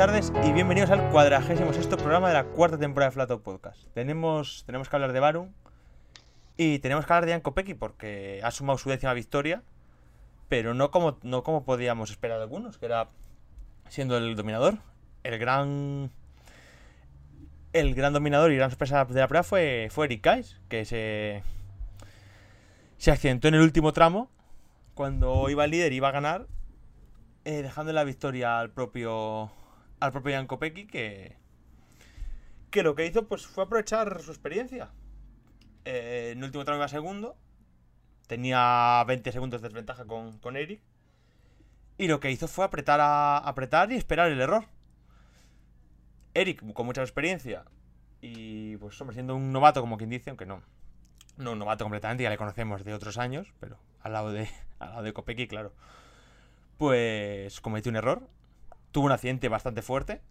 tardes y bienvenidos al 46º programa de la cuarta temporada de Flat Out Podcast. Tenemos que hablar de Varun y tenemos que hablar de Jan Kopecky porque ha sumado su 10ª victoria, pero no como podíamos esperar algunos, que era siendo el dominador. El gran dominador y gran sorpresa de la prueba fue Eric Kais, que se accidentó en el último tramo cuando iba el líder y iba a ganar, dejando la victoria al propio Jan Kopecky, que lo que hizo pues fue aprovechar su experiencia. En el último tramo iba segundo, tenía 20 segundos de desventaja con Eric, y lo que hizo fue apretar y esperar el error. Eric, con mucha experiencia y pues hombre, siendo un novato, como quien dice, aunque no un novato completamente, ya le conocemos de otros años, pero al lado de Kopecky, claro, pues cometió un error, tuvo un accidente bastante fuerte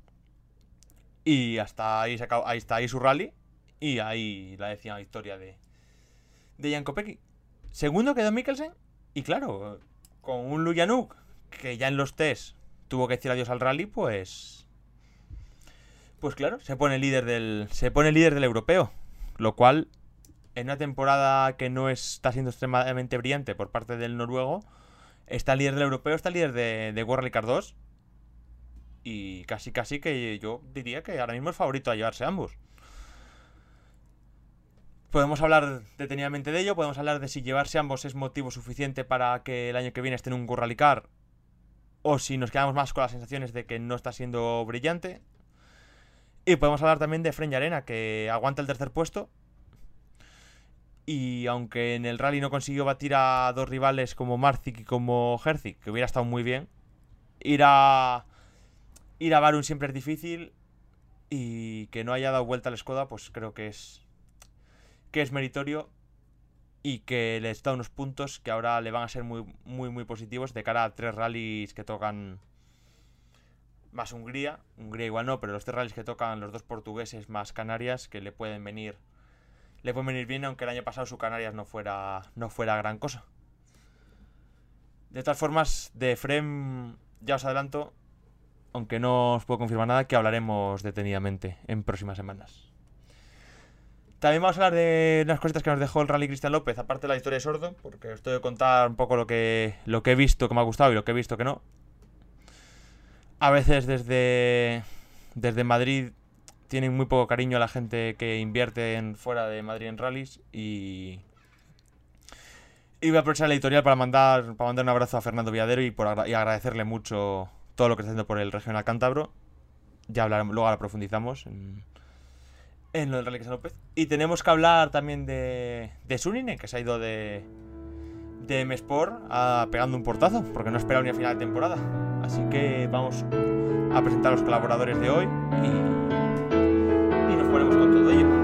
y hasta ahí está ahí su rally, y ahí la 10ª victoria de Jan Kopecky. Segundo quedó Mikkelsen, y claro, con un Lujanuk que ya en los test tuvo que decir adiós al rally, pues claro, se pone líder del europeo, lo cual en una temporada que no está siendo extremadamente brillante por parte del noruego, está líder del europeo, está líder de World Rally Car 2, y casi que yo diría que ahora mismo es favorito a llevarse ambos. Podemos hablar detenidamente de ello, podemos hablar de si llevarse ambos es motivo suficiente para que el año que viene esté en un World Rally Car, o si nos quedamos más con las sensaciones de que no está siendo brillante. Y podemos hablar también de Fren Arena, que aguanta el tercer puesto, y aunque en el rally no consiguió batir a dos rivales como Marcic y como Herzik, que hubiera estado muy bien, ir a Varun siempre es difícil, y que no haya dado vuelta al Skoda pues creo que es meritorio, y que les da unos puntos que ahora le van a ser muy, muy, muy positivos de cara a 3 rallies que tocan, más Hungría igual no, pero los 3 rallies que tocan los 2 portugueses más Canarias, que le pueden venir bien, aunque el año pasado su Canarias no fuera gran cosa. De todas formas, de Frem ya os adelanto, aunque no os puedo confirmar nada, que hablaremos detenidamente en próximas semanas. También vamos a hablar de unas cositas que nos dejó el Rally Cristian López, aparte de la historia de Sordo, porque os tengo que contar un poco lo que he visto que me ha gustado y lo que he visto que no. A veces desde Madrid tienen muy poco cariño a la gente que invierte fuera de Madrid en rallies, y voy a aprovechar la editorial para mandar un abrazo a Fernando Villadero y agradecerle mucho todo lo que está haciendo por el Regional Cántabro. Ya hablaremos, luego ahora profundizamos en lo del Rally Cristian López. Y tenemos que hablar también de Suninen, que se ha ido de M-Sport pegando un portazo, porque no ha esperado ni a final de temporada. Así que vamos a presentar a los colaboradores de hoy y nos ponemos con todo ello.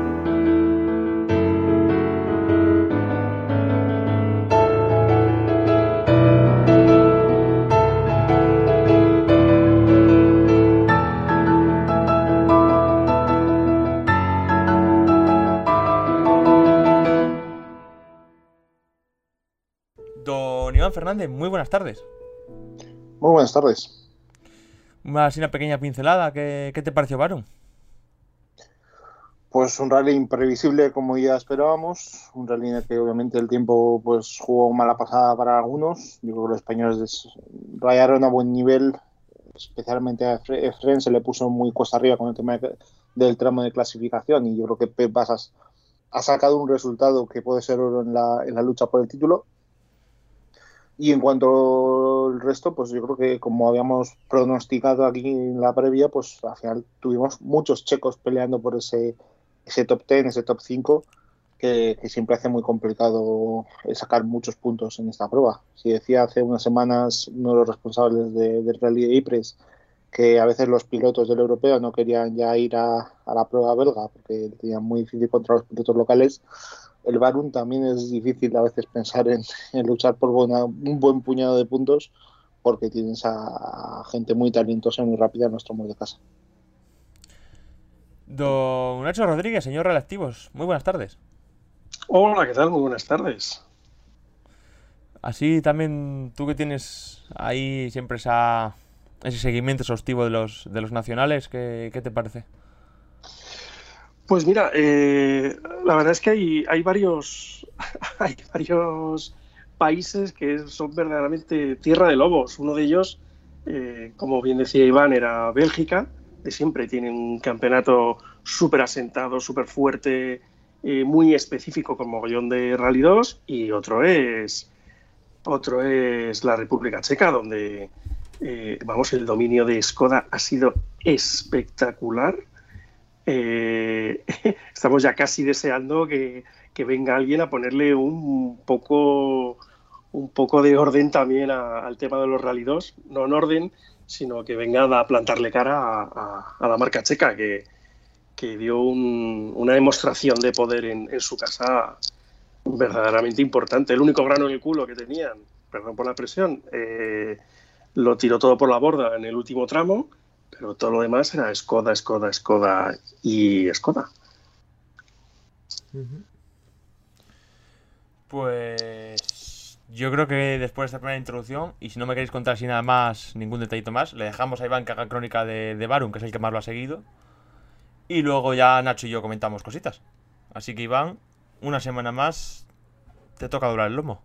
Don Iván Fernández, muy buenas tardes. Muy buenas tardes. Así una pequeña pincelada, ¿qué te pareció Varun? Pues un rally imprevisible como ya esperábamos, un rally en el que obviamente el tiempo pues jugó mala pasada para algunos. Yo creo que los españoles rayaron a buen nivel, especialmente a Efren se le puso muy cuesta arriba con el tema del tramo de clasificación, y yo creo que Pep Basas ha sacado un resultado que puede ser oro en la lucha por el título. Y en cuanto al resto, pues yo creo que como habíamos pronosticado aquí en la previa, pues al final tuvimos muchos checos peleando por ese top 10, ese top 5, que siempre hace muy complicado sacar muchos puntos en esta prueba. Si decía hace unas semanas uno de los responsables del Rally de Ypres que a veces los pilotos del europeo no querían ya ir a la prueba belga porque tenían muy difícil contra los pilotos locales, el Varun también es difícil a veces pensar en luchar por un buen puñado de puntos, porque tienes a gente muy talentosa y muy rápida en nuestro modo de casa. Don Nacho Rodríguez, señor Reactivos, muy buenas tardes. Hola, ¿qué tal? Muy buenas tardes. Así también tú que tienes ahí siempre esa ese seguimiento exhaustivo de los nacionales, ¿qué te parece? Pues mira, la verdad es que hay varios, hay varios países que son verdaderamente tierra de lobos. Uno de ellos, como bien decía Iván, era Bélgica. De siempre tienen un campeonato súper asentado, súper fuerte, muy específico con mogollón de Rally 2. Y otro es la República Checa, donde vamos, el dominio de Skoda ha sido espectacular. Estamos ya casi deseando que venga alguien a ponerle un poco de orden también al tema de los Rally 2, no en orden, sino que venga a plantarle cara a la marca checa, que dio una demostración de poder en su casa verdaderamente importante. El único grano en el culo que tenían, perdón por la expresión, lo tiró todo por la borda en el último tramo, pero todo lo demás era Skoda, Skoda, Skoda y Skoda. Pues yo creo que después de esta primera introducción, y si no me queréis contar sin nada más, ningún detallito más, le dejamos a Iván que haga crónica de Barum, que es el que más lo ha seguido, y luego ya Nacho y yo comentamos cositas. Así que Iván, una semana más, te toca doblar el lomo.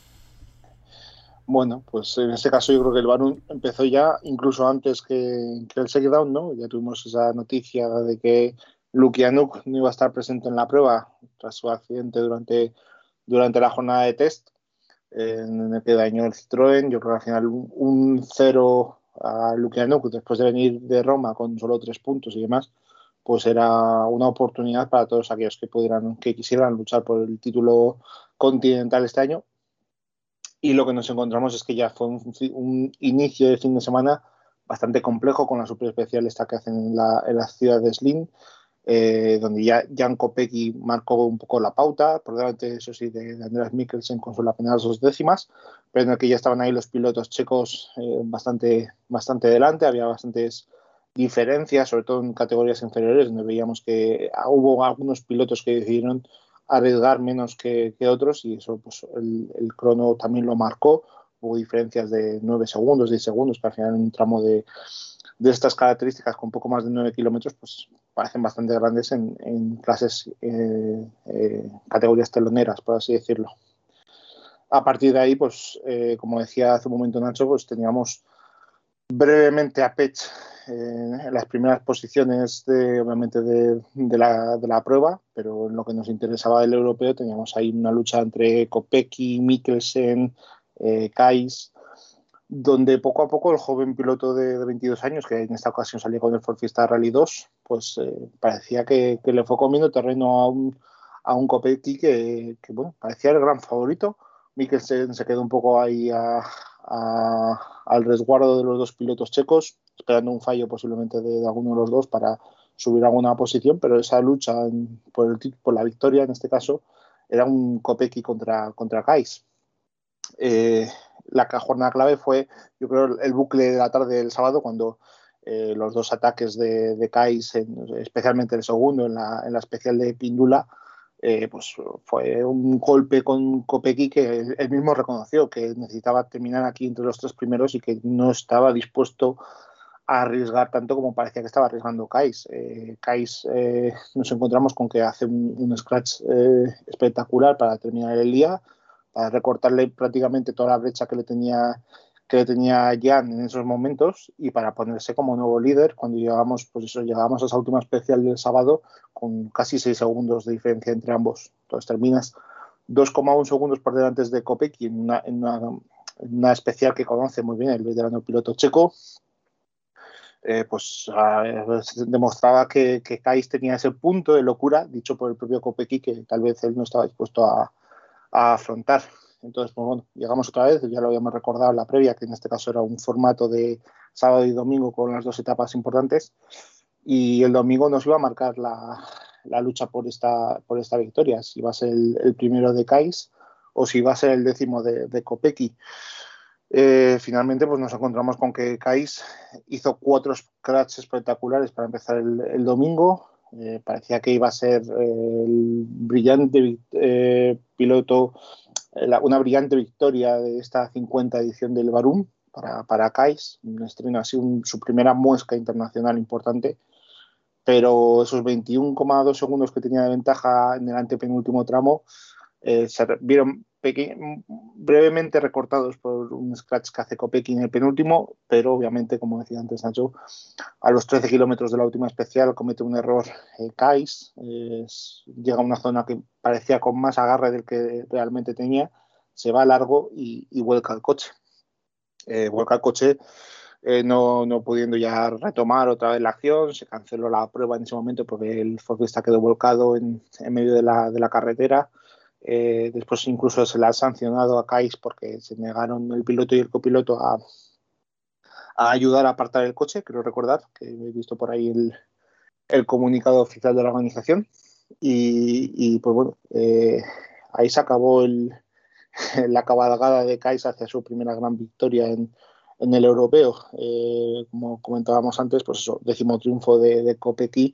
Bueno, pues en este caso yo creo que el Barum empezó ya incluso antes que el Shakedown, ¿no? Ya tuvimos esa noticia de que Lukyanuk no iba a estar presente en la prueba tras su accidente durante la jornada de test, en el que dañó el Citroën. Yo creo que al final un 0 a Lukyanuk después de venir de Roma con solo 3 puntos y demás, pues era una oportunidad para todos aquellos que quisieran luchar por el título continental este año. Y lo que nos encontramos es que ya fue un inicio de fin de semana bastante complejo con la superespecial esta que hacen en la ciudad de Slin, donde ya Jan Kopecky marcó un poco la pauta, por delante, eso sí, de Andreas Mikkelsen con solo apenas 2 décimas, pero en el que ya estaban ahí los pilotos checos bastante delante, había bastantes diferencias, sobre todo en categorías inferiores, donde veíamos que hubo algunos pilotos que decidieron arriesgar menos que otros, y eso pues el crono también lo marcó. Hubo diferencias de 9 segundos, 10 segundos, que al final en un tramo de estas características con poco más de 9 kilómetros pues parecen bastante grandes en clases, categorías teloneras, por así decirlo. A partir de ahí, pues como decía hace un momento Nacho, pues teníamos brevemente a Pech en las primeras posiciones obviamente de la prueba, pero en lo que nos interesaba del europeo teníamos ahí una lucha entre Kopecky, Mikkelsen, Kais, donde poco a poco el joven piloto de 22 años, que en esta ocasión salía con el Ford Fiesta Rally 2, pues parecía que le fue comiendo terreno a un Kopecky que, bueno, parecía el gran favorito. Mikkelsen se quedó un poco ahí al resguardo de los dos pilotos checos, esperando un fallo posiblemente de alguno de los dos para subir a alguna posición, pero esa lucha por la victoria, en este caso, era un Kopecky contra Kais. La jornada clave fue, yo creo, el bucle de la tarde del sábado, cuando los dos ataques de Kais, especialmente el segundo en la especial de Pindula, pues fue un golpe con Kopecky que él mismo reconoció que necesitaba terminar aquí entre los 3 primeros y que no estaba dispuesto a arriesgar tanto como parecía que estaba arriesgando Kais. Kais, nos encontramos con que hace un scratch espectacular para terminar el día, para recortarle prácticamente toda la brecha que le tenía Jan en esos momentos, y para ponerse como nuevo líder cuando llegamos a esa última especial del sábado con casi 6 segundos de diferencia entre ambos. Entonces terminas 2,1 segundos por delante de Kopecky en una especial que conoce muy bien el veterano piloto checo. Pues demostraba que Kais tenía ese punto de locura, dicho por el propio Kopecky, que tal vez él no estaba dispuesto a afrontar. Entonces, pues bueno, llegamos otra vez, ya lo habíamos recordado en la previa, que en este caso era un formato de sábado y domingo con las 2 etapas importantes, y el domingo nos iba a marcar la lucha por esta victoria, si va a ser el primero de Kais o si va a ser el 10º de Kopecky. Finalmente pues nos encontramos con que Kais hizo 4 scratches espectaculares para empezar el domingo. Parecía que iba a ser el brillante piloto, una brillante victoria de esta 50 edición del Barum, para Kais, un estreno así, su primera muesca internacional importante, pero esos 21,2 segundos que tenía de ventaja en el antepenúltimo tramo se vieron brevemente recortados por un scratch que hace Kopecky en el penúltimo, pero obviamente, como decía antes Nacho, a los 13 kilómetros de la última especial comete un error Kais, llega a una zona que parecía con más agarre del que realmente tenía, se va largo y vuelca el coche. No pudiendo ya retomar otra vez la acción, se canceló la prueba en ese momento porque el forklista quedó volcado en medio de la carretera. Después incluso se le ha sancionado a Kais porque se negaron el piloto y el copiloto a ayudar a apartar el coche. Creo recordar que he visto por ahí el comunicado oficial de la organización y pues bueno, ahí se acabó la cabalgada de Kais hacia su primera gran victoria en el europeo. Como comentábamos antes, pues eso, 10º triunfo de Kopecky,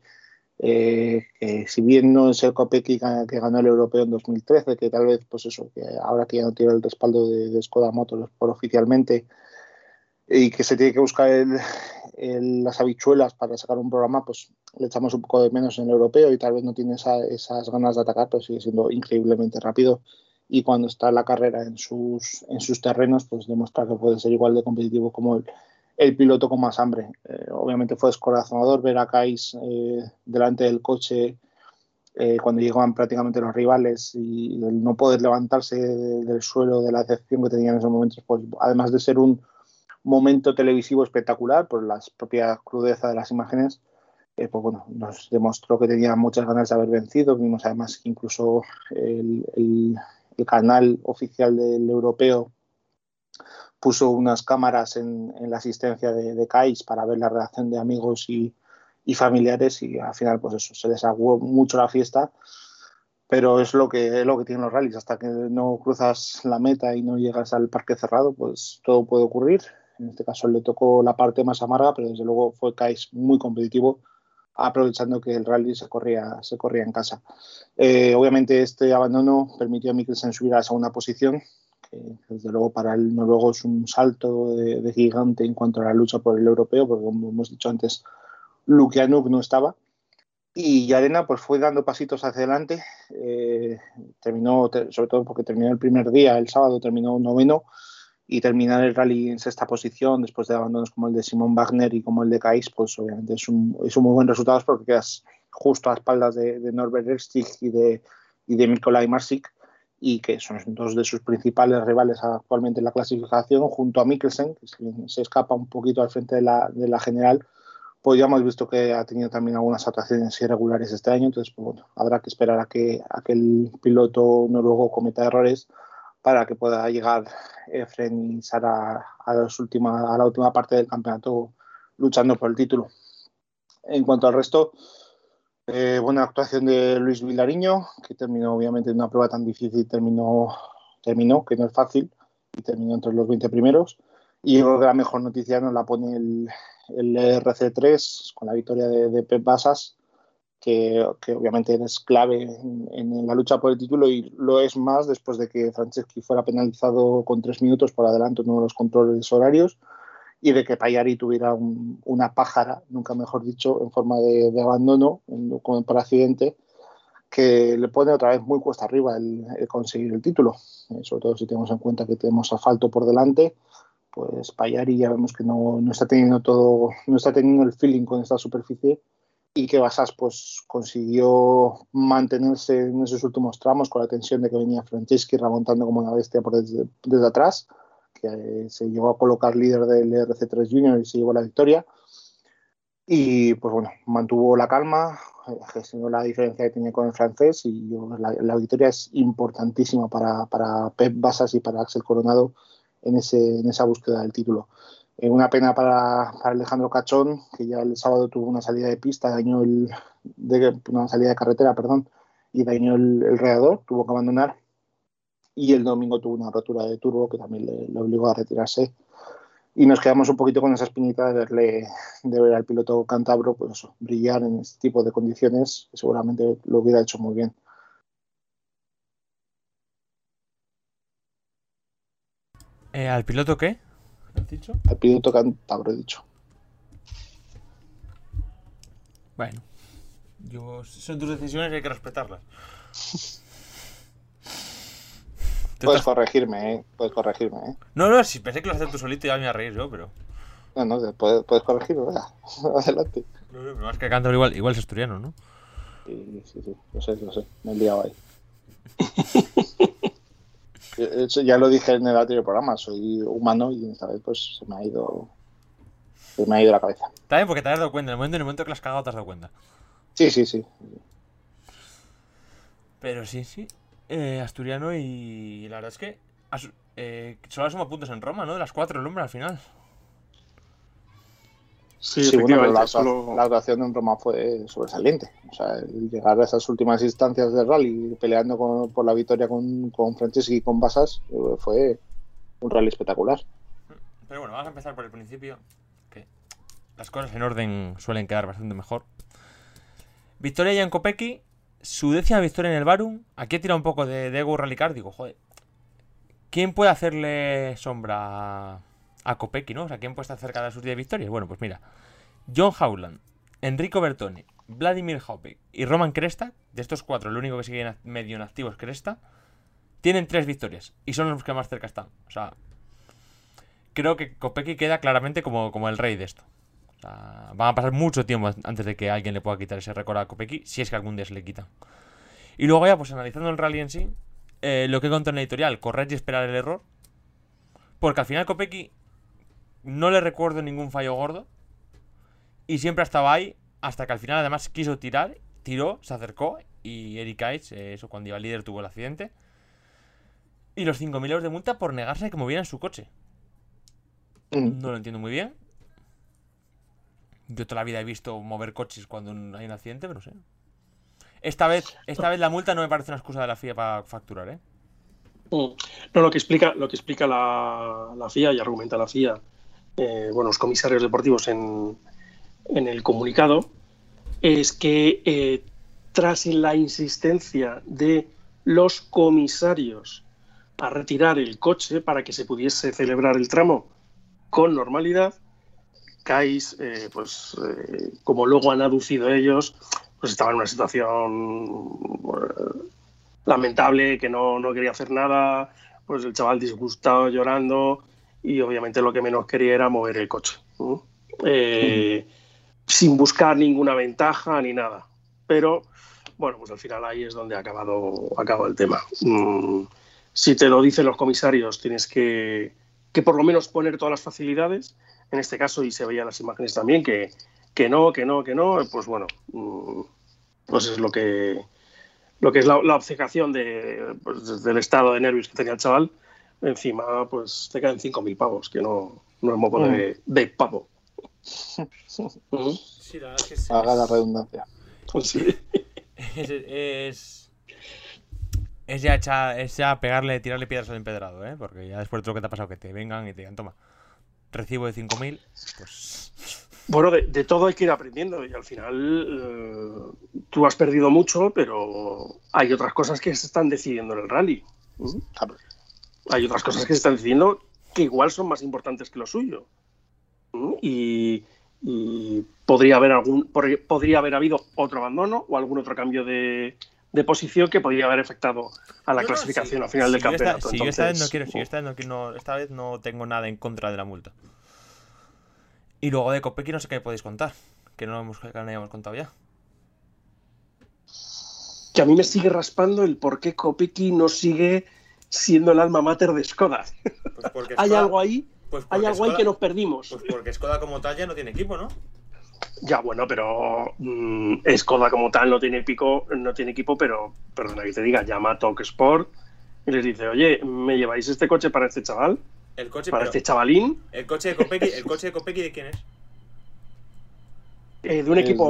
que si bien no es el Kopecky que ganó el europeo en 2013, que tal vez, pues eso, que ahora que ya no tiene el respaldo de Skoda Motorsport oficialmente y que se tiene que buscar las habichuelas para sacar un programa, pues le echamos un poco de menos en el europeo y tal vez no tiene esas ganas de atacar, pero sigue siendo increíblemente rápido y cuando está en la carrera en sus terrenos, pues demuestra que puede ser igual de competitivo como el piloto con más hambre. Obviamente fue descorazonador ver a Kais delante del coche cuando llegaban prácticamente los rivales y el no poder levantarse del suelo de la decepción que tenían en esos momentos, pues además de ser un momento televisivo espectacular por la propia crudeza de las imágenes, pues bueno, nos demostró que tenía muchas ganas de haber vencido. Vimos además que incluso el canal oficial del europeo puso unas cámaras en la asistencia de Kais para ver la reacción de amigos y familiares y al final pues eso, se les aguó mucho la fiesta, pero es lo que tienen los rallies, hasta que no cruzas la meta y no llegas al parque cerrado, pues todo puede ocurrir. En este caso le tocó la parte más amarga, pero desde luego fue Kais muy competitivo, aprovechando que el rally se corría en casa. Obviamente este abandono permitió a Mikkelsen subir a la segunda posición, que desde luego para el noruego es un salto de gigante en cuanto a la lucha por el europeo, porque como hemos dicho antes, Lukyanuk no estaba. Y Arena pues fue dando pasitos hacia adelante, terminó, sobre todo porque terminó el primer día, el sábado terminó noveno, y terminar el rally en sexta posición después de abandonos como el de Simon Wagner y como el de Kais, pues obviamente es un muy buen resultado porque quedas justo a espaldas de Norbert Erstig y de Nikolai Marsik, y que son dos de sus principales rivales actualmente en la clasificación, junto a Mikkelsen, que se escapa un poquito al frente de la general. Pues ya hemos visto que ha tenido también algunas actuaciones irregulares este año, entonces pues bueno, habrá que esperar a que el piloto noruego cometa errores para que pueda llegar Efren y Sara a la última parte del campeonato luchando por el título. En cuanto al resto, buena actuación de Luis Vilariño, que terminó obviamente en una prueba tan difícil, terminó, que no es fácil, y terminó entre los 20 primeros. Y yo creo que la mejor noticia nos la pone el RC3 con la victoria de Pep Basas, que obviamente es clave en la lucha por el título y lo es más después de que Franceschi fuera penalizado con 3 minutos por adelanto en uno de los controles horarios y de que Pagliari tuviera una pájara, nunca mejor dicho, en forma de abandono por accidente, que le pone otra vez muy cuesta arriba el conseguir el título, sobre todo si tenemos en cuenta que tenemos asfalto por delante. Pues Pagliari ya vemos que no está teniendo el feeling con esta superficie y que Basas pues consiguió mantenerse en esos últimos tramos con la tensión de que venía Franceschi remontando como una bestia desde atrás, que se llegó a colocar líder del RC3 Junior y se llevó la victoria. Y pues bueno, mantuvo la calma, gestionó la diferencia que tenía con el francés y la victoria es importantísima para Pep Basas y para Axel Coronado en esa búsqueda del título. Una pena para Alejandro Cachón, que ya el sábado tuvo una salida de pista, una salida de carretera, perdón, y dañó el radiador, tuvo que abandonar. Y el domingo tuvo una rotura de turbo que también le obligó a retirarse. Y nos quedamos un poquito con esa espinita de ver al piloto cántabro pues eso, brillar en este tipo de condiciones, que seguramente lo hubiera hecho muy bien. ¿Al piloto qué? ¿Has dicho? El piloto cántabro, he dicho. Bueno, son tus decisiones y hay que respetarlas. Puedes corregirme, ¿eh? Puedes corregirme, ¿eh? No, si pensé que lo hacías tú solito ya me iba a reír yo, pero... No, puedes corregirme, ¿verdad? Adelante. No, más que Cántabro igual es asturiano, ¿no? Sí, lo sé. Me he liado ahí. Eso ya lo dije en el anterior programa, soy humano y esta vez pues se me ha ido la cabeza. Está bien porque te has dado cuenta, en el momento que la has cagado te has dado cuenta. Sí. Pero sí, asturiano y la verdad es que solo suma puntos en Roma, ¿no? De las 4 el hombre al final. Sí, bueno, pero efectivamente. la actuación en Roma fue sobresaliente. O sea, el llegar a esas últimas instancias del rally peleando por la victoria con Franceschi y con Bassas fue un rally espectacular. Pero bueno, vamos a empezar por el principio, que las cosas en orden suelen quedar bastante mejor. Victoria Jan Kopecky, su 10ª victoria en el Barum. Aquí he tirado un poco de ego rallycar, digo, joder, ¿quién puede hacerle sombra a Kopecky, no? O sea, ¿quién puede estar cerca de sus 10 victorias? Bueno, pues mira, John Howland, Enrico Bertone, Vladimir Hopek y Roman Kresta, de estos 4, el único que sigue medio en activo es Kresta, tienen 3 victorias y son los que más cerca están. O sea, creo que Kopecky queda claramente como el rey de esto. O sea, van a pasar mucho tiempo antes de que alguien le pueda quitar ese récord a Kopecky, si es que algún día se le quita. Y luego ya, pues analizando el rally en sí, lo que he contado en la editorial, correr y esperar el error. Porque al final Kopecky no le recuerdo ningún fallo gordo. Y siempre estaba ahí, hasta que al final además quiso tirar, tiró, se acercó. Y Eric Heitz, eso cuando iba líder, tuvo el accidente. Y los 5.000 euros de multa por negarse a que movieran su coche. No lo entiendo muy bien. Yo toda la vida he visto mover coches cuando hay un accidente, pero no sé. Esta vez la multa no me parece una excusa de la FIA para facturar, ¿eh? No, lo que explica la FIA y argumenta la FIA, los comisarios deportivos en el comunicado, es que tras la insistencia de los comisarios a retirar el coche para que se pudiese celebrar el tramo con normalidad, Kais, como luego han aducido ellos, pues estaba en una situación lamentable, que no quería hacer nada, pues el chaval disgustado, llorando, y obviamente lo que menos quería era mover el coche, sin buscar ninguna ventaja ni nada. Pero bueno, pues al final ahí es donde ha acabado el tema. Si te lo dicen los comisarios, tienes que por lo menos poner todas las facilidades. En este caso, y se veían las imágenes también, que no, pues bueno, pues es lo que es la obcecación del estado de nervios que tenía el chaval. Encima, pues te caen 5.000 pavos, que no es moco de pavo. Sí, la verdad es que haga la redundancia. Sí. Es ya tirarle piedras al empedrado, ¿eh? Porque ya después de todo lo que te ha pasado, que te vengan y te digan, toma, recibo de 5.000, pues... Bueno, de todo hay que ir aprendiendo y al final tú has perdido mucho, pero hay otras cosas que se están decidiendo en el rally. Hay otras cosas que se están decidiendo que igual son más importantes que lo suyo. Y podría haber habido otro abandono o algún otro cambio de posición que podría haber afectado a la clasificación al final del campeonato. Esta vez no tengo nada en contra de la multa. Y luego de Kopecky no sé qué podéis contar, que no hayamos contado ya. Que a mí me sigue raspando el por qué Kopecky no sigue siendo el alma mater de Skoda. Pues porque hay Skoda, algo ahí, que nos perdimos. Pues porque Skoda como tal ya no tiene equipo, ¿no? Ya, bueno, pero Skoda como tal no tiene equipo, pero perdona que te diga, llama a Talk Sport y les dice, oye, ¿me lleváis este coche para este chaval? El coche, para este chavalín. ¿El coche de Kopecky de quién es? De un equipo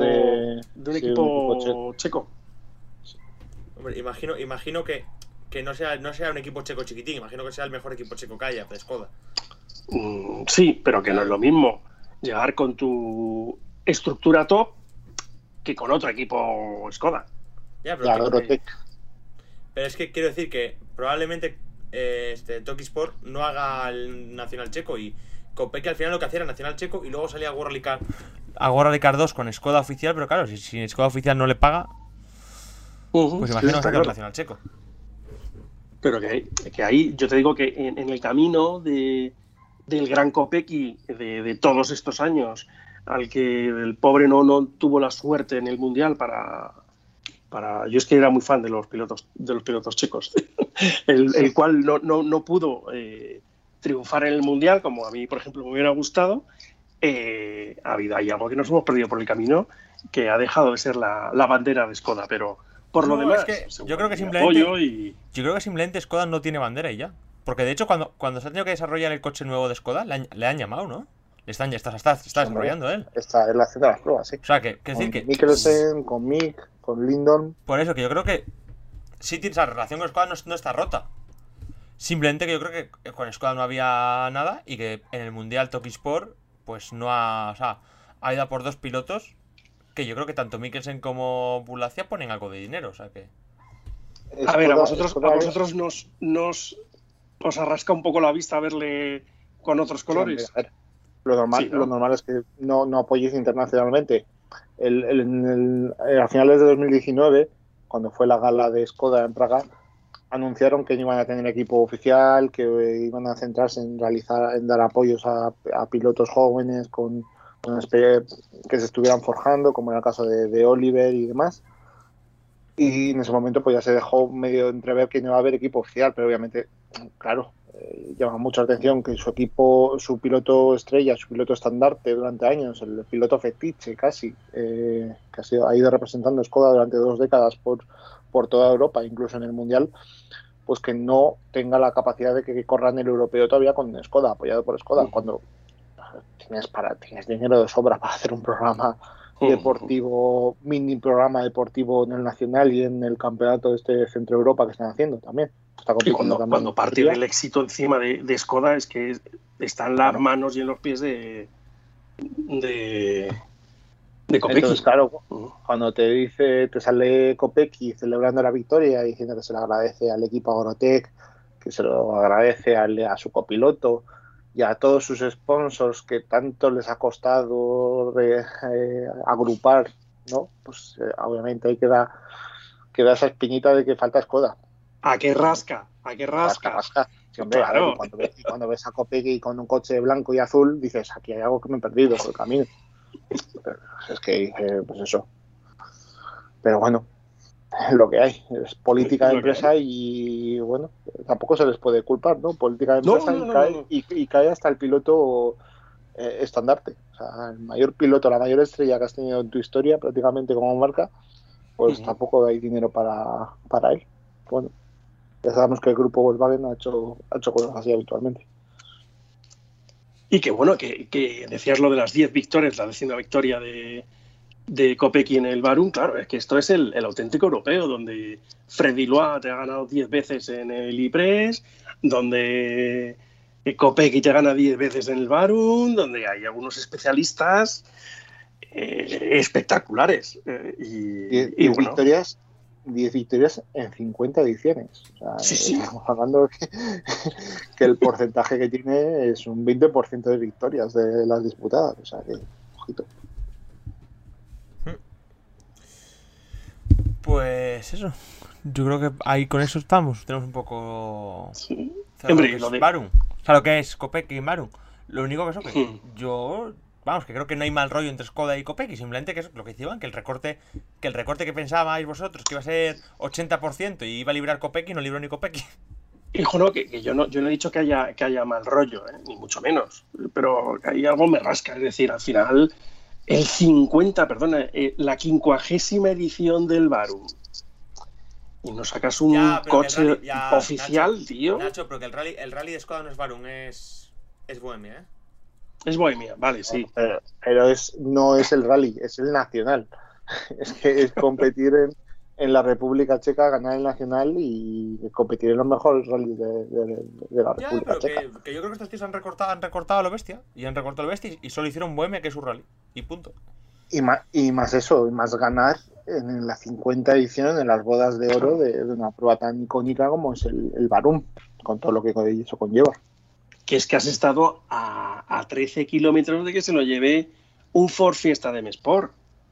checo. Hombre, imagino que no sea un equipo checo chiquitín, imagino que sea el mejor equipo checo que haya, de Skoda. Sí, pero que no es lo mismo llegar con tu estructura top que con otro equipo Skoda. Ya, pero es que quiero decir que probablemente Talk Sport no haga el nacional checo y Kopecky al final lo que hacía era Nacional Checo y luego salía a World Rally Car 2 con Skoda oficial, pero claro, si Skoda oficial no le paga, pues imagino que el Nacional Checo. Pero que ahí, yo te digo que en el camino del gran Kopecky de todos estos años, al que el pobre no tuvo la suerte en el Mundial para yo es que era muy fan de los pilotos checos, el cual no pudo triunfar en el Mundial, como a mí, por ejemplo, me hubiera gustado. Ha habido ahí algo que nos hemos perdido por el camino, que ha dejado de ser la bandera de Skoda, pero por lo demás, es que yo creo que simplemente Skoda no tiene bandera y ya. Porque de hecho cuando se ha tenido que desarrollar el coche nuevo de Skoda, le han llamado, ¿no? Está desarrollando él. Está en la haciendo las pruebas, sí. O sea, que decir que Mikkelsen, con Mick, con Lindon. Por eso que yo creo que sí tiene esa relación con Skoda, no está rota. Simplemente que yo creo que con Skoda no había nada y que en el Mundial Tokisport pues no ha... O sea, ha ido a por 2 pilotos que yo creo que tanto Mikkelsen como Bulacia ponen algo de dinero, o sea que... A ver, a vosotros os arrasca un poco la vista verle con otros colores. Sí, lo normal es que no apoyéis internacionalmente. A finales de 2019, cuando fue la gala de Skoda en Praga, anunciaron que no iban a tener equipo oficial, que iban a centrarse en dar apoyos a pilotos jóvenes que se estuvieran forjando, como era el caso de Oliver y demás. Y en ese momento pues ya se dejó medio entrever que no iba a haber equipo oficial, pero obviamente, claro, llama mucha atención que su piloto estrella, su piloto estandarte durante años, el piloto fetiche casi, que ha ido representando Skoda durante 2 décadas por toda Europa, incluso en el Mundial, pues que no tenga la capacidad de que corra en el europeo todavía con Skoda, apoyado por Skoda, cuando tienes dinero de sobra para hacer un programa deportivo, mini programa deportivo en el Nacional y en el campeonato de este Centro Europa que están haciendo también. Y cuando parte del éxito encima de Skoda es que está en las manos y en los pies de Kopecky. Entonces, claro, cuando te sale Kopecky celebrando la victoria diciendo que se le agradece al equipo Agrotec, que se lo agradece a su copiloto y a todos sus sponsors que tanto les ha costado agrupar, ¿no? Pues obviamente ahí queda esa espinita de que falta Skoda. ¿A qué rasca? Sí, hombre, claro. Cuando ves a Kopecky con un coche blanco y azul, dices, aquí hay algo que me he perdido por el camino. Pero es que, pues eso. Pero bueno, lo que hay es política de empresa y bueno, tampoco se les puede culpar, ¿no? Política de empresa y cae hasta el piloto estandarte. O sea, el mayor piloto, la mayor estrella que has tenido en tu historia prácticamente como marca, pues tampoco hay dinero para él. Bueno, ya sabemos que el grupo Volkswagen ha hecho cosas así habitualmente. Y que bueno, que decías lo de las 10 victorias, la 10ª victoria de Kopecky en el Barum, claro, es que esto es el auténtico europeo, donde Freddy Loa te ha ganado 10 veces en el IPRES, donde Kopecky te gana 10 veces en el Barum, donde hay algunos especialistas espectaculares. Y bueno, 10 victorias en 50 ediciones. O sea, sí. Estamos hablando que el porcentaje que tiene es un 20% de victorias de las disputadas. O sea que, ojito. Pues eso. Yo creo que ahí con eso estamos. Tenemos un poco... Sí. Hombre, lo de Barum. O sea, lo que es Kopecky y Barum. Lo único que eso que yo... Vamos, que creo que no hay mal rollo entre Skoda y Kopecky, simplemente que es lo que decían, que el recorte que pensabais vosotros que iba a ser 80% y iba a librar Kopecky, no libró ni Kopecky. Hijo, no, que yo no he dicho que haya mal rollo, ni mucho menos, pero que ahí algo me rasca, es decir, al final la 50ª edición del Barum y nos sacas un coche oficial, Nacho, tío. Nacho, pero que el rally de Skoda no es Barum, es Bohemia, ¿eh? Es Bohemia, vale, sí. Pero no es el rally, es el nacional. Es que es competir en la República Checa, ganar el nacional y competir en los mejores rallies de la República Checa. Que yo creo que estos tíos han recortado a lo bestia. Y han recortado a lo bestia y solo hicieron Bohemia, que es su rally. Y punto. Y más ganar en la 50 edición en las bodas de oro de una prueba tan icónica como es el Barum, con todo lo que eso conlleva. que es que has estado a 13 kilómetros de que se lo lleve un Ford Fiesta de M-Sport.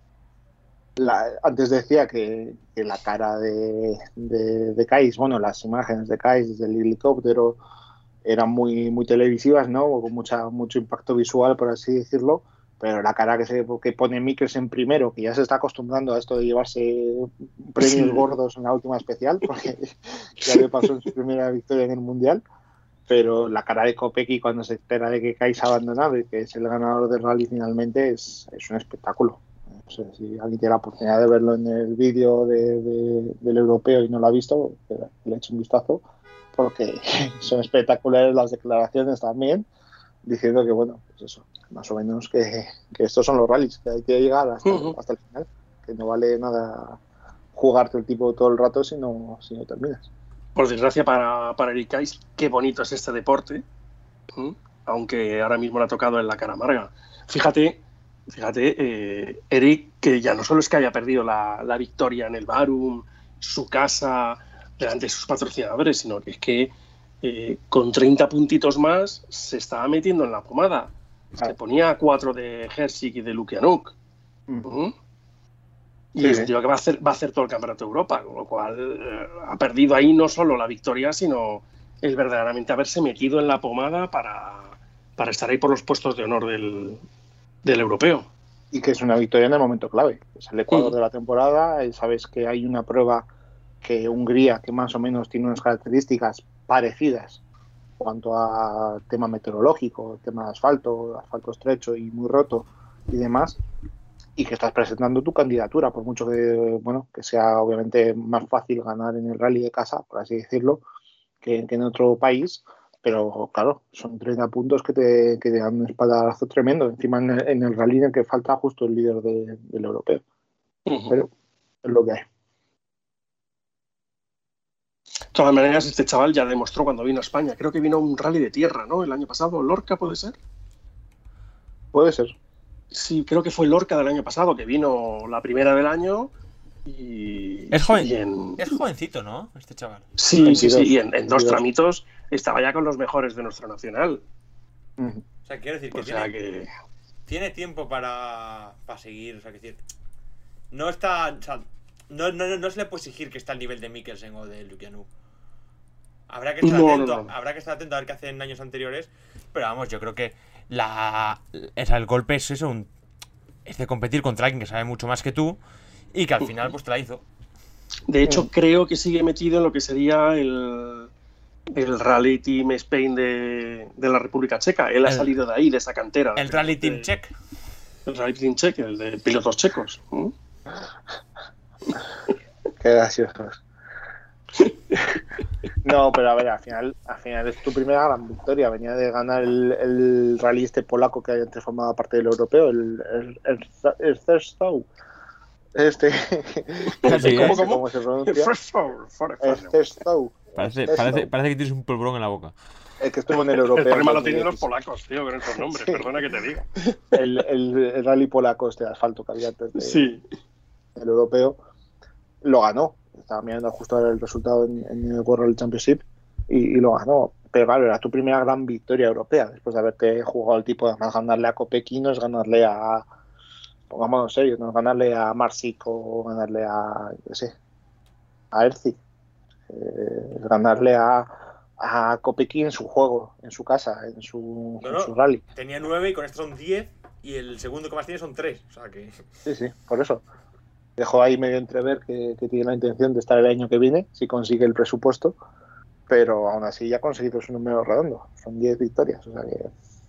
Antes decía que la cara de Kais, bueno, las imágenes de Kais desde el helicóptero eran muy televisivas, ¿no? Con mucho impacto visual, por así decirlo, pero la cara que pone Mikkelsen primero, que ya se está acostumbrando a esto de llevarse premios gordos en la última especial, porque ya le pasó en su primera victoria en el Mundial, pero la cara de Kopecky cuando se espera de que Kais ha abandonado y que es el ganador del rally finalmente es un espectáculo. No sé si alguien tiene la oportunidad de verlo en el vídeo del europeo y no lo ha visto, que le eche un vistazo, porque son espectaculares las declaraciones también, diciendo que, bueno, pues eso, más o menos que estos son los rallies, que hay que llegar hasta el final, que no vale nada jugarte el tipo todo el rato si no terminas. Por desgracia para Eric Kais, qué bonito es este deporte, aunque ahora mismo le ha tocado en la cara amarga. Fíjate, Eric, que ya no solo es que haya perdido la victoria en el Barum, su casa, delante de sus patrocinadores, sino que es que con 30 puntitos más se estaba metiendo en la pomada. Se ponía a 4 de Hersik y de Lukianuk. Y es un tío que va a hacer todo el campeonato de Europa, con lo cual ha perdido ahí no solo la victoria, sino el verdaderamente haberse metido en la pomada para estar ahí por los puestos de honor del europeo. Y que es una victoria en el momento clave. Es el Ecuador de la temporada. Sabes que hay una prueba que Hungría, que más o menos tiene unas características parecidas en cuanto a tema meteorológico, tema de asfalto estrecho y muy roto y demás, y que estás presentando tu candidatura, por mucho que sea obviamente más fácil ganar en el rally de casa, por así decirlo, que en otro país, pero claro, son 30 puntos que te dan un espaldarazo tremendo, encima en el rally en el que falta justo el líder del europeo. Pero es lo que hay. De todas maneras, este chaval ya demostró cuando vino a España, creo que vino a un rally de tierra, ¿no? El año pasado, Lorca, ¿puede ser? Puede ser. Sí, creo que fue Lorca del año pasado, que vino la primera del año y... Es joven, es jovencito, ¿no? Este chaval. Sí, y en 2 tramitos estaba ya con los mejores de nuestro nacional. O sea, quiero decir que tiene tiempo para seguir, o sea, que no está... O sea, no se le puede exigir que está al nivel de Mikkelsen o de Lukianuk. Habrá que estar atento a ver qué hacen en años anteriores, pero vamos, yo creo que el golpe es eso, es de competir contra alguien que sabe mucho más que tú y que al final pues te la hizo. De hecho, creo que sigue metido en lo que sería el Rally Team Spain de la República Checa. Él ha salido de ahí, de esa cantera. El Rally Team Czech. El Rally Team Czech, el de pilotos checos. Qué graciosos. No, pero a ver, al final es tu primera gran victoria. Venía de ganar el rally este polaco que antes formaba parte del europeo, el Thurstow. ¿Cómo se pronuncia? Thurstow. Parece que tienes un polvorón en la boca. El que estuvo en el europeo. El problema lo tienen los polacos, tío, con esos nombres, sí. Perdona que te diga. El rally polaco de asfalto que había antes del europeo lo ganó. Estaba mirando justo el resultado en el World Championship y lo ganó. Pero claro, era tu primera gran victoria europea después de haberte jugado el tipo. Además, ganarle a Kopecky no es ganarle a, pongámonos serios, no es ganarle a Marsic o ganarle a Hersik. Es ganarle a Kopecky en su juego, en su casa, en su rally. Tenía 9 y con esto son 10 y el segundo que más tiene son 3. O sea que... Sí, por eso. Dejó ahí medio entrever que tiene la intención de estar el año que viene, si consigue el presupuesto, pero aún así ya ha conseguido su número redondo. Son 10 victorias, o sea que...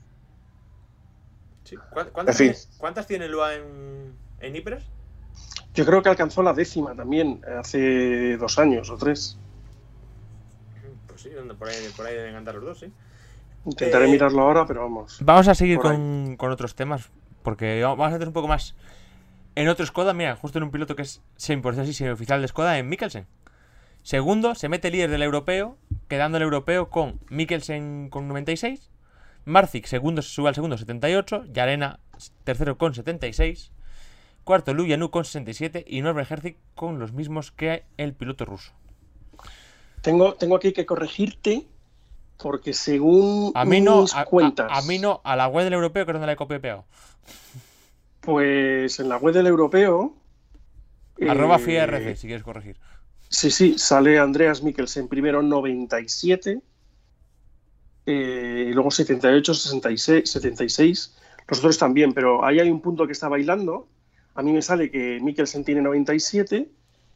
Sí. ¿Cuántas tiene Lua en Ypres? Yo creo que alcanzó la 10ª también, hace 2 años o 3. Pues sí, por ahí deben andar los dos, sí. Intentaré mirarlo ahora, pero vamos. Vamos a seguir con otros temas, porque vamos a hacer un poco más... En otro Skoda, mira, justo en un piloto que es semioficial de Skoda, en Mikkelsen. Segundo, se mete líder del europeo, quedando el europeo con Mikkelsen con 96. Marsic, segundo, se sube al segundo, 78. Yarena, tercero con 76. Cuarto, Lukianuk con 67. Y Norbert Herzig con los mismos que el piloto ruso. Tengo aquí que corregirte Porque según A mí no, mis cuentas, a mí no, a la web del europeo, que es donde la he copiado y pegado. pues en la web del europeo, Arroba FIARC, si quieres corregir. sí, sale Andreas Mikkelsen primero 97, y luego 78, 66, 76. Los otros también, pero ahí hay un punto que está bailando. A mí me sale que Mikkelsen tiene 97,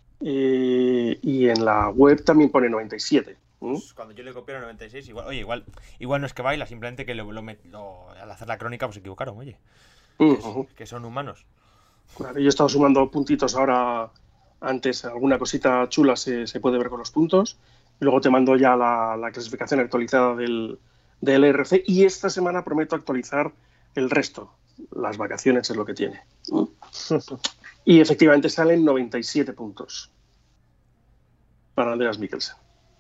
y en la web también pone 97. Pues cuando yo le copié el 96, igual, oye, igual no es que baila, simplemente que al hacer la crónica pues se equivocaron, oye. Que son humanos. Claro, yo he estado sumando puntitos ahora. Antes alguna cosita chula se puede ver con los puntos. Y luego te mando ya la clasificación actualizada del RC. Y esta semana prometo actualizar el resto. Las vacaciones es lo que tiene. Y efectivamente salen 97 puntos para Andreas Mikkelsen.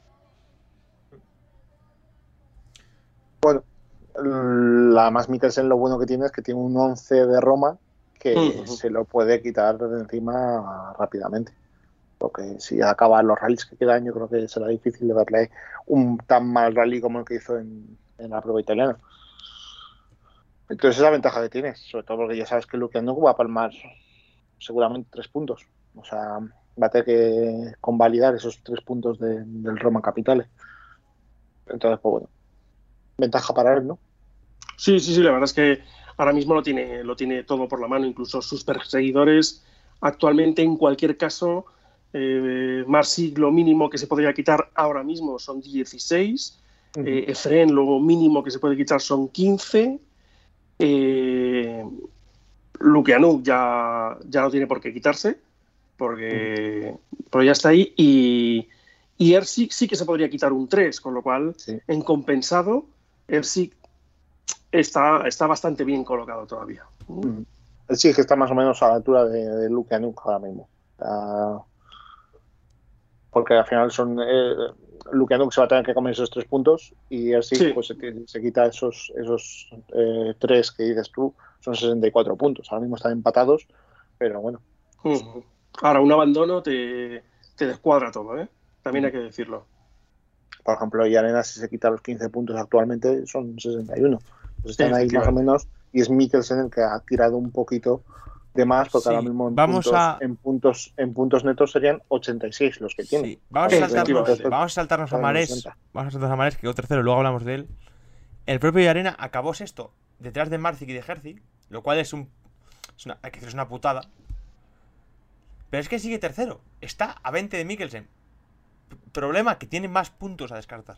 Bueno, la más Mikkelsen lo bueno que tiene es que tiene un 11 de Roma que se lo puede quitar de encima rápidamente. Porque si acaban los rallies que quedan, yo creo que será difícil de verle un tan mal rally como el que hizo en la prueba italiana. Entonces esa ventaja que tienes, sobre todo porque ya sabes que Luke Anuk va a palmar seguramente 3 puntos. O sea, va a tener que convalidar esos 3 puntos del Roma Capitale. Entonces, pues bueno, ventaja para él, ¿no? Sí, la verdad es que ahora mismo lo tiene todo por la mano, incluso sus perseguidores actualmente en cualquier caso. Marsic lo mínimo que se podría quitar ahora mismo son 16, Efren lo mínimo que se puede quitar son 15, Luke Anuk ya no tiene por qué quitarse porque ya está ahí, y Ersic sí que se podría quitar un 3, con lo cual en compensado Ersic está bastante bien colocado todavía. Sí, que está más o menos a la altura de Luke Anuk ahora mismo. Porque al final son Luke Anuk se va a tener que comer esos 3 puntos y así pues se quita esos 3 que dices tú, son 64 puntos. Ahora mismo están empatados, pero bueno. Ahora, un abandono te descuadra todo, ¿eh? También hay que decirlo. Por ejemplo, Yarena, si se quita los 15 puntos actualmente, son 61. Pues están ahí más o menos, y es Mikkelsen el que ha tirado un poquito de más, porque ahora mismo en puntos netos serían 86 los que tiene. Sí. Vamos a saltarnos a Marés. Vamos a saltarnos a Marés, que quedó tercero, luego hablamos de él. El propio Yarena acabó sexto, detrás de Marcic y de Herzi, lo cual es una putada. Pero es que sigue tercero. Está a 20 de Mikkelsen. Problema, que tiene más puntos a descartar.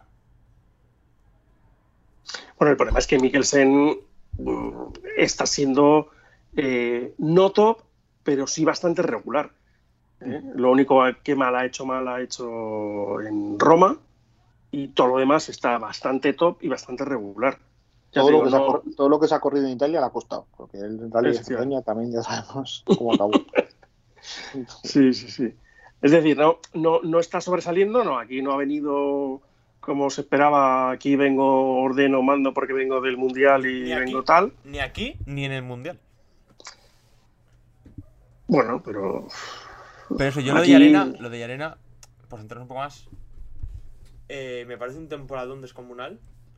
Bueno, el problema es que Mikkelsen está siendo no top, pero sí bastante regular. Lo único que mal ha hecho en Roma, y todo lo demás está bastante top y bastante regular. Todo lo que se ha corrido en Italia le ha costado, porque el Rally de Cerdeña también ya sabemos cómo acabó. Sí. Es decir, no está sobresaliendo, no. Aquí no ha venido como se esperaba. Aquí ordeno, mando porque vengo del Mundial y vengo tal. Ni aquí ni en el Mundial. Bueno, pero eso, yo aquí... lo de Yarena, por centrarnos un poco más, me parece un temporadón descomunal.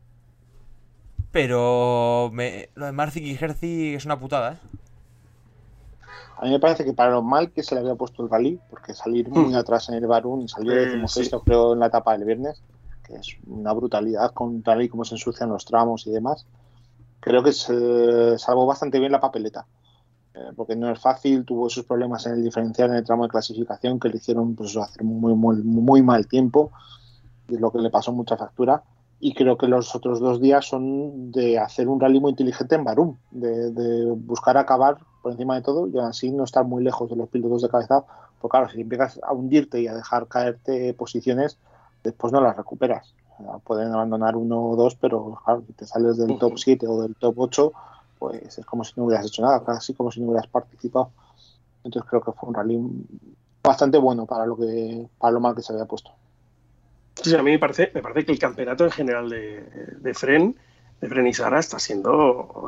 Pero lo de Marcic y Herzi es una putada, ¿eh? A mí me parece que para lo mal que se le había puesto el rally, porque salir muy atrás en el Barún y salir decimosexto, creo, en la etapa del viernes, que es una brutalidad con tal y como se ensucian los tramos y demás, creo que se salvó bastante bien la papeleta. Porque no es fácil, tuvo esos problemas en el diferencial en el tramo de clasificación que le hicieron pues, hacer muy mal tiempo, y es lo que le pasó mucha factura. Y creo que los otros 2 días son de hacer un rally muy inteligente en Barum, de buscar acabar por encima de todo y así no estar muy lejos de los pilotos de cabeza, porque claro, si empiezas a hundirte y a dejar caerte posiciones, después no las recuperas. Pueden abandonar 1 o 2, pero claro, si te sales del top 7 o del top 8, pues es como si no hubieras hecho nada, casi como si no hubieras participado. Entonces creo que fue un rally bastante bueno para lo mal que se había puesto. Sí, a mí me parece que el campeonato en general de Fren y Sara está siendo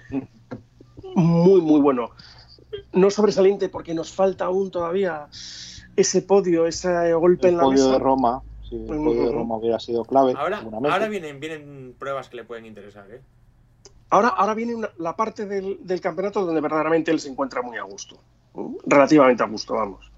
muy bueno. No sobresaliente porque nos falta aún todavía ese podio, ese golpe en la mesa. El podio de Roma, Sí, el podio de Roma hubiera sido clave. Ahora vienen pruebas que le pueden interesar, ¿eh? Ahora viene la parte del campeonato donde verdaderamente él se encuentra muy a gusto. Relativamente a gusto, vamos.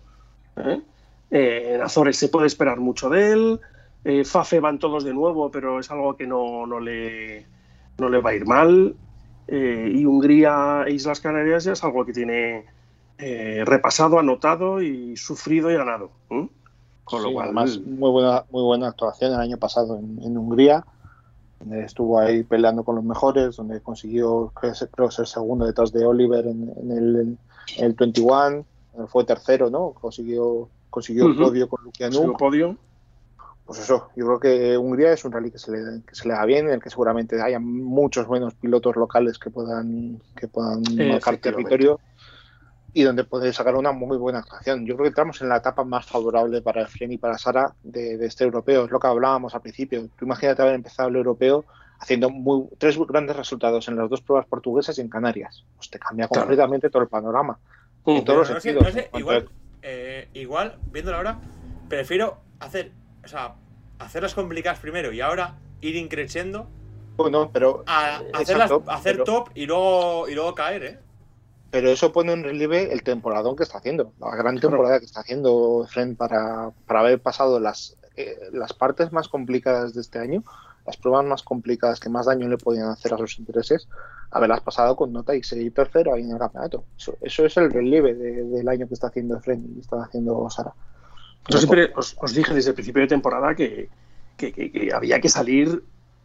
En Azores se puede esperar mucho de él. Fafe van todos de nuevo, pero es algo que no le va a ir mal. Y Hungría e Islas Canarias ya es algo que tiene repasado, anotado y sufrido y ganado. Con lo cual, además, muy buena actuación el año pasado en Hungría, donde estuvo ahí peleando con los mejores, donde consiguió, creo ser segundo detrás de Oliver en el 21, fue tercero, ¿no? Consiguió el podio con Lukianuk. Pues eso, yo creo que Hungría es un rally que se le da bien, en el que seguramente haya muchos buenos pilotos locales que puedan marcar territorio y donde puede sacar una muy buena actuación. Yo creo que entramos en la etapa más favorable para Efren y para Sara de este europeo. Es lo que hablábamos al principio. Tú imagínate haber empezado el europeo haciendo 3 grandes resultados en las 2 pruebas portuguesas y en Canarias. Pues te cambia completamente todo el panorama. En todos los sentidos. No sé, igual, viéndolo ahora, prefiero hacerlas complicadas primero y ahora ir increciendo. Bueno, pero hacer top y luego caer, ¿eh? Pero eso pone en relieve el temporadón que está haciendo, la gran temporada que está haciendo Efren para haber pasado las partes más complicadas de este año, las pruebas más complicadas que más daño le podían hacer a sus intereses, haberlas pasado con nota y seguir tercero ahí en el campeonato. Eso es el relieve del año que está haciendo Efren y está haciendo Sara. Yo siempre os dije desde el principio de temporada que había que salir,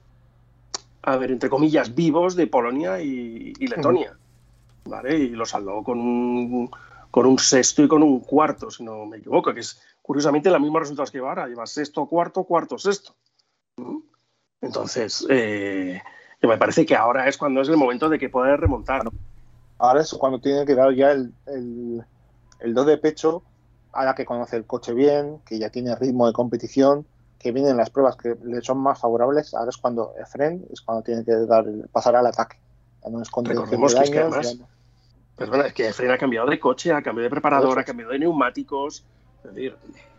a ver, entre comillas, vivos de Polonia y Letonia. ¿Vale? Y lo saldó con un sexto y con un cuarto, si no me equivoco, que es curiosamente los mismos resultados que ahora. Lleva sexto, cuarto, sexto. Entonces, me parece que ahora es cuando es el momento de que pueda remontar. Ahora es cuando tiene que dar ya el do de pecho, ahora que conoce el coche bien, que ya tiene ritmo de competición, que vienen las pruebas que le son más favorables. Ahora es cuando Efren tiene que pasar al ataque. No es recordemos que además, es que Efren ha cambiado de coche, ha cambiado de preparador, ha cambiado de neumáticos. Es decir,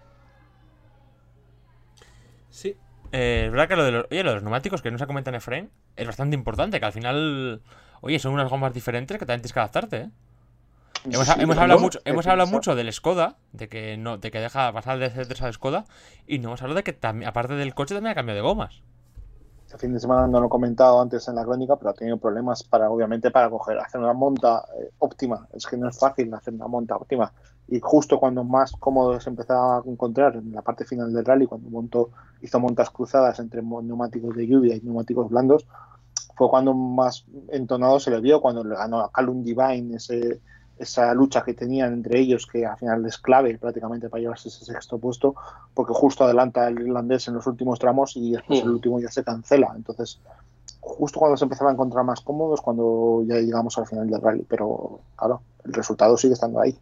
sí, es verdad que lo de los neumáticos que no se comentan en Efren es bastante importante, que al final, son unas gomas diferentes que también tienes que adaptarte, ¿eh? Hemos hablado mucho del Skoda, de que deja pasar de C3 al Skoda, y no hemos hablado de que aparte del coche también ha cambiado de gomas. Este fin de semana no lo he comentado antes en la crónica, pero ha tenido problemas para hacer una monta óptima. Es que no es fácil hacer una monta óptima. Y justo cuando más cómodo se empezaba a encontrar en la parte final del rally, cuando hizo montas cruzadas entre neumáticos de lluvia y neumáticos blandos, fue cuando más entonado se le vio, cuando le ganó a Callum Divine esa lucha que tenían entre ellos, que al final es clave prácticamente para llevarse ese sexto puesto, porque justo adelanta el irlandés en los últimos tramos y después el último ya se cancela. Entonces, justo cuando se empezaba a encontrar más cómodos, cuando ya llegamos al final del rally, pero claro, el resultado sigue estando ahí.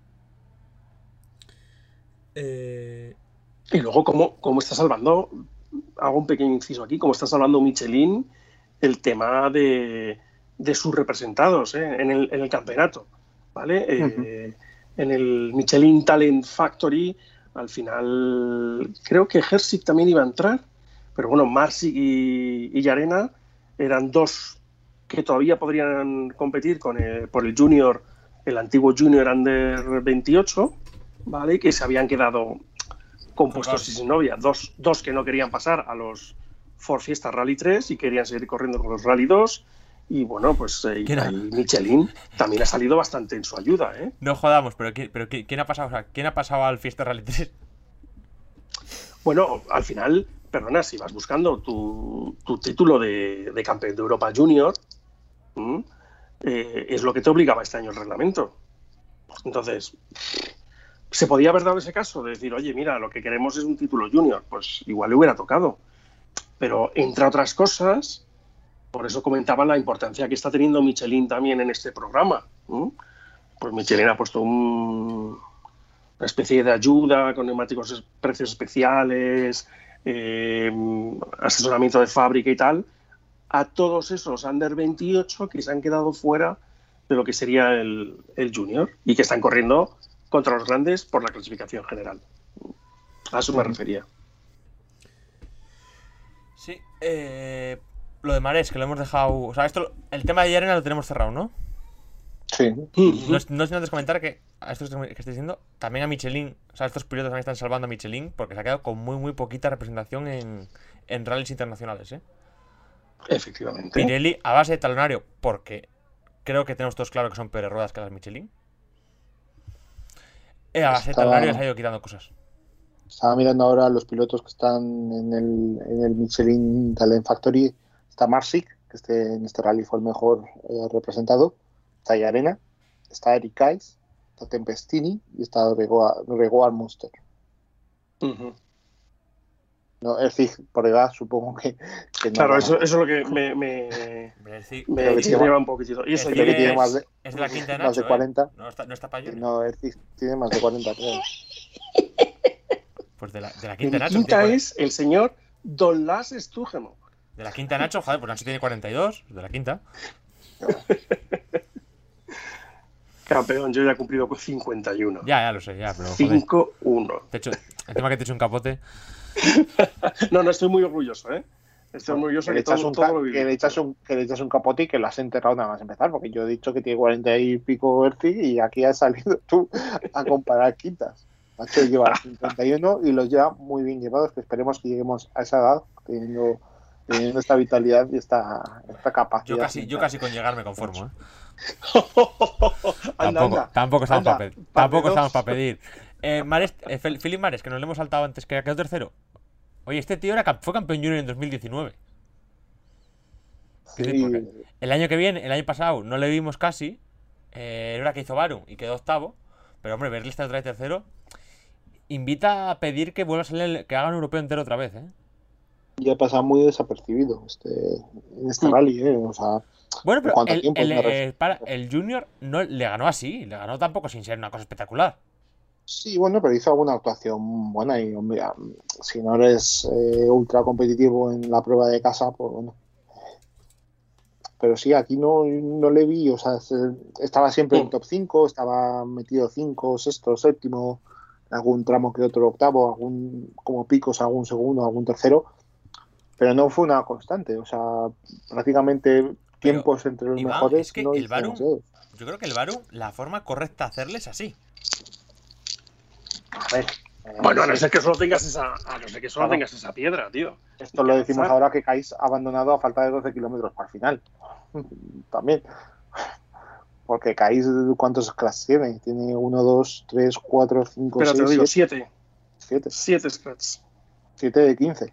Y luego, ¿cómo está salvando? Hago un pequeño inciso aquí, ¿cómo está salvando Michelin el tema de sus representados en el campeonato? ¿Vale? En el Michelin Talent Factory, al final, creo que Hersik también iba a entrar, pero bueno, Marsik y Llarena eran 2 que todavía podrían competir por el Junior, el antiguo Junior Under 28, ¿vale? Que se habían quedado compuestos y sin novia, dos que no querían pasar a los Ford Fiesta Rally 3 y querían seguir corriendo con los Rally 2. Y bueno, pues Michelin también ha salido bastante en su ayuda, ¿eh? No jodamos, pero ¿quién ha pasado? O sea, ¿quién ha pasado al Fiesta Rally 3? Bueno, al final, perdona, si vas buscando tu título de campeón de Europa Junior, es lo que te obligaba este año el reglamento. Entonces, ¿se podía haber dado ese caso de decir, oye, mira, lo que queremos es un título junior? Pues igual le hubiera tocado. Pero, entre otras cosas, por eso comentaba la importancia que está teniendo Michelin también en este programa. Pues Michelin ha puesto una especie de ayuda con neumáticos precios especiales, asesoramiento de fábrica y tal, a todos esos under 28 que se han quedado fuera de lo que sería el junior y que están corriendo contra los grandes por la clasificación general. A eso me refería. Sí, lo de Marés, que lo hemos dejado. O sea, el tema de Llarena lo tenemos cerrado, ¿no? Sí. No sin antes comentar que a esto que estoy diciendo, también a Michelin, o sea, estos pilotos también están salvando a Michelin porque se ha quedado con muy poquita representación en rallies internacionales, ¿eh? Efectivamente. Pirelli a base de talonario, porque creo que tenemos todos claro que son peores ruedas que las Michelin. A base de talonario les ha ido quitando cosas. Estaba mirando ahora los pilotos que están en el Michelin Talent Factory. Está Marsic, que en este rally fue el mejor representado. Está Llarena, está Eric Kais, está Tempestini y está Gregor Munster. No, es decir, por edad supongo que no. Claro, eso es lo que me lleva un poquitito. Y eso es de la quinta de Nacho, más de 40. No está para Junior. No, es decir, tiene más de 40, creo. Pues de la quinta de Nacho. La quinta es el señor Don Las Stúgemo. De la quinta de Nacho, joder, pues Nacho tiene 42, de la quinta. Campeón, yo ya he cumplido con 51. Ya lo sé, pero 5-1. Encima que te he hecho un capote. No, estoy muy orgulloso, ¿eh? Estoy muy orgulloso que le echas un capote y que lo has enterrado nada más empezar, porque yo he dicho que tiene 40 y pico Hertz y aquí has salido tú a comparar quintas. Nacho lleva 51 y los lleva muy bien llevados, que esperemos que lleguemos a esa edad teniendo esta vitalidad y esta capacidad. Yo casi con llegar me conformo, ¿eh? Tampoco estamos para pedir. Philip Mares, que nos le hemos saltado antes, que quedó tercero. Oye, este tío fue campeón junior en 2019. Sí. El año pasado no le vimos casi. Era que hizo Barum y quedó octavo. Pero hombre, verle estar otra vez tercero invita a pedir que vuelva a salir, que haga un europeo entero otra vez, ¿eh? Ya ha pasado muy desapercibido en este rally, ¿eh? O sea, bueno, pero el Junior no le ganó así, le ganó tampoco sin ser una cosa espectacular. Sí, bueno, pero hizo alguna actuación buena y, hombre, si no eres ultra competitivo en la prueba de casa, pues bueno. Pero sí, aquí no le vi, o sea, estaba siempre en top 5, estaba metido 5, sexto, séptimo, algún tramo que otro octavo, algún como picos, algún segundo, algún tercero, pero no fue una constante, o sea, prácticamente tiempos entre los mejores. Es que el Barum, yo creo que el Barum, la forma correcta de hacerle es así. A ver, bueno, a no ser que solo tengas esa piedra, tío. Esto lo decimos ahora que Kais ha abandonado a falta de 12 kilómetros para el final. También. Porque Kais, ¿cuántos scratch tiene? Tiene 1, 2, 3, 4, 5, 6, Pero te digo, 7. 7 scratch. 7 de 15.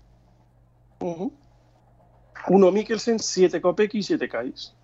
1 Mikkelsen, 7 Kopecky y 7 Kais.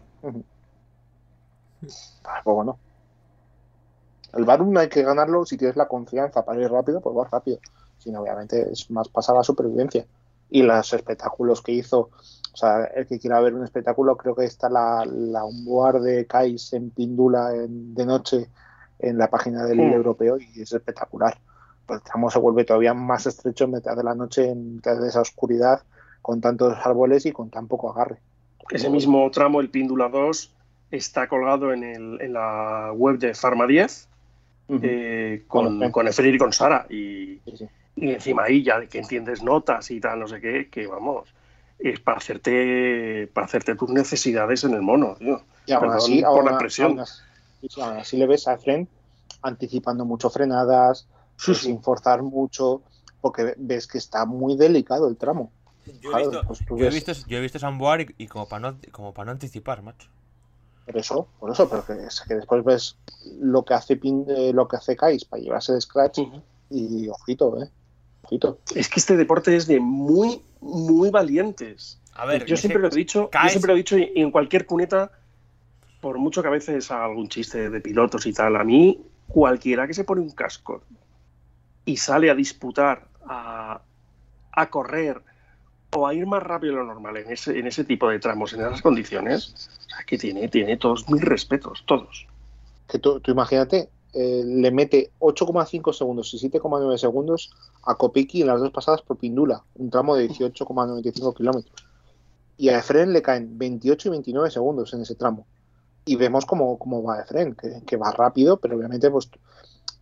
Pues bueno. El Barum no hay que ganarlo si tienes la confianza para ir rápido, pues vas rápido. Sino obviamente es más pasar la supervivencia. Y los espectáculos que hizo, o sea, el que quiera ver un espectáculo, creo que está la onboard de Kais en Pindula de noche en la página del europeo y es espectacular. Pues el tramo se vuelve todavía más estrecho en mitad de la noche, en mitad de esa oscuridad, con tantos árboles y con tan poco agarre. Ese mismo tramo, el Píndula 2, está colgado en la web de Pharma 10 con Efren y con Sara. Y encima ahí ya que entiendes notas y tal, no sé qué, que vamos, es para hacerte tus necesidades en el mono, tío. Y aún así, por la presión. Aún así le ves a Efren anticipando mucho frenadas, sin forzar mucho, porque ves que está muy delicado el tramo. Yo he visto ese onboard y como para no anticipar, macho. Por eso, pero que después ves lo que hace Kais para llevarse de scratch y ojito. Es que este deporte es de muy, muy valientes. A ver, yo siempre lo he dicho, y en cualquier cuneta, por mucho que a veces haga algún chiste de pilotos y tal, a mí cualquiera que se pone un casco y sale a disputar, a correr o a ir más rápido de lo normal en ese tipo de tramos, en esas condiciones, o sea, que tiene todos mis respetos, todos. Que tú imagínate, le mete 8,5 segundos y 7,9 segundos a Kopecky en las dos pasadas por Pindula, un tramo de 18,95 kilómetros. Y a Efren le caen 28 y 29 segundos en ese tramo. Y vemos cómo va Efren, que va rápido, pero obviamente pues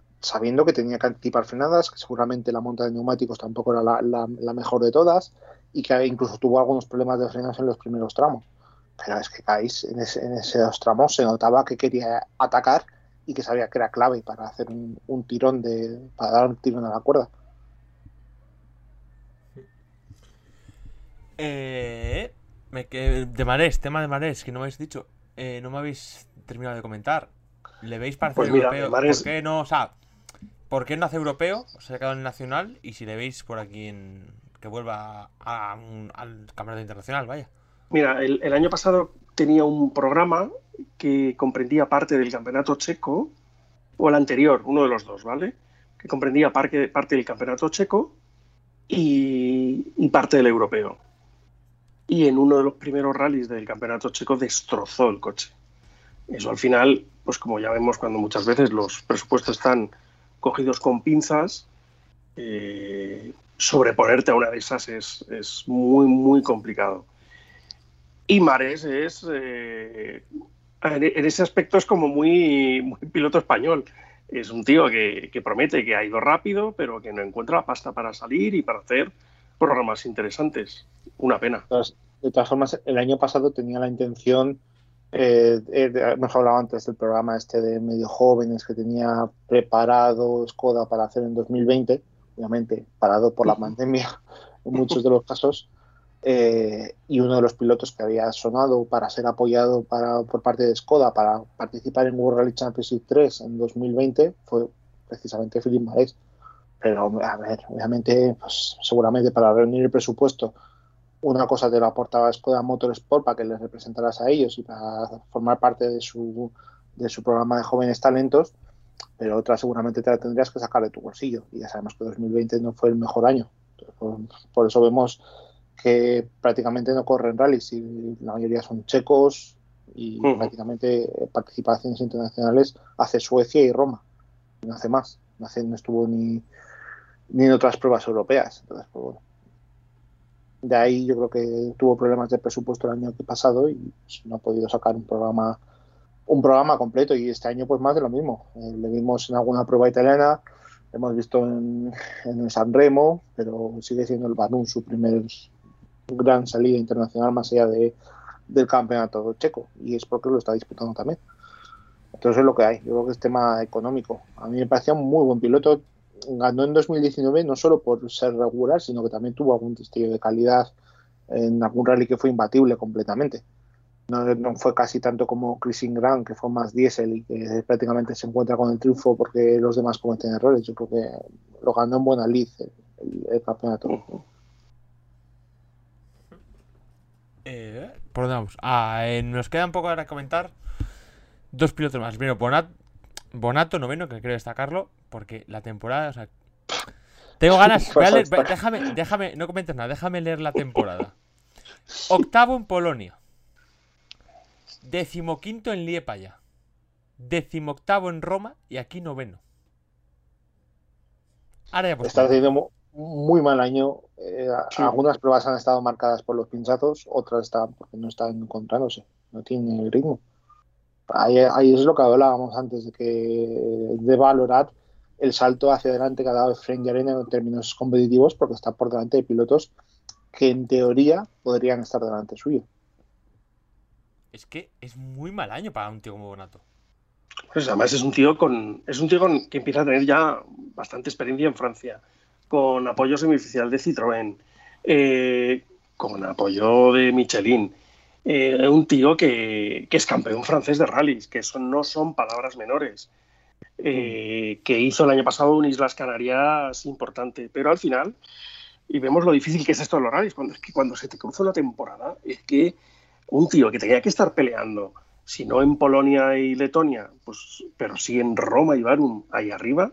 sabiendo que tenía que anticipar frenadas, que seguramente la monta de neumáticos tampoco era la mejor de todas, y que incluso tuvo algunos problemas de frenos en los primeros tramos. Pero es que Kais en esos tramos se notaba que quería atacar y que sabía que era clave para hacer un tirón para dar un tirón a la cuerda. De Marés, tema de Marés, que no me habéis dicho, no me habéis terminado de comentar. ¿Le veis para hacer europeo? Marés... ¿Por qué no? O sea, ¿por qué no hace europeo? Se ha quedado en el nacional. Y si le veis por aquí que vuelva al campeonato internacional, vaya. Mira, el año pasado tenía un programa que comprendía parte del campeonato checo, o el anterior, uno de los dos, ¿vale? Que comprendía parte del campeonato checo y parte del europeo. Y en uno de los primeros rallies del campeonato checo destrozó el coche. Eso al final, pues como ya vemos cuando muchas veces los presupuestos están cogidos con pinzas, sobreponerte a una de esas es muy, muy complicado. Y Marés en ese aspecto es como muy, muy piloto español. Es un tío que promete, que ha ido rápido, pero que no encuentra la pasta para salir y para hacer programas interesantes. Una pena. De todas formas, el año pasado tenía la intención, hemos hablado antes del programa de medio jóvenes que tenía preparado Skoda para hacer en 2020, obviamente parado por la pandemia en muchos de los casos. Y uno de los pilotos que había sonado para ser apoyado por parte de Skoda para participar en World Rally Championship 3 en 2020 fue precisamente Philippe Marés. Pero, a ver, obviamente, pues, seguramente para reunir el presupuesto, una cosa te lo aportaba Skoda Motorsport para que les representaras a ellos y para formar parte de su programa de jóvenes talentos, pero otra seguramente te la tendrías que sacar de tu bolsillo. Y ya sabemos que 2020 no fue el mejor año. Por eso vemos que prácticamente no corren rallies y la mayoría son checos y prácticamente participaciones internacionales hace Suecia y Roma, no hace más, no estuvo ni en otras pruebas europeas. Entonces, pues bueno, de ahí yo creo que tuvo problemas de presupuesto el año pasado y pues, no ha podido sacar un programa completo, y este año pues más de lo mismo. Le vimos en alguna prueba italiana, hemos visto en el San Remo, pero sigue siendo el Banú su primer gran salida internacional más allá del campeonato checo, y es porque lo está disputando también. Entonces es lo que hay. Yo creo que es tema económico. A mí me parecía un muy buen piloto. Ganó en 2019 no solo por ser regular, sino que también tuvo algún destello de calidad en algún rally que fue imbatible completamente. No fue casi tanto como Chris Ingram, que fue más diésel y que prácticamente se encuentra con el triunfo porque los demás cometen errores. Yo creo que lo ganó en buena lid el campeonato. ¿Por dónde vamos? Nos queda un poco ahora comentar dos pilotos más. Primero, Bonato, noveno, que quiero destacarlo, porque la temporada, o sea, tengo ganas. Déjame, no comentes nada, déjame leer la temporada. Octavo en Polonia, 15º en Liepaja, 18º en Roma y aquí noveno. Ahora ya pues. Está haciendo muy mal año. Sí. Algunas pruebas han estado marcadas por los pinchazos, otras están porque no están encontrándose, no tiene ritmo. Ahí es lo que hablábamos antes de valorar el salto hacia adelante que ha dado Efraín Yarena en términos competitivos, porque está por delante de pilotos que en teoría podrían estar delante suyo. Es que es muy mal año para un tío como Bonato. Pues además es un tío que empieza a tener ya bastante experiencia en Francia, con apoyo semioficial de Citroën, con apoyo de Michelin. Un tío que es campeón francés de rallies, que eso no son palabras menores, que hizo el año pasado un Islas Canarias importante, pero al final, y vemos lo difícil que es esto de los rallies, cuando se te cruza una temporada, es que un tío que tenía que estar peleando, si no en Polonia y Letonia, pues, pero sí en Roma y Barum, ahí arriba,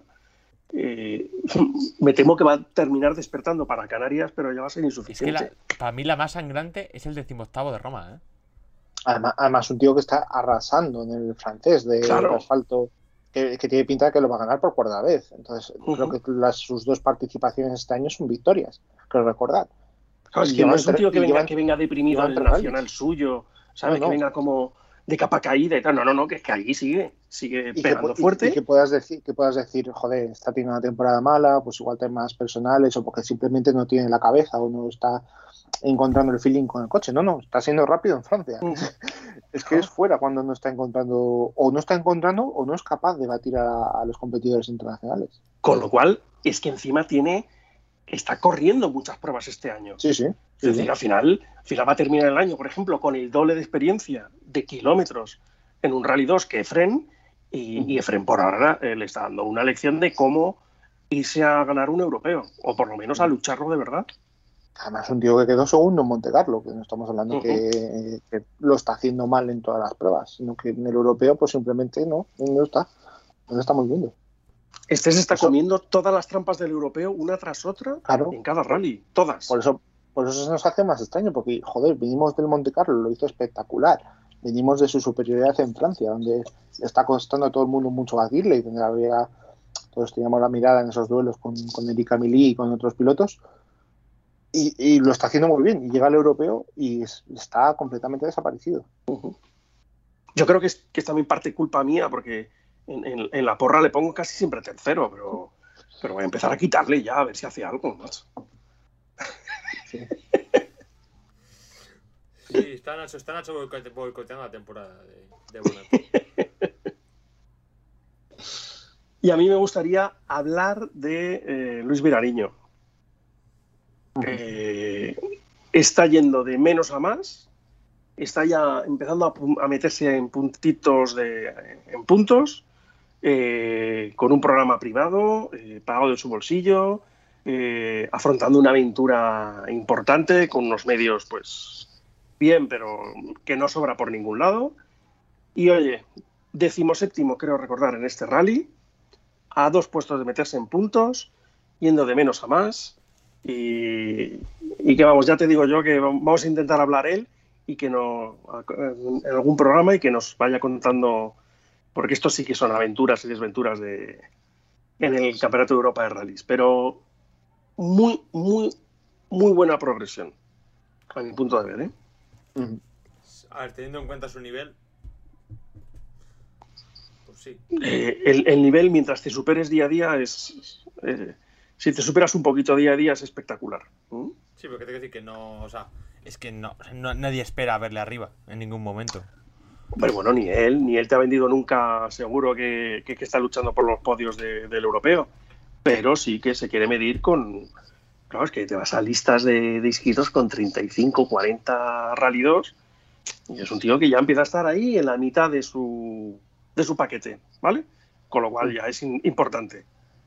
me temo que va a terminar despertando para Canarias, pero ya va a ser insuficiente. Es que para mí la más sangrante es el 18º de Roma, ¿eh? Además un tío que está arrasando en el francés de asfalto, que tiene pinta de que lo va a ganar por cuarta vez. Entonces creo que sus dos participaciones este año son victorias, creo recordar. Claro, es que no es un tío que venga deprimido al nacional suyo, ¿sabes? No. Que venga como de capa caída y tal. No, que es que ahí sigue pegando fuerte. Y que puedas decir, joder, está teniendo una temporada mala, pues igual temas personales o porque simplemente no tiene la cabeza o no está encontrando el feeling con el coche. No, está siendo rápido en Francia. Es que es fuera cuando no está encontrando o no es capaz de batir a los competidores internacionales. Con lo cual, es que encima está corriendo muchas pruebas este año. Sí. Es decir, al final va a terminar el año, por ejemplo, con el doble de experiencia de kilómetros en un Rally 2 que Efren, y Efren por ahora le está dando una lección de cómo irse a ganar un europeo, o por lo menos a lucharlo de verdad. Además, un tío que quedó segundo en Monte Carlo, que no estamos hablando que lo está haciendo mal en todas las pruebas, sino que en el europeo pues simplemente no está. No lo estamos viendo. Se está comiendo todas las trampas del europeo una tras otra, claro, en cada rally, todas. Por eso se nos hace más extraño, porque, joder, venimos del Monte Carlo, lo hizo espectacular. Venimos de su superioridad en Francia, donde está costando a todo el mundo mucho batirle, y donde todos teníamos la mirada en esos duelos con Eric Camilly y con otros pilotos. Y lo está haciendo muy bien. Y llega al europeo y está completamente desaparecido. Yo creo que es también parte culpa mía, porque en la porra le pongo casi siempre tercero, pero voy a empezar a quitarle ya, a ver si hace algo más. Sí, está Nacho boicoteando la temporada de Monaco. Y a mí me gustaría hablar de Luis Vilariño. Está yendo de menos a más, está ya empezando a meterse en puntitos en puntos, con un programa privado, pagado de su bolsillo, afrontando una aventura importante con unos medios pues bien, pero que no sobra por ningún lado. Y oye, 17º creo recordar en este rally, a 2 puestos de meterse en puntos, yendo de menos a más. Y que vamos, ya te digo yo que vamos a intentar hablar él y que en algún programa y que nos vaya contando, porque esto sí que son aventuras y desventuras en el Campeonato de Europa de Rallys, pero muy, muy, muy buena progresión a mi punto de ver, ¿eh? A ver, teniendo en cuenta su nivel, pues sí. El nivel, mientras te superes día a día, si te superas un poquito día a día, es espectacular. Sí, porque tengo que decir que no, o sea, es que no, nadie espera verle arriba en ningún momento. Pero bueno, ni él te ha vendido nunca seguro que está luchando por los podios del europeo, pero sí que se quiere medir con... Claro, es que te vas a listas de inscritos con 35, 40 Rally 2 y es un tío que ya empieza a estar ahí en la mitad de su paquete, ¿vale? Con lo cual ya es importante.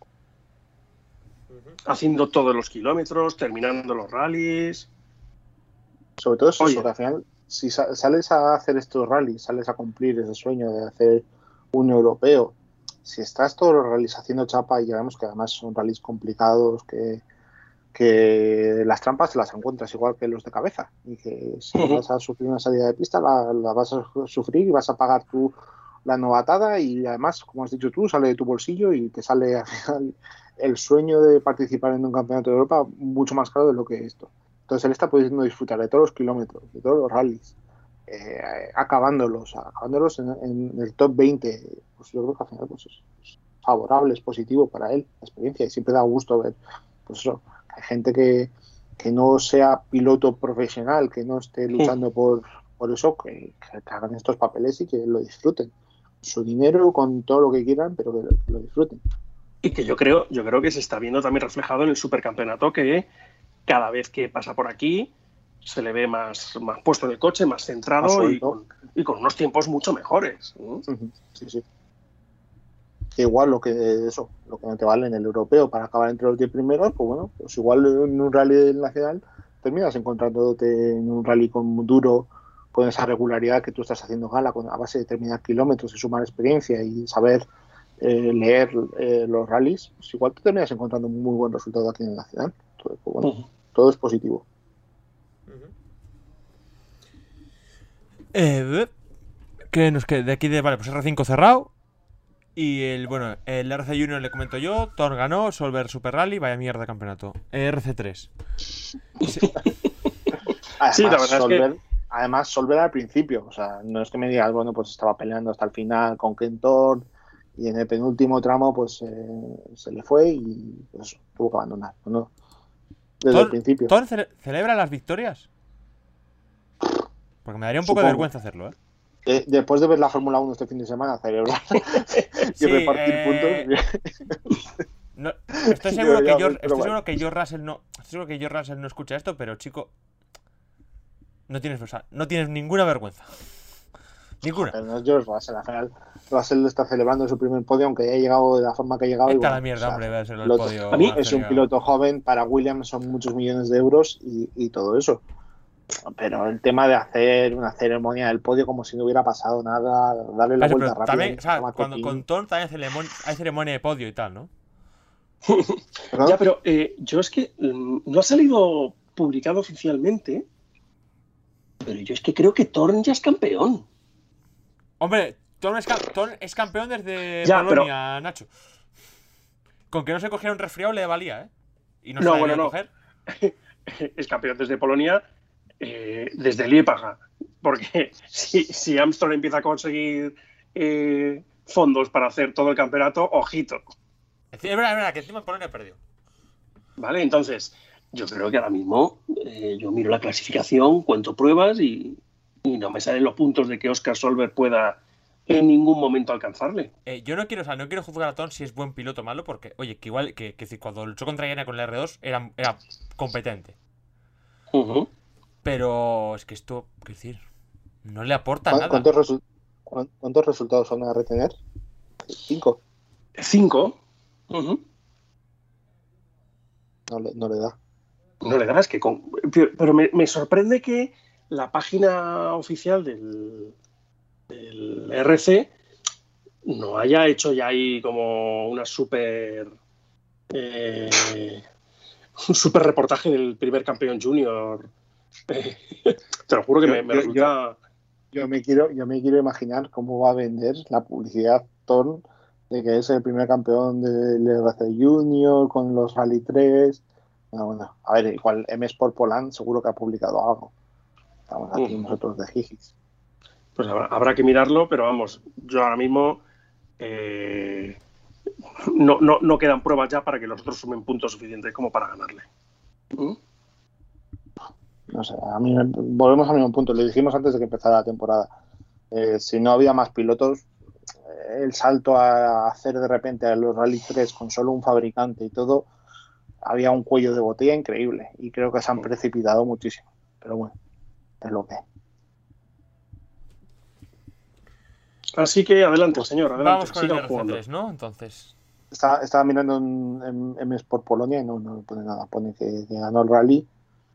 Haciendo todos los kilómetros, terminando los rallies. Sobre todo eso, que al final, si sales a hacer estos rallies, sales a cumplir ese sueño de hacer un europeo, si estás todos los rallies haciendo chapa, y ya vemos que además son rallies complicados, que las trampas te las encuentras igual que los de cabeza, y que si vas a sufrir una salida de pista la vas a sufrir y vas a pagar tú la novatada, y además, como has dicho tú, sale de tu bolsillo y te sale al final el sueño de participar en un campeonato de Europa mucho más caro de lo que es esto. Entonces él está pudiendo disfrutar de todos los kilómetros, de todos los rallies, acabándolos en el top 20. Pues yo creo que al final pues, es favorable, es positivo para él, la experiencia, y siempre da gusto ver pues eso, hay gente que no sea piloto profesional, que no esté luchando por eso, que hagan estos papeles y que lo disfruten. Su dinero, con todo lo que quieran, pero que lo disfruten. Y que yo creo que se está viendo también reflejado en el supercampeonato, que cada vez que pasa por aquí se le ve más puesto en el coche, más centrado y con unos tiempos mucho mejores. Sí. Igual lo que no te vale en el europeo para acabar entre los 10 primeros, pues bueno, pues igual en un rally nacional terminas encontrándote en un rally duro, con esa regularidad que tú estás haciendo gala, a base de terminar kilómetros y sumar experiencia y saber leer los rallies, pues igual te terminas encontrando un muy buen resultado aquí en el nacional. Entonces, pues bueno, todo es positivo. ¿Qué nos queda? De aquí vale, pues R5 cerrado. Y el RC Junior le comento yo, Thor ganó, Solver Super Rally, vaya mierda de campeonato. RC3. Además, sí, la verdad Solver, además Solver al principio, o sea, no es que me digas, bueno, pues estaba peleando hasta el final con Kentor y en el penúltimo tramo pues se le fue y pues tuvo que abandonar, ¿no? Desde el principio. ¿Thor celebra las victorias? Porque me daría un poco de vergüenza hacerlo, ¿eh? Después de ver la Fórmula 1 este fin de semana, celebrar y repartir puntos. No, estoy seguro que George Russell no escucha esto, pero chico, no tienes ninguna vergüenza. Ninguna. Pero no es George Russell, al final Russell está celebrando su primer podio, aunque haya llegado de la forma que ha llegado. Está la mierda, hombre, va a ser el podio. A mí es un piloto joven, para Williams son muchos millones de euros y todo eso. Pero el tema de hacer una ceremonia del podio como si no hubiera pasado nada, darle la vuelta rápida. También, o sea, cuando con Thor también hay ceremonia de podio y tal, ¿no? Ya, pero yo es que no ha salido publicado oficialmente, pero yo es que creo que Thorn ya es campeón. Hombre, Thorn es campeón desde Polonia, pero... Nacho. Con que no se cogiera un resfriado le valía, ¿eh? Y no se lo coger. Es campeón desde Polonia, desde Liepaja. Porque si Armstrong empieza a conseguir fondos para hacer todo el campeonato, ojito. Es verdad, que encima Polonia perdió. Vale, entonces, yo creo que ahora mismo yo miro la clasificación, cuento pruebas y no me salen los puntos de que Oscar Solberg pueda en ningún momento alcanzarle. Yo no quiero juzgar a Thorn si es buen piloto o malo, porque, oye, que igual que cuando luchó contra Yana con el R2 era competente. Pero es que esto, qué decir, no le aporta nada. ¿Cuántos resultados van a retener? 5. 5. No le da. No le da, es que pero me sorprende que la página oficial del RC no haya hecho ya ahí como una un super reportaje del primer campeón junior. Te lo juro que me resulta... Yo me quiero imaginar cómo va a vender la publicidad Thorn de que es el primer campeón del RC Junior con los Rally 3. Bueno, a ver, igual M Sport Poland seguro que ha publicado algo. Estamos aquí nosotros de Gigis. Pues habrá que mirarlo, pero vamos, yo ahora mismo no quedan pruebas ya para que los otros sumen puntos suficientes como para ganarle. No sé, volvemos al mismo punto. Le dijimos antes de que empezara la temporada. Si no había más pilotos, el salto a hacer de repente a los Rally 3 con solo un fabricante y todo, había un cuello de botella increíble y creo que se han precipitado muchísimo. Pero bueno, es lo que hay. Así que adelante, señor, adelante. Vamos con el RC3, ¿no? Entonces. Estaba mirando en M Sport Polonia y no pone nada. Pone que ganó el rally.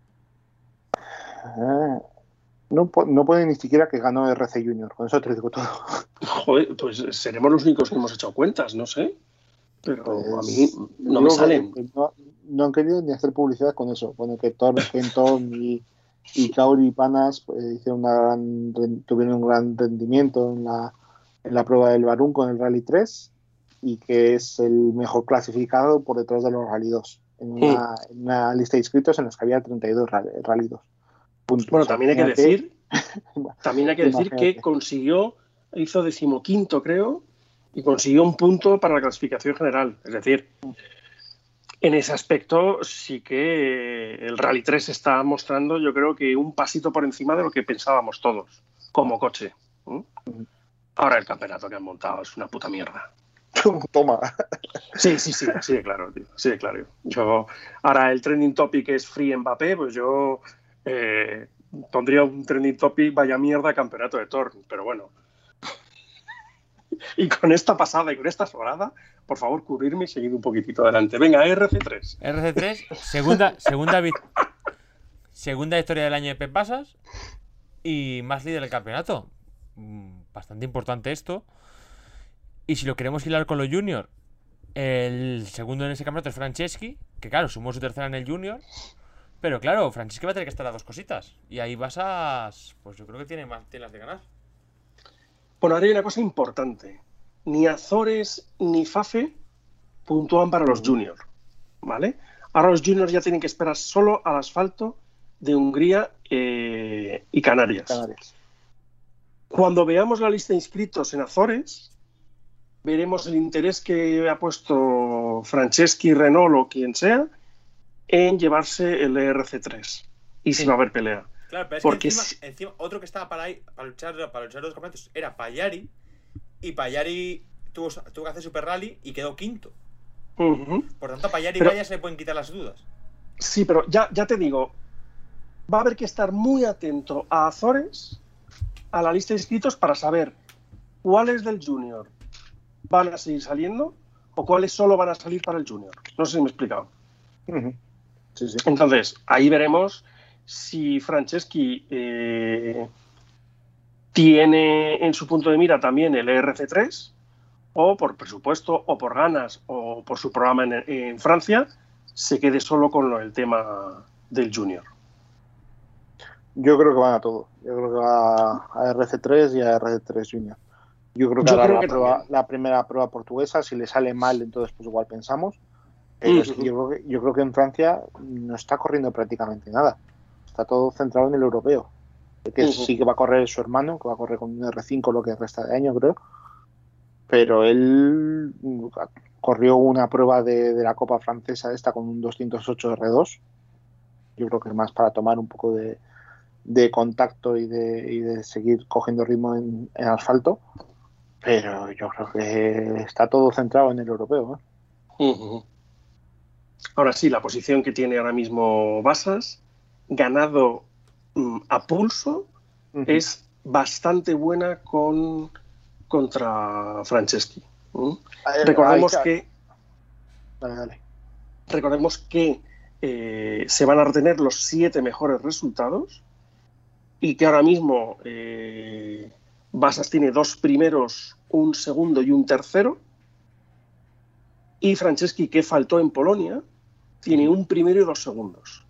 No pone ni siquiera que ganó RC Junior. Con eso te digo todo. Joder, pues seremos los únicos que hemos hecho cuentas, no sé. Pero pues, a mí no me salen. No han querido ni hacer publicidad con eso. Pone que Kenton y Kaori y Panas tuvieron un gran rendimiento en la prueba del Barún con el Rally 3 y que es el mejor clasificado por detrás de los Rally 2 en una lista de inscritos en los que había 32 Rally 2. Puntos. Bueno, también hay que decir que hizo 15º, creo, y consiguió un punto para la clasificación general. Es decir, en ese aspecto sí que el Rally 3 está mostrando, yo creo que un pasito por encima de lo que pensábamos todos, como coche. Ahora el campeonato que han montado es una puta mierda. Toma. Sí, así de claro, tío, así de claro. Ahora el trending topic es Free Mbappé, pues yo pondría un trending topic vaya mierda campeonato de Thorn, pero bueno. Y con esta pasada y con esta sobrada, por favor, cubrirme y seguir un poquitito adelante. Venga, RC3. RC3, segunda victoria del año de Pep Basas y más líder del campeonato. Bastante importante esto. Y si lo queremos hilar con los juniors, el segundo en ese campeonato es Franceschi, que claro, sumó su tercera en el junior. Pero claro, Franceschi va a tener que estar a 2 cositas. Y ahí Basas, pues yo creo que tiene las de ganar. Bueno, ahora hay una cosa importante. Ni Azores ni Fafe puntúan para los juniors, ¿vale? Ahora los juniors ya tienen que esperar solo al asfalto de Hungría y Canarias. Canarias. Cuando veamos la lista de inscritos en Azores, veremos el interés que ha puesto Franceschi, Renault o quien sea en llevarse el ERC3. Y si va a haber pelea. Claro, pero es Porque que encima otro que estaba para luchar los campeonatos era Payari. Y Payari tuvo que hacer Super Rally y quedó quinto. Por tanto, a Payari y Vaya se le pueden quitar las dudas. Sí, pero ya te digo, va a haber que estar muy atento a Azores, a la lista de inscritos, para saber cuáles del Junior van a seguir saliendo o cuáles solo van a salir para el Junior. No sé si me he explicado. Sí, sí. Entonces, ahí veremos si Franceschi tiene en su punto de mira también el ERC3, o por presupuesto, o por ganas, o por su programa en Francia, se quede solo con el tema del Junior. Yo creo que van a todo. Yo creo que va a RC3 y a RC3 Junior. Yo creo que hará la primera prueba portuguesa. Si le sale mal, entonces pues igual pensamos. Pero es que yo creo que en Francia no está corriendo prácticamente nada. Está todo centrado en el europeo. Que sí que va a correr su hermano, que va a correr con un R5 lo que resta de año, creo. Pero él corrió una prueba de la Copa Francesa esta con un 208 R2. Yo creo que es más para tomar un poco de contacto y de seguir cogiendo ritmo en asfalto. Pero yo creo que está todo centrado en el europeo, ¿eh? Ahora sí, la posición que tiene ahora mismo Basas, ganado a pulso, es bastante buena contra Franceschi. Recordemos que se van a retener los 7 mejores resultados y que ahora mismo Basas tiene 2 primeros, un segundo y un tercero, y Franceschi, que faltó en Polonia, tiene un primero y 2 segundos.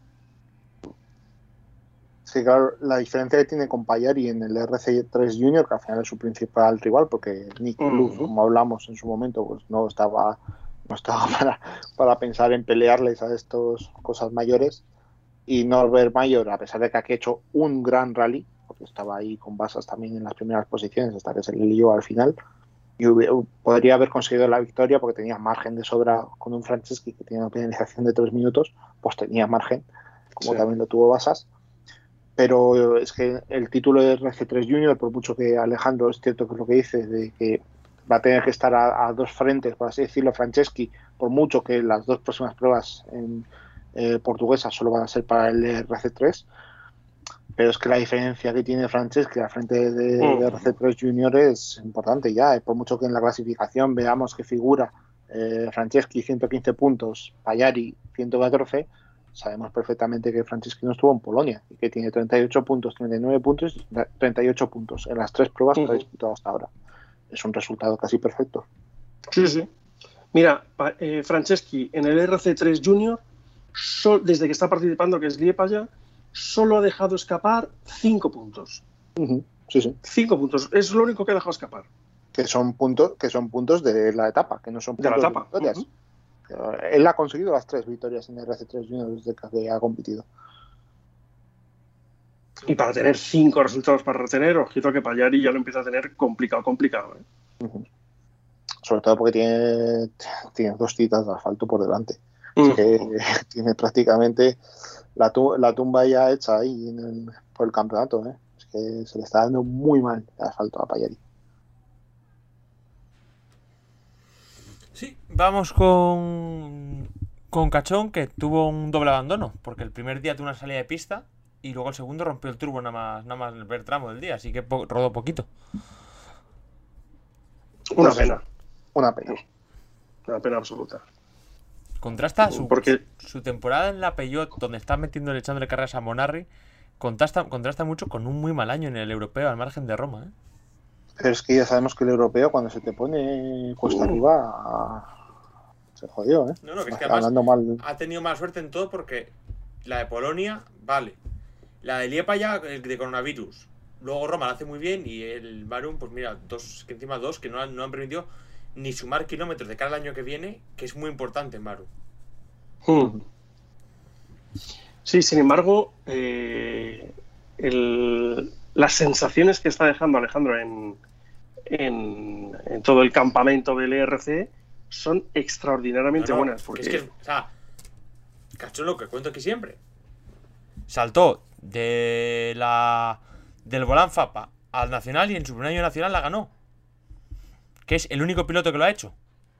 Sí, claro, la diferencia que tiene con Payari en el RC3 Junior, que al final es su principal rival, porque Nick Luz, como hablamos en su momento, pues no estaba para pensar en pelearles a estas cosas mayores. Y Norbert Mayer, a pesar de que ha hecho un gran rally, porque estaba ahí con Basas también en las primeras posiciones hasta que se le lió al final, y podría haber conseguido la victoria porque tenía margen de sobra con un Franceschi que tenía una penalización de 3 minutos, pues tenía margen, como también lo tuvo Basas. Pero es que el título de RC3 Junior, por mucho que Alejandro, es cierto que es lo que dice, de que va a tener que estar a 2 frentes, por así decirlo, Franceschi, por mucho que las 2 próximas pruebas en portuguesas solo van a ser para el RC3, pero es que la diferencia que tiene Franceschi al frente de RC3 Junior es importante ya, por mucho que en la clasificación veamos que figura Franceschi 115 puntos, Payari 114, sabemos perfectamente que Franceschi no estuvo en Polonia y que tiene 38 puntos, 39 puntos y 38 puntos en las 3 pruebas que ha disputado hasta ahora. Es un resultado casi perfecto. Sí, sí. Mira, Franceschi en el RC3 Junior, desde que está participando, que es Liepaya, solo ha dejado escapar 5 puntos. Sí, sí. 5 puntos. Es lo único que ha dejado escapar. Que son puntos de la etapa, que no son puntos de victorias. Él ha conseguido las 3 victorias en el RC3 Junior desde que ha competido. Y para tener 5 resultados para retener, ojito que Payari ya lo empieza a tener complicado. Sobre todo porque tiene 2 citas de asfalto por delante. Es que tiene prácticamente la tumba ya hecha ahí por el campeonato. Es que se le está dando muy mal el asfalto a Payari. Sí, vamos con Cachón, que tuvo un doble abandono, porque el primer día tuvo una salida de pista y luego el segundo rompió el turbo nada más el primer tramo del día, así que rodó poquito. Una pena. Una pena absoluta. Contrasta su temporada en la Peugeot, donde está echándole carreras a Monarri, contrasta mucho con un muy mal año en el europeo, al margen de Roma, Pero es que ya sabemos que el europeo, cuando se te pone cuesta arriba, se jodió, No, que es que además ha tenido mala suerte en todo, porque la de Polonia, vale. La de Liepa ya, el de coronavirus. Luego Roma la hace muy bien y el Barum, pues mira, dos que no han permitido ni sumar kilómetros de cara al año que viene, que es muy importante en Barum. Sí, sin embargo, las sensaciones que está dejando Alejandro en todo el campamento del ERC son extraordinariamente buenas. Porque es que, o sea, cacho lo que cuento aquí siempre. Saltó del Volán Fapa al Nacional y en su primer año nacional la ganó. Que es el único piloto que lo ha hecho.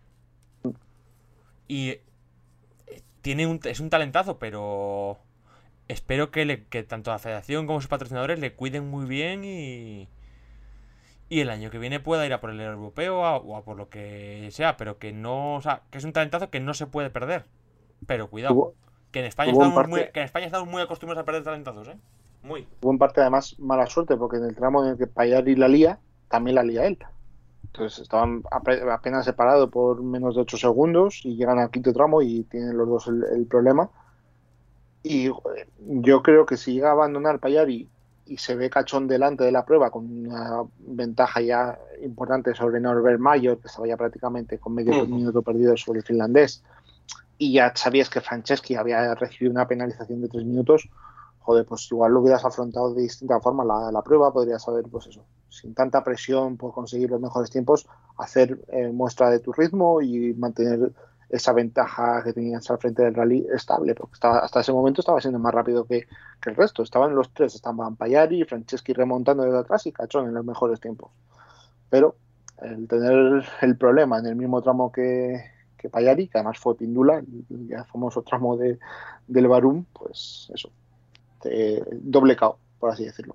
Y es un talentazo, pero espero que tanto la federación como sus patrocinadores le cuiden muy bien y el año que viene pueda ir a por el europeo o a por lo que sea, pero que no, o sea, que es un talentazo que no se puede perder. Pero cuidado, que en España estamos muy acostumbrados a perder talentazos, ¿eh? Muy. Hubo en parte además mala suerte, porque en el tramo en el que Payari la lía, también la lía él. Entonces estaban apenas separados por menos de 8 segundos y llegan al quinto tramo y tienen los dos el problema. Y yo creo que si llega a abandonar Payari y se ve Cachón delante de la prueba con una ventaja ya importante sobre Norbert Mayor, que estaba ya prácticamente con medio minuto perdido sobre el finlandés, y ya sabías que Franceschi había recibido una penalización de 3 minutos, joder, pues igual lo hubieras afrontado de distinta forma la prueba, podrías haber, pues eso, sin tanta presión por conseguir los mejores tiempos, hacer muestra de tu ritmo y mantener esa ventaja que tenías al frente del rally estable, porque hasta ese momento estaba siendo más rápido que el resto. Estaban los tres, estaban Payari, Franceschi remontando desde atrás y Cachón en los mejores tiempos. Pero el tener el problema en el mismo tramo que Payari, que además fue Pindula, el famoso tramo del Barum, pues eso, doble KO, por así decirlo.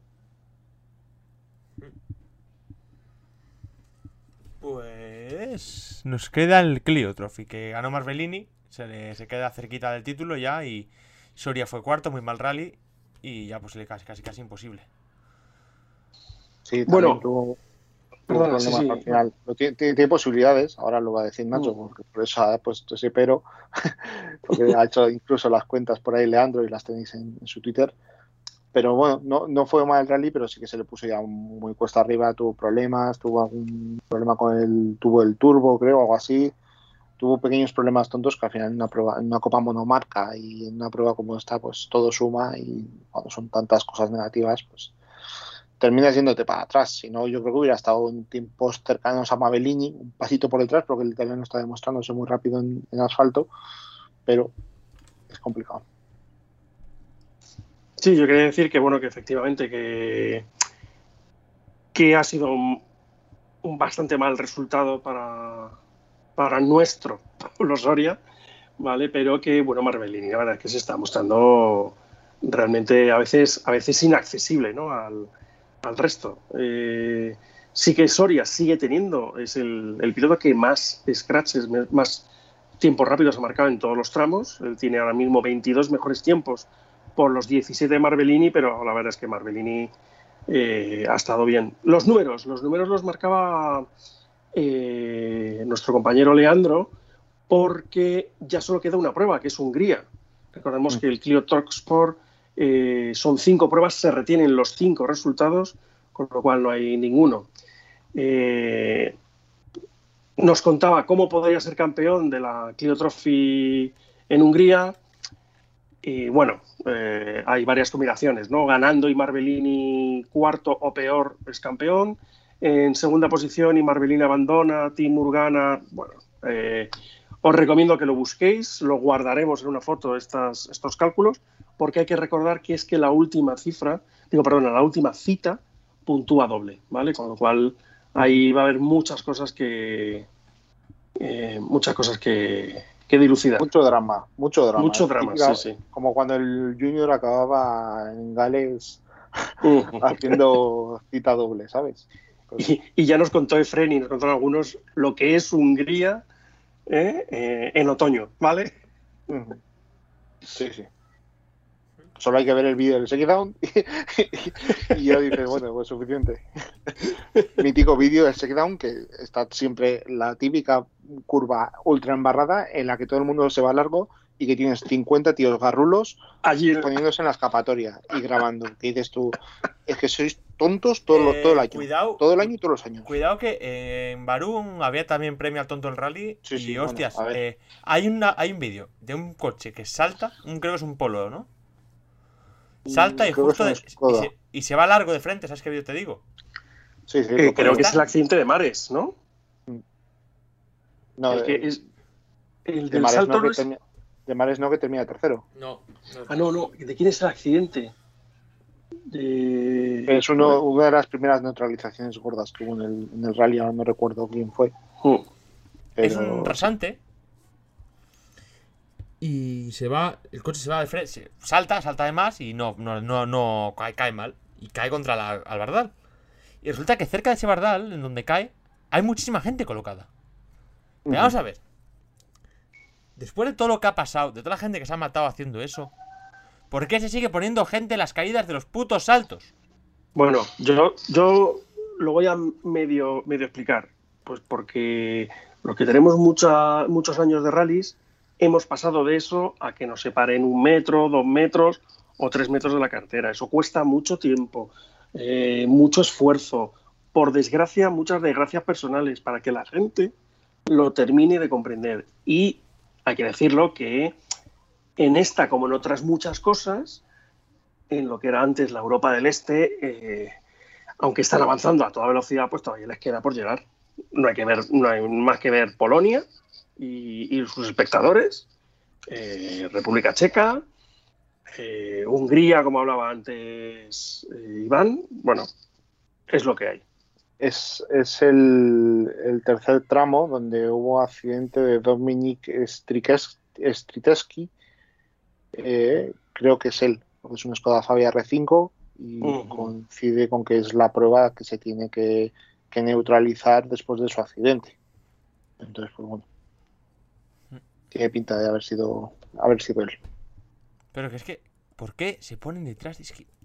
Pues nos queda el Clio Trophy, que ganó Marbellini, se queda cerquita del título ya, y Soria fue cuarto, muy mal rally, y ya pues casi imposible. Sí, bueno, tuvo problemas al final. Tiene posibilidades, ahora lo va a decir Nacho, porque por eso ha puesto ese pero, porque ha hecho incluso las cuentas por ahí Leandro y las tenéis en su Twitter. Pero bueno, no fue mal el rally, pero sí que se le puso ya muy cuesta arriba, tuvo problemas, tuvo algún problema tuvo el turbo, creo, algo así. Tuvo pequeños problemas tontos que al final en una copa monomarca y en una prueba como esta, pues todo suma, y cuando son tantas cosas negativas, pues terminas yéndote para atrás. Si no, yo creo que hubiera estado en tiempos cercanos a Mavellini, un pasito por detrás, porque el italiano está demostrándose muy rápido en asfalto, pero es complicado. Sí, yo quería decir que bueno, que efectivamente que ha sido un bastante mal resultado para nuestro Pablo Soria, ¿vale? Pero que bueno, Marbellini, la verdad es que se está mostrando realmente a veces inaccesible, ¿no? al resto. Sí que Soria sigue teniendo, es el piloto que más scratches, más tiempos rápidos ha marcado en todos los tramos. Él tiene ahora mismo 22 mejores tiempos por los 17 de Marbellini, pero la verdad es que Marbellini ha estado bien. Los números los marcaba nuestro compañero Leandro, porque ya solo queda una prueba, que es Hungría. Recordemos que el Clio Talksport son 5 pruebas, se retienen los 5 resultados, con lo cual no hay ninguno. Nos contaba cómo podría ser campeón de la Clio Trophy en Hungría. Y bueno, hay varias combinaciones, ¿no? Ganando y Marbellini cuarto o peor es campeón. En segunda posición y Marbellini abandona, Timur gana. Bueno, os recomiendo que lo busquéis, lo guardaremos en una foto estos cálculos, porque hay que recordar que es que la última cita puntúa doble, ¿vale? Con lo cual ahí va a haber muchas cosas que dilucidar. Mucho drama. Mucho drama, sí. Como cuando el Junior acababa en Gales haciendo cita doble, ¿sabes? Pues... Y ya nos contó Efren y nos contaron algunos lo que es Hungría en otoño, ¿vale? Sí. Solo hay que ver el vídeo del Shakedown y ya dices, bueno, pues suficiente. Mítico vídeo del Shakedown, que está siempre la típica curva ultra embarrada en la que todo el mundo se va largo y que tienes 50 tíos garrulos allí poniéndose en la escapatoria y grabando. Que dices tú, es que sois tontos todo el año. Cuidado, todo el año y todos los años. Cuidado que en Barum había también premio al tonto en rally. Sí, y hostias, bueno, hay un vídeo de un coche que salta, creo que es un Polo, ¿no? Salta y y se va largo de frente, ¿sabes qué yo te digo? Sí, sí. Creo que es el accidente de Mares, ¿no? No, el de del Mares salto no, no es... de Mares no, que termina tercero. No. No. ¿De quién es el accidente? Es una de las primeras neutralizaciones gordas que hubo en el rally, ahora no recuerdo quién fue. Es un rasante. Y el coche se va de frente, salta de más y no cae mal. Y cae contra al bardal. Y resulta que cerca de ese bardal, en donde cae, hay muchísima gente colocada. Pero vamos a ver. Después de todo lo que ha pasado, de toda la gente que se ha matado haciendo eso, ¿por qué se sigue poniendo gente en las caídas de los putos saltos? Bueno, yo lo voy a medio explicar. Pues porque los que tenemos muchos años de rallies, hemos pasado de eso a que nos separen 1 metro, 2 metros o 3 metros de la carretera. Eso cuesta mucho tiempo, mucho esfuerzo. Por desgracia, muchas desgracias personales para que la gente lo termine de comprender. Y hay que decirlo que en esta, como en otras muchas cosas, en lo que era antes la Europa del Este, aunque están avanzando a toda velocidad, pues todavía les queda por llegar. No hay más que ver Polonia y sus espectadores, República Checa, Hungría, como hablaba antes Iván. Bueno, es lo que hay. Es el tercer tramo donde hubo accidente de Dominik Strzelecki. Creo que es él, porque es una Skoda Fabia R5 y coincide con que es la prueba que se tiene que neutralizar después de su accidente. Entonces, pues bueno, tiene pinta de haber sido él. Pero que es que, ¿por qué se ponen detrás? Es que...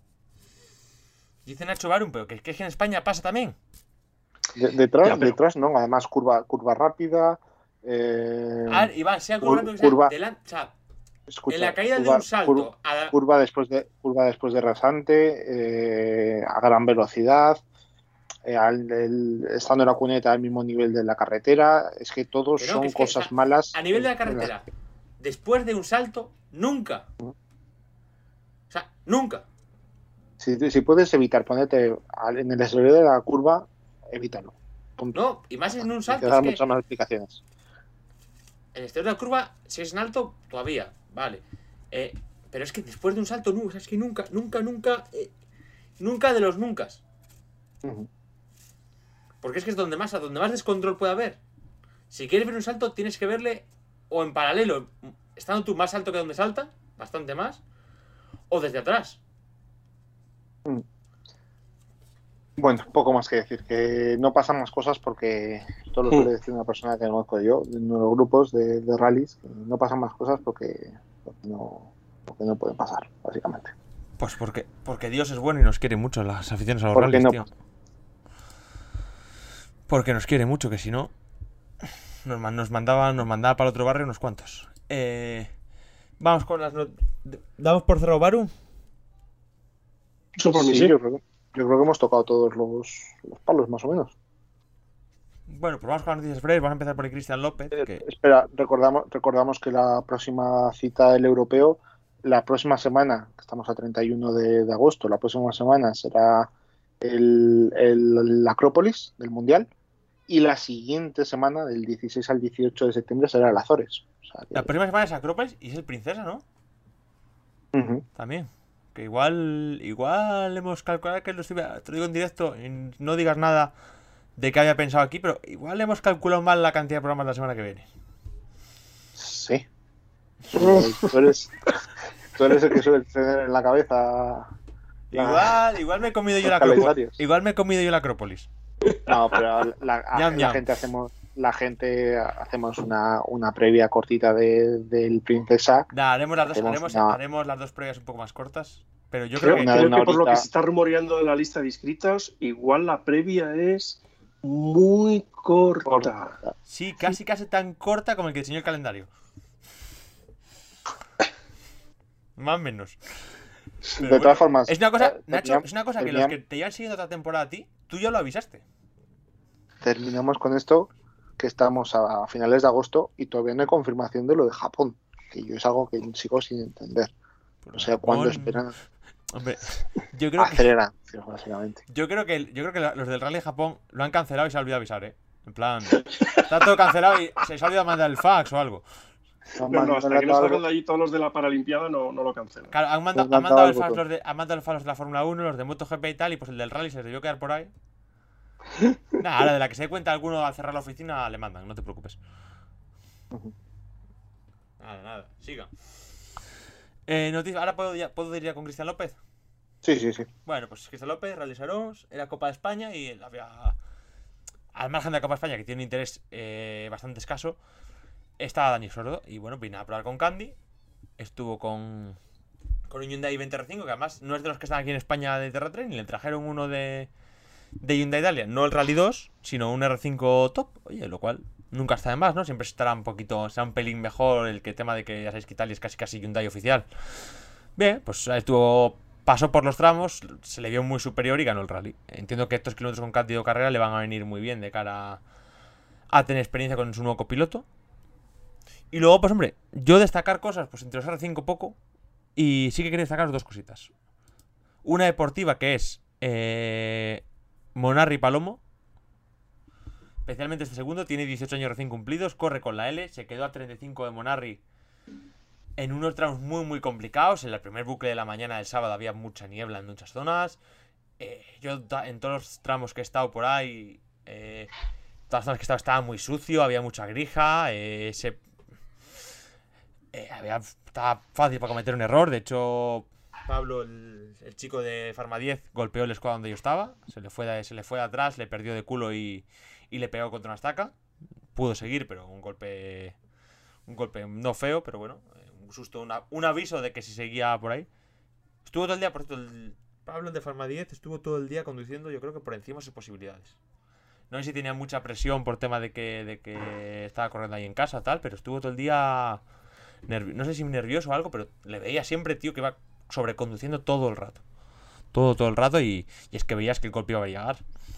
Dice Nacho Barum, pero que es que en España pasa también. Detrás no, además curva rápida. Iván, sea curva, delante, o sea, escucha, en la caída de un salto curva después de rasante, a gran velocidad, estando en la cuneta al mismo nivel de la carretera. Es que todos son cosas malas. A nivel de la carretera, después de un salto, nunca. O sea, nunca. Si puedes evitar ponerte en el exterior de la curva, evítalo. Punto. No, y más en un salto. Te da muchas más explicaciones. En el exterior de la curva, si es en alto, todavía, vale. Pero es que después de un salto, no, o sea, es que nunca de los nunca. Porque es que es donde más descontrol puede haber. Si quieres ver un salto, tienes que verle o en paralelo, estando tú más alto que donde salta, bastante más, o desde atrás. Bueno, poco más que decir, que no pasan más cosas porque esto lo suele decir una persona que conozco yo, en los grupos de rallies, que no pasan más cosas porque no pueden pasar, básicamente. Pues porque Dios es bueno y nos quiere mucho las aficiones a los rallies, tío. Porque nos quiere mucho, que si no nos mandaba para otro barrio unos cuantos. Vamos con las ¿damos por cerrado Baru? Sí, yo creo que hemos tocado todos los palos, más o menos. Bueno, pues vamos con las noticias breves. Vamos a empezar por el Cristian López. Espera, recordamos que la próxima cita del europeo, la próxima semana, que estamos a 31 de agosto, la próxima semana será el Acrópolis del Mundial, y la siguiente semana, del 16 al 18 de septiembre, será el Azores. O sea, la próxima semana es Acrópolis y es el Princesa, ¿no? También. Que igual hemos calculado que te lo digo en directo, y no digas nada de que había pensado aquí, pero igual hemos calculado mal la cantidad de programas la semana que viene. Sí. Tú eres el que suele tener en la cabeza. Igual me he comido yo la Acrópolis. Igual me he comido yo la Acrópolis. No, pero la gente hacemos una previa cortita del Princesa. Haremos las dos previas un poco más cortas. Pero yo creo que por lo que se está rumoreando de la lista de inscritos, igual la previa es muy corta. Sí, casi tan corta como el que diseñó el calendario. Más o menos. Pero de todas formas, es una cosa, Nacho, es una cosa que los que te llevan siguiendo otra temporada a ti, tú ya lo avisaste. Terminamos con esto, que estamos a finales de agosto y todavía no hay confirmación de lo de Japón, que yo es algo que sigo sin entender. O sea, ¿cuándo esperan? Hombre, yo creo que Acelera, básicamente. yo creo que los del Rally de Japón lo han cancelado y se ha olvidado avisar, ¿eh? En plan, está todo cancelado y se ha olvidado mandar el fax o algo. No, hasta que no salgan de allí todos los de la Paralimpiada no lo cancelan. Claro, han mandado el fax los de la Fórmula 1, los de MotoGP y tal, y pues el del Rally se les debió quedar por ahí. Nada, ahora de la que se dé cuenta alguno al cerrar la oficina le mandan, no te preocupes. Nada, siga. Ahora puedo ir ya con Cristian López. Sí. Bueno, pues Cristian López, Rally Serons, era Copa de España y él había. Al margen de la Copa de España, que tiene un interés bastante escaso, estaba Dani Sordo. Y bueno, vine a probar con Candy. Estuvo con un Hyundai i20R5, que además no es de los que están aquí en España de Terratrain, y le trajeron uno de Hyundai Italia. No el Rally 2, sino un R5 top. Oye, lo cual nunca está de más, ¿no? Siempre será un pelín mejor el tema de que ya sabéis que Italia es casi Hyundai oficial. Bien, pues pasó por los tramos, se le vio muy superior y ganó el Rally. Entiendo que estos kilómetros con Cándido Carrera le van a venir muy bien de cara a tener experiencia con su nuevo copiloto. Y luego, pues hombre, yo destacar cosas, pues entre los R5 poco. Y sí que quería destacar dos cositas. Una deportiva que es Monarri Palomo. Especialmente este segundo, tiene 18 años recién cumplidos, corre con la L, se quedó a 35 de Monarri en unos tramos muy muy complicados. En el primer bucle de la mañana del sábado había mucha niebla en muchas zonas. Yo en todos los tramos que he estado por ahí, todas las zonas que estaba muy sucio, había mucha grija, estaba fácil para cometer un error. De hecho, Pablo, el chico de Farma 10, golpeó el squad donde yo estaba, se le fue de atrás, le perdió de culo y le pegó contra una estaca. Pudo seguir, pero un golpe no feo, pero bueno, un susto, un aviso de que si seguía por ahí. Estuvo todo el día, por cierto, Pablo de Farma 10 estuvo todo el día conduciendo, yo creo que por encima de sus posibilidades. No sé si tenía mucha presión por tema de que estaba corriendo ahí en casa, tal, pero estuvo todo el día no sé si nervioso o algo, pero le veía siempre, tío, que iba sobreconduciendo todo el rato. Todo el rato y es que veías que el golpe iba a llegar.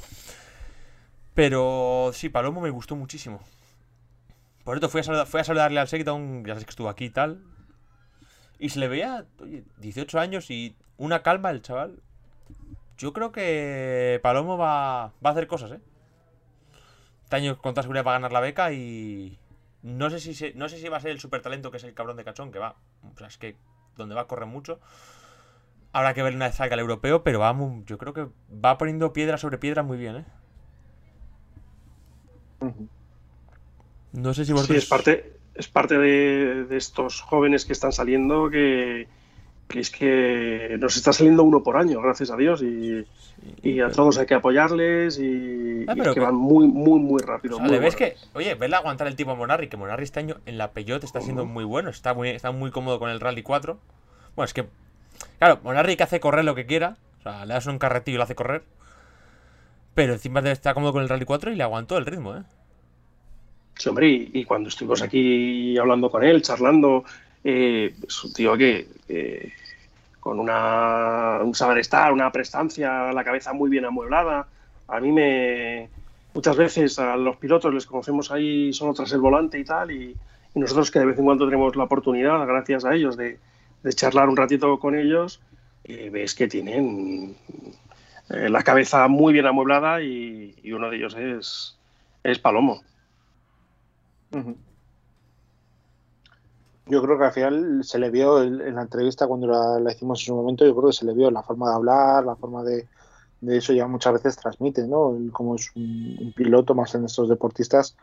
Pero sí, Palomo me gustó muchísimo. Por eso fui a saludarle al Shakedown, ya sabes que estuvo aquí y tal. Y se le veía, oye, 18 años y una calma el chaval. Yo creo que Palomo va a hacer cosas, ¿eh? Este año con toda seguridad va a ganar la beca y no sé si va a ser el super talento que es el cabrón de Cachón, que va. O sea, es que donde va a correr mucho. Habrá que ver una vez salga el europeo, pero yo creo que va poniendo piedra sobre piedra muy bien, ¿eh? No sé si vosotros... Sí, es parte de estos jóvenes que están saliendo que es que nos está saliendo uno por año, gracias a Dios, y a todos hay que apoyarles y es que van muy, muy, muy rápido. O sea, ves que, oye, verle aguantar el tipo a Monarri, que Monarri este año en la Peugeot está siendo muy bueno, está muy cómodo con el Rally 4. Bueno, es que, claro, Monarri que hace correr lo que quiera, o sea, le das un carretillo y lo hace correr, pero encima está cómodo con el Rally 4 y le aguantó el ritmo, ¿eh? Sí, hombre, y cuando estuvimos aquí hablando con él, charlando, es un tío que con un saber estar, una prestancia, la cabeza muy bien amueblada. A mí muchas veces a los pilotos les conocemos ahí solo tras el volante y tal, y nosotros que de vez en cuando tenemos la oportunidad, gracias a ellos, de charlar un ratito con ellos, ves que tienen la cabeza muy bien amueblada y uno de ellos es Palomo. Yo creo que al final se le vio en la entrevista cuando la hicimos en su momento, yo creo que se le vio la forma de hablar, la forma de eso ya muchas veces transmite, ¿no? Como es un piloto más en estos deportistas,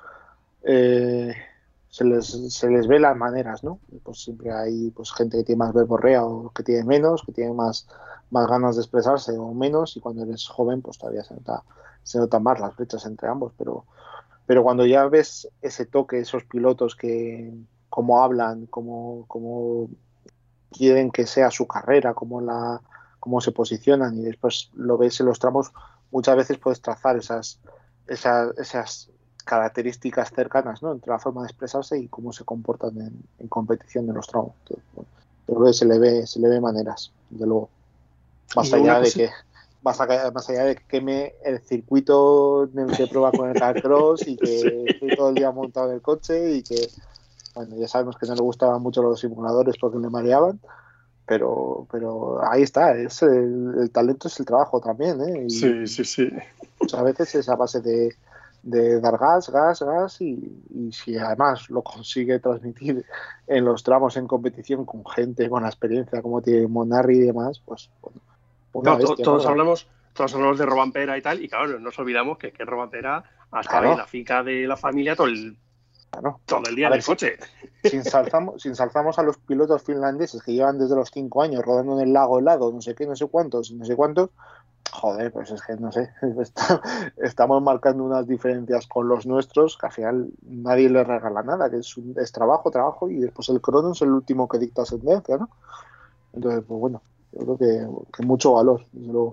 se les ve las maneras, ¿no? Pues siempre hay pues gente que tiene más verborrea o que tiene menos, que tiene más ganas de expresarse o menos, y cuando eres joven pues todavía se notan más las brechas entre ambos, pero cuando ya ves ese toque, esos pilotos que cómo hablan, cómo quieren que sea su carrera, cómo se posicionan, y después lo ves en los tramos, muchas veces puedes trazar esas características cercanas, ¿no? Entre la forma de expresarse y cómo se comportan en competición en los tramos. Entonces, bueno, creo que se le ve maneras, de luego. Más allá de que queme el circuito en el que prueba con el Carcross y que estoy todo el día montado en el coche y que, bueno, ya sabemos que no le gustaban mucho los simuladores porque le mareaban, pero ahí está, el talento es el trabajo también, ¿eh? Sí, sí, sí. Pues a veces es a base de dar gas, y si además lo consigue transmitir en los tramos en competición con gente con la experiencia como tiene Monarri y demás, pues bueno, una bestia, todos hablamos de Robampera y tal, y claro, no nos olvidamos que Robampera ha estado en la finca de la familia todo el día en el coche. Si ensalzamos a los pilotos finlandeses que llevan desde los 5 años rodando en el lago helado, no sé qué, no sé cuántos, joder, pues es que no sé, estamos marcando unas diferencias con los nuestros que al final nadie les regala nada, que es trabajo, y después el crono es el último que dicta ascendencia, ¿no? Entonces, pues bueno, yo creo que mucho valor, desde luego.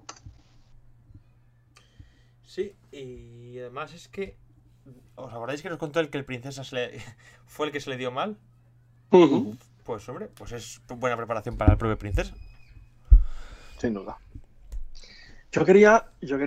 Sí, y además es que ¿os acordáis que nos contó el que el Princesa fue el que se le dio mal? Uh-huh. Pues hombre, pues es buena preparación para el propio Princesa. Sin duda. Yo quería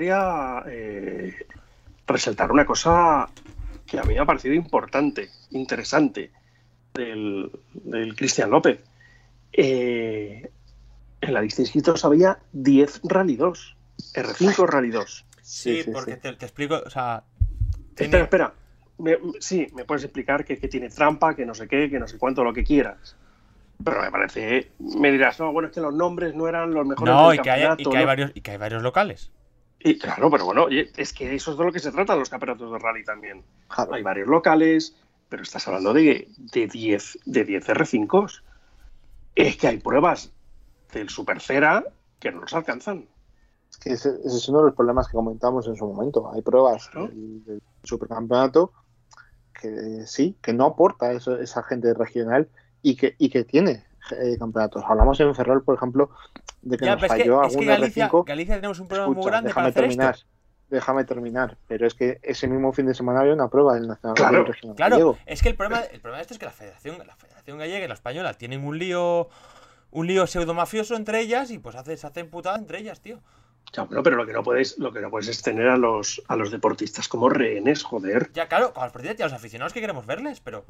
resaltar una cosa que a mí me ha parecido importante, interesante, del Cristian López. En la lista de inscritos había 10 Rally 2, R5 Rally 2. Sí, porque sí. Te explico, o sea... Espera. Me puedes explicar que tiene trampa, que no sé qué, que no sé cuánto, lo que quieras. Pero me parece... Me dirás, no, bueno, es que los nombres no eran los mejores del campeonato. Y que hay varios locales. Y claro, pero bueno, oye, es que eso es de lo que se tratan los campeonatos de rally también. Claro. Hay varios locales, pero estás hablando de 10 R5s. Es que hay pruebas del Supercera que no los alcanzan. Es que ese es uno de los problemas que comentamos en su momento. Hay pruebas del supercampeonato que sí, que no aporta esa gente regional y que tiene campeonatos. Hablamos en Ferrol, por ejemplo, de que nos falló algún R5. Galicia tenemos un problema muy grande para hacer esto. Déjame terminar, pero es que ese mismo fin de semana había una prueba del Nacional Regional Claro, gallego. Es que el problema de esto es que la Federación Gallega y la Española tienen un lío pseudo mafioso entre ellas y pues se hacen putadas entre ellas, tío. Ya, bueno, pero lo que no puedes es tener a los deportistas como rehenes, joder. Ya, claro, a los deportistas y a los aficionados que queremos verles, pero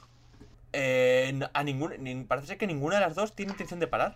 parece que ninguna de las dos tiene intención de parar.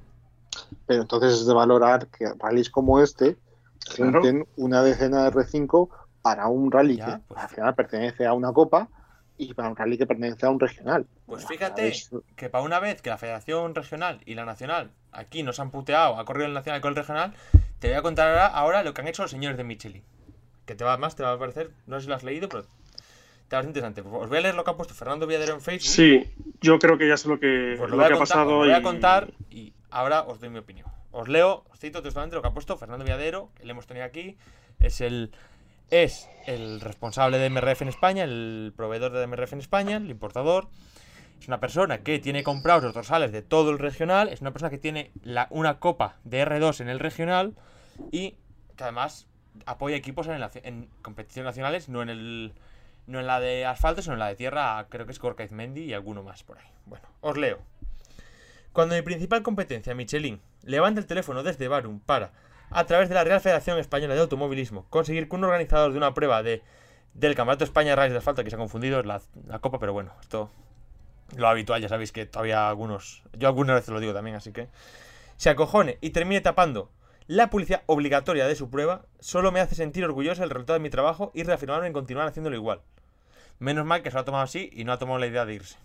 Pero entonces es de valorar que rallies como este junten una decena de R5 para un rally que al final pertenece a una copa y para un rally que pertenece a un regional. Pues fíjate que para una vez que la Federación Regional y la Nacional aquí nos han puteado, ha corrido el Nacional con el Regional, te voy a contar ahora lo que han hecho los señores de Michelin. Que te va a parecer, no sé si lo has leído, pero te va a ser interesante. Os voy a leer lo que ha puesto Fernando Villadero en Facebook. Sí, yo creo que ya sé lo que ha pasado. Os lo voy a contar y ahora os doy mi opinión. Os cito textualmente lo que ha puesto Fernando Villadero, que le hemos tenido aquí. Es el responsable de MRF en España, el proveedor de MRF en España, el importador. Es una persona que tiene comprados los dorsales de todo el regional. Es una persona que tiene una copa de R2 en el regional y que además apoya equipos en competiciones nacionales, no en la de asfalto, sino en la de tierra. Creo que es Gorka Izmendi y alguno más por ahí. Bueno, os leo. Cuando mi principal competencia, Michelin, levanta el teléfono desde Barum para, a través de la Real Federación Española de Automovilismo, conseguir que un organizador de una prueba del Campeonato de España de Rallys de Asfalto, que se ha confundido, es la copa, pero bueno, esto lo habitual, ya sabéis que todavía yo algunas veces lo digo también, así que se acojone y termine tapando la publicidad obligatoria de su prueba, solo me hace sentir orgulloso del resultado de mi trabajo y reafirmarme en continuar haciéndolo igual. Menos mal que se lo ha tomado así y no ha tomado la idea de irse.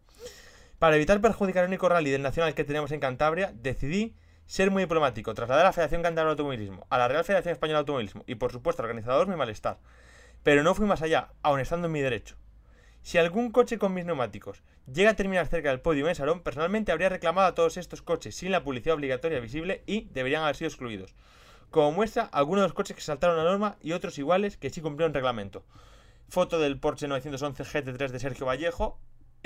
Para evitar perjudicar el único rally del nacional que tenemos en Cantabria, decidí ser muy diplomático, trasladar a la Federación Cantabria de Automovilismo, a la Real Federación Española de Automovilismo y por supuesto al organizador mi malestar. Pero no fui más allá, aun estando en mi derecho. Si algún coche con mis neumáticos llega a terminar cerca del podio en Sarón, personalmente habría reclamado a todos estos coches sin la publicidad obligatoria visible y deberían haber sido excluidos. Como muestra, algunos de los coches que saltaron la norma y otros iguales que sí cumplieron el reglamento. Foto del Porsche 911 GT3 de Sergio Vallejo,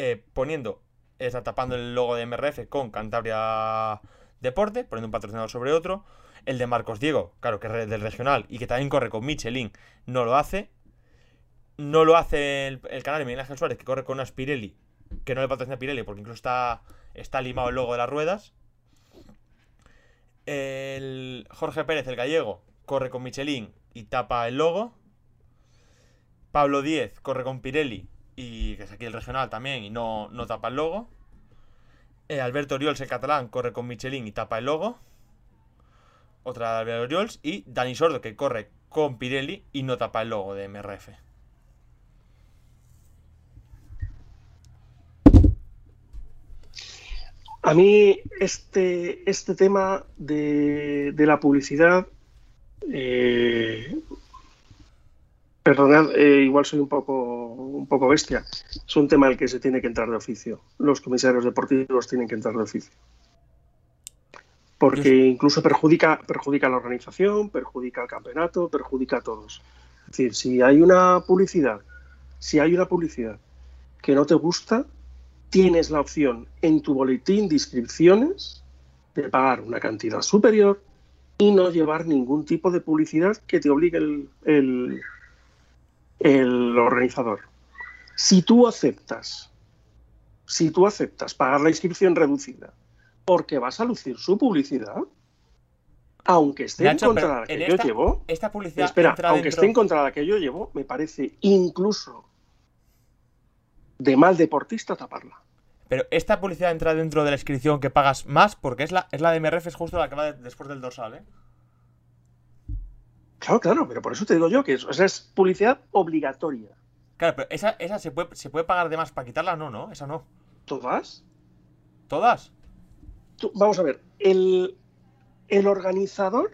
tapando el logo de MRF con Cantabria Deporte, poniendo un patrocinador sobre otro. El de Marcos Diego, claro, que es del regional y que también corre con Michelin, no lo hace. No lo hace el canal de Miguel Ángel Suárez, que corre con una Pirelli, que no le patrocina a Pirelli porque incluso está limado el logo de las ruedas. El Jorge Pérez, el gallego, corre con Michelin y tapa el logo. Pablo Díez corre con Pirelli y que es aquí el regional también y no tapa el logo. Alberto Oriols, el catalán, corre con Michelin y tapa el logo. Otra de Alberto Oriols. Y Dani Sordo, que corre con Pirelli y no tapa el logo de MRF. A mí este tema de la publicidad, perdonad, igual soy un poco bestia, es un tema al que se tiene que entrar de oficio. Los comisarios deportivos tienen que entrar de oficio. Porque incluso perjudica a la organización, perjudica al campeonato, perjudica a todos. Es decir, si hay una publicidad que no te gusta, tienes la opción en tu boletín de inscripciones de pagar una cantidad superior y no llevar ningún tipo de publicidad que te obligue el organizador. Si tú aceptas pagar la inscripción reducida porque vas a lucir su publicidad, aunque esté en contra de la que yo llevo, esta publicidad esté en contra de la que yo llevo, me parece incluso de mal deportista taparla. Pero esta publicidad entra dentro de la inscripción que pagas más, porque es la de MRF, es justo la que va después del dorsal, ¿eh? Claro, pero por eso te digo yo que es publicidad obligatoria. Claro, pero esa se puede pagar de más para quitarla, no, esa no. ¿Todas? ¿Todas? Vamos a ver, el organizador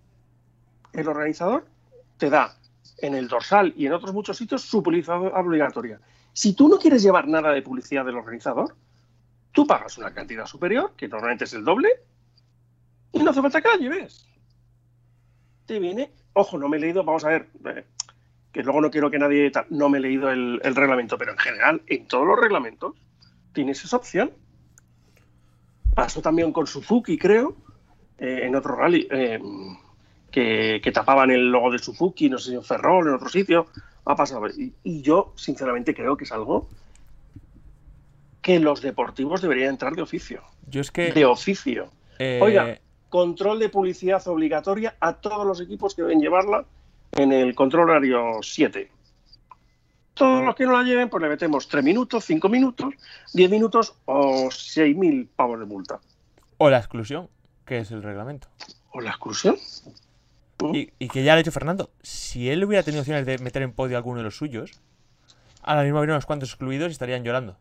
te da en el dorsal y en otros muchos sitios su publicidad obligatoria. Si tú no quieres llevar nada de publicidad del organizador, tú pagas una cantidad superior, que normalmente es el doble, y no hace falta que la lleves. Te viene, ojo, no me he leído, vamos a ver, que luego no quiero que nadie, no me he leído el reglamento, pero en general, en todos los reglamentos, tienes esa opción. Pasó también con Suzuki, creo, en otro rally, que tapaban el logo de Suzuki, no sé si en Ferrol, en otro sitio, ha pasado. Y yo, sinceramente, creo que es algo que los deportivos deberían entrar de oficio. De oficio. Oiga, control de publicidad obligatoria a todos los equipos que deben llevarla en el control horario 7. Todos los que no la lleven, pues le metemos 3 minutos, 5 minutos, 10 minutos o 6.000 pavos de multa. O la exclusión, que es el reglamento. ¿O la exclusión? Y que ya lo ha dicho Fernando, si él hubiera tenido opciones de meter en podio a alguno de los suyos, ahora mismo habría unos cuantos excluidos y estarían llorando.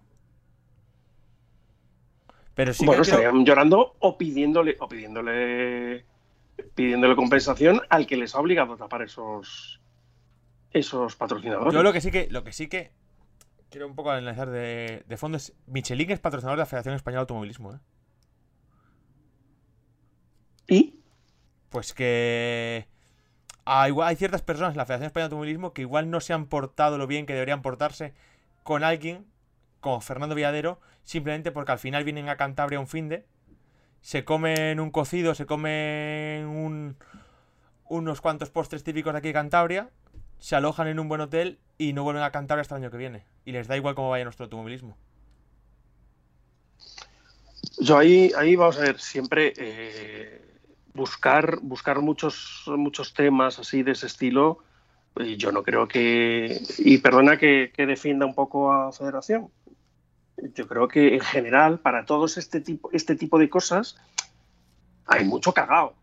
Pero sí, bueno, estarían llorando o pidiéndole compensación al que les ha obligado a tapar esos patrocinadores. Yo lo que sí que quiero un poco analizar de fondo es Michelin es patrocinador de la Federación Española de Automovilismo, ¿eh? ¿Y? Pues que igual hay ciertas personas en la Federación Española de Automovilismo que igual no se han portado lo bien que deberían portarse con alguien como Fernando Villadero, simplemente porque al final vienen a Cantabria un finde, se comen un cocido, se comen unos cuantos postres típicos de aquí de Cantabria, se alojan en un buen hotel y no vuelven a Cantabria hasta el año que viene. Y les da igual cómo vaya nuestro automovilismo. Yo ahí vamos a ver, siempre buscar muchos temas así de ese estilo. Yo no creo que... Y perdona que defienda un poco a Federación. Yo creo que en general, para todos este tipo de cosas, hay mucho cagao.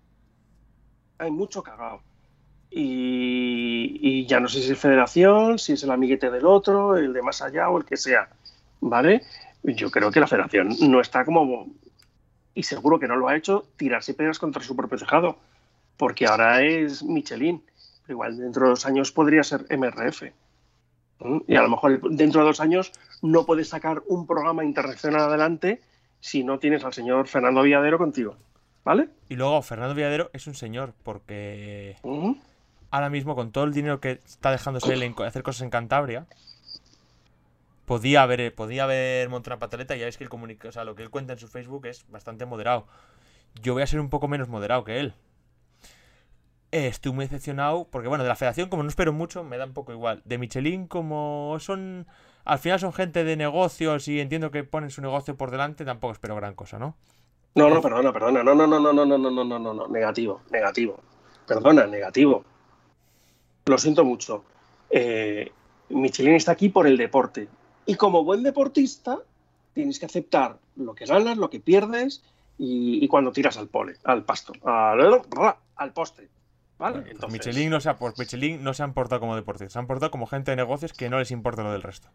Y ya no sé si es Federación, si es el amiguete del otro, el de más allá o el que sea, ¿vale? Yo creo que la Federación no está como, y seguro que no lo ha hecho, tirarse piedras contra su propio tejado, porque ahora es Michelin, pero igual dentro de 2 años podría ser MRF. Y a lo mejor dentro de 2 años no puedes sacar un programa internacional adelante si no tienes al señor Fernando Villadero contigo, ¿vale? Y luego Fernando Villadero es un señor, porque ahora mismo con todo el dinero que está dejándose él en hacer cosas en Cantabria, podía haber montado una pataleta. Y ya veis que lo que él cuenta en su Facebook es bastante moderado. Yo voy a ser un poco menos moderado que él. Estoy muy decepcionado porque, bueno, de la Federación, como no espero mucho, me da un poco igual. De Michelin, como al final son gente de negocios y entiendo que ponen su negocio por delante, tampoco espero gran cosa, ¿no? No, perdona. No. Negativo. Perdona, negativo. Lo siento mucho. Michelin está aquí por el deporte. Y como buen deportista, tienes que aceptar lo que ganas, lo que pierdes y cuando tiras al pasto, al poste. ¿Vale? Bueno, Entonces, Michelin no se han portado como deportistas, se han portado como gente de negocios que no les importa lo del resto.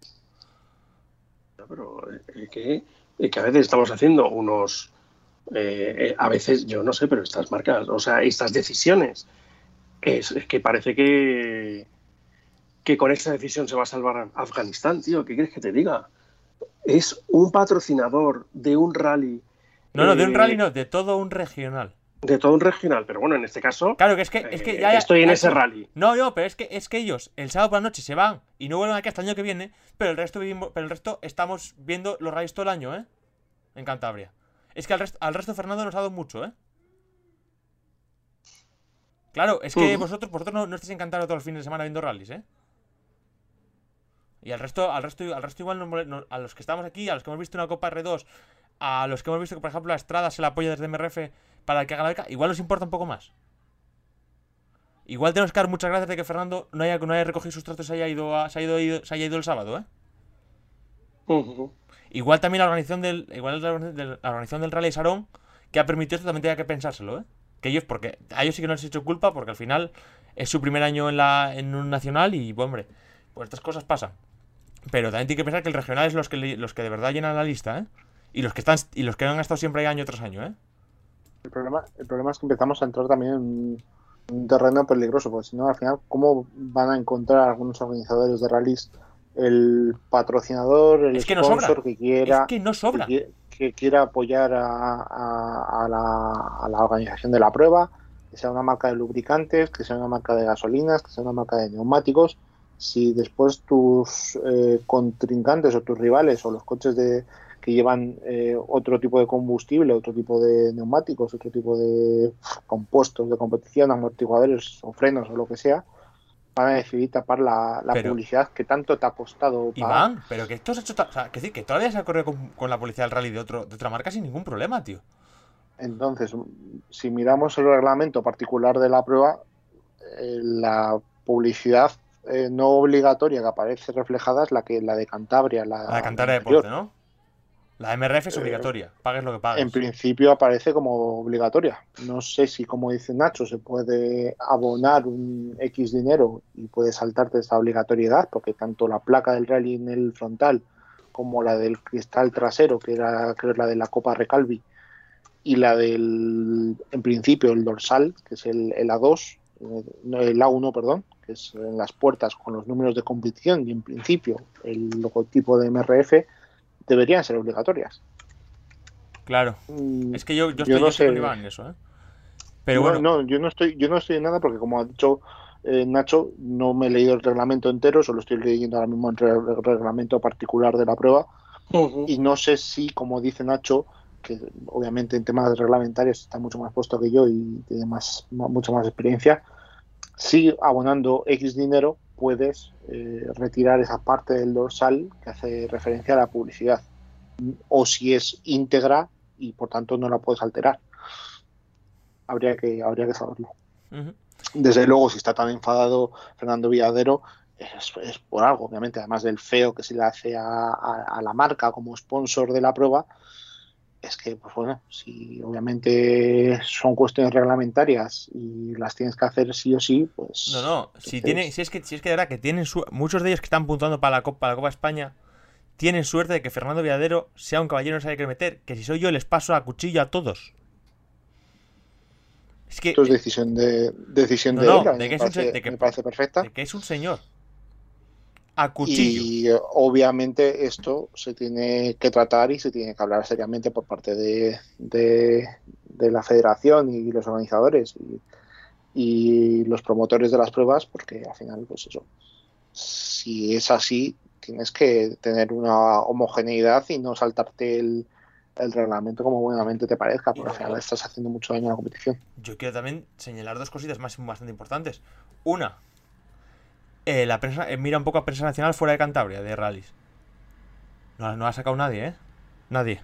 pero que a veces estamos haciendo unos... a veces, yo no sé, pero estas marcas, o sea, estas decisiones, es que parece que con esta decisión se va a salvar Afganistán, tío. ¿Qué quieres que te diga? Es un patrocinador de un rally. No, de un rally no, de todo un regional. De todo un regional, pero bueno, en este caso. Claro, que es que ya estoy en ese rally. No, pero es que ellos el sábado por la noche se van y no vuelven aquí hasta el año que viene, pero el resto estamos viendo los rallies todo el año, ¿eh? En Cantabria. Es que al resto Fernando nos ha dado mucho, ¿eh? Claro, es que vosotros no estáis en Cantabria todos los fines de semana viendo rallies, ¿eh? Y al resto igual a los que estamos aquí, a los que hemos visto una Copa R2, a los que hemos visto que, por ejemplo, la Estrada se la apoya desde MRF para que haga la beca, igual nos importa un poco más. Igual tenemos que dar muchas gracias de que Fernando no haya recogido sus trastos y se haya ido el sábado, ¿eh? Igual también la organización del Rally Sarón, que ha permitido esto, también tenga que pensárselo, ¿eh? Que ellos, porque a ellos sí que no les he hecho culpa, porque al final es su primer año en un nacional y, bueno, hombre, pues estas cosas pasan. Pero también tiene que pensar que el regional es los que de verdad llenan la lista, ¿eh? Y los que han estado siempre ahí año tras año, ¿eh? El problema es que empezamos a entrar también en un terreno peligroso, porque si no, al final, ¿cómo van a encontrar algunos organizadores de rallies el patrocinador, el sponsor que quiera, es que no sobra, que quiera apoyar a la organización de la prueba, que sea una marca de lubricantes, que sea una marca de gasolinas, que sea una marca de neumáticos? Si después tus contrincantes o tus rivales o los coches que llevan otro tipo de combustible, otro tipo de neumáticos, otro tipo de compuestos de competición, amortiguadores o frenos o lo que sea, van a decidir tapar la publicidad que tanto te ha costado pagar. Iván, pero que esto se ha hecho... O sea, que decir, que todavía se ha corrido con la publicidad del rally de otra marca sin ningún problema, tío. Entonces, si miramos el reglamento particular de la prueba, la publicidad no obligatoria que aparece reflejada es la de Cantabria. La de Cantabria Deporte, ¿no? La MRF es obligatoria, pagues lo que pagues. En principio aparece como obligatoria. No sé si, como dice Nacho, se puede abonar un X dinero y puedes saltarte esta obligatoriedad, porque tanto la placa del rally en el frontal como la del cristal trasero, que era, creo, la de la Copa Recalvi, y la en principio, el dorsal, que es el A2, el A1, perdón, que es en las puertas con los números de competición, y en principio el logotipo de MRF, deberían ser obligatorias. Claro. Es que yo estoy con Iván en eso, ¿eh? Pero bueno. No, yo no estoy en nada porque, como ha dicho Nacho, no me he leído el reglamento entero, solo estoy leyendo ahora mismo el reglamento particular de la prueba. Y no sé si, como dice Nacho, que obviamente en temas reglamentarios está mucho más puesto que yo y tiene mucha más experiencia, si abonando X dinero puedes retirar esa parte del dorsal que hace referencia a la publicidad, o si es íntegra y por tanto no la puedes alterar. Habría que saberlo. Desde luego, si está tan enfadado Fernando Villadero, es por algo, obviamente, además del feo que se le hace a la marca como sponsor de la prueba. Es que, pues bueno, si obviamente son cuestiones reglamentarias y las tienes que hacer sí o sí, pues... No, si es que de verdad que tienen muchos de ellos que están puntuando para la Copa España, tienen suerte de que Fernando Villadero sea un caballero, no sabe qué meter, que si soy yo les paso a cuchillo a todos. Es que... Esto es decisión de él, me parece perfecta. De que es un señor. A cuchillo. Y obviamente esto se tiene que tratar y se tiene que hablar seriamente por parte de la federación y los organizadores y los promotores de las pruebas, porque al final, pues eso, si es así, tienes que tener una homogeneidad y no saltarte el reglamento como buenamente te parezca, porque al final estás haciendo mucho daño a la competición. Yo quiero también señalar dos cositas más bastante importantes. Una, la prensa mira un poco a prensa nacional fuera de Cantabria, de rallies. No ha sacado nadie, ¿eh? Nadie.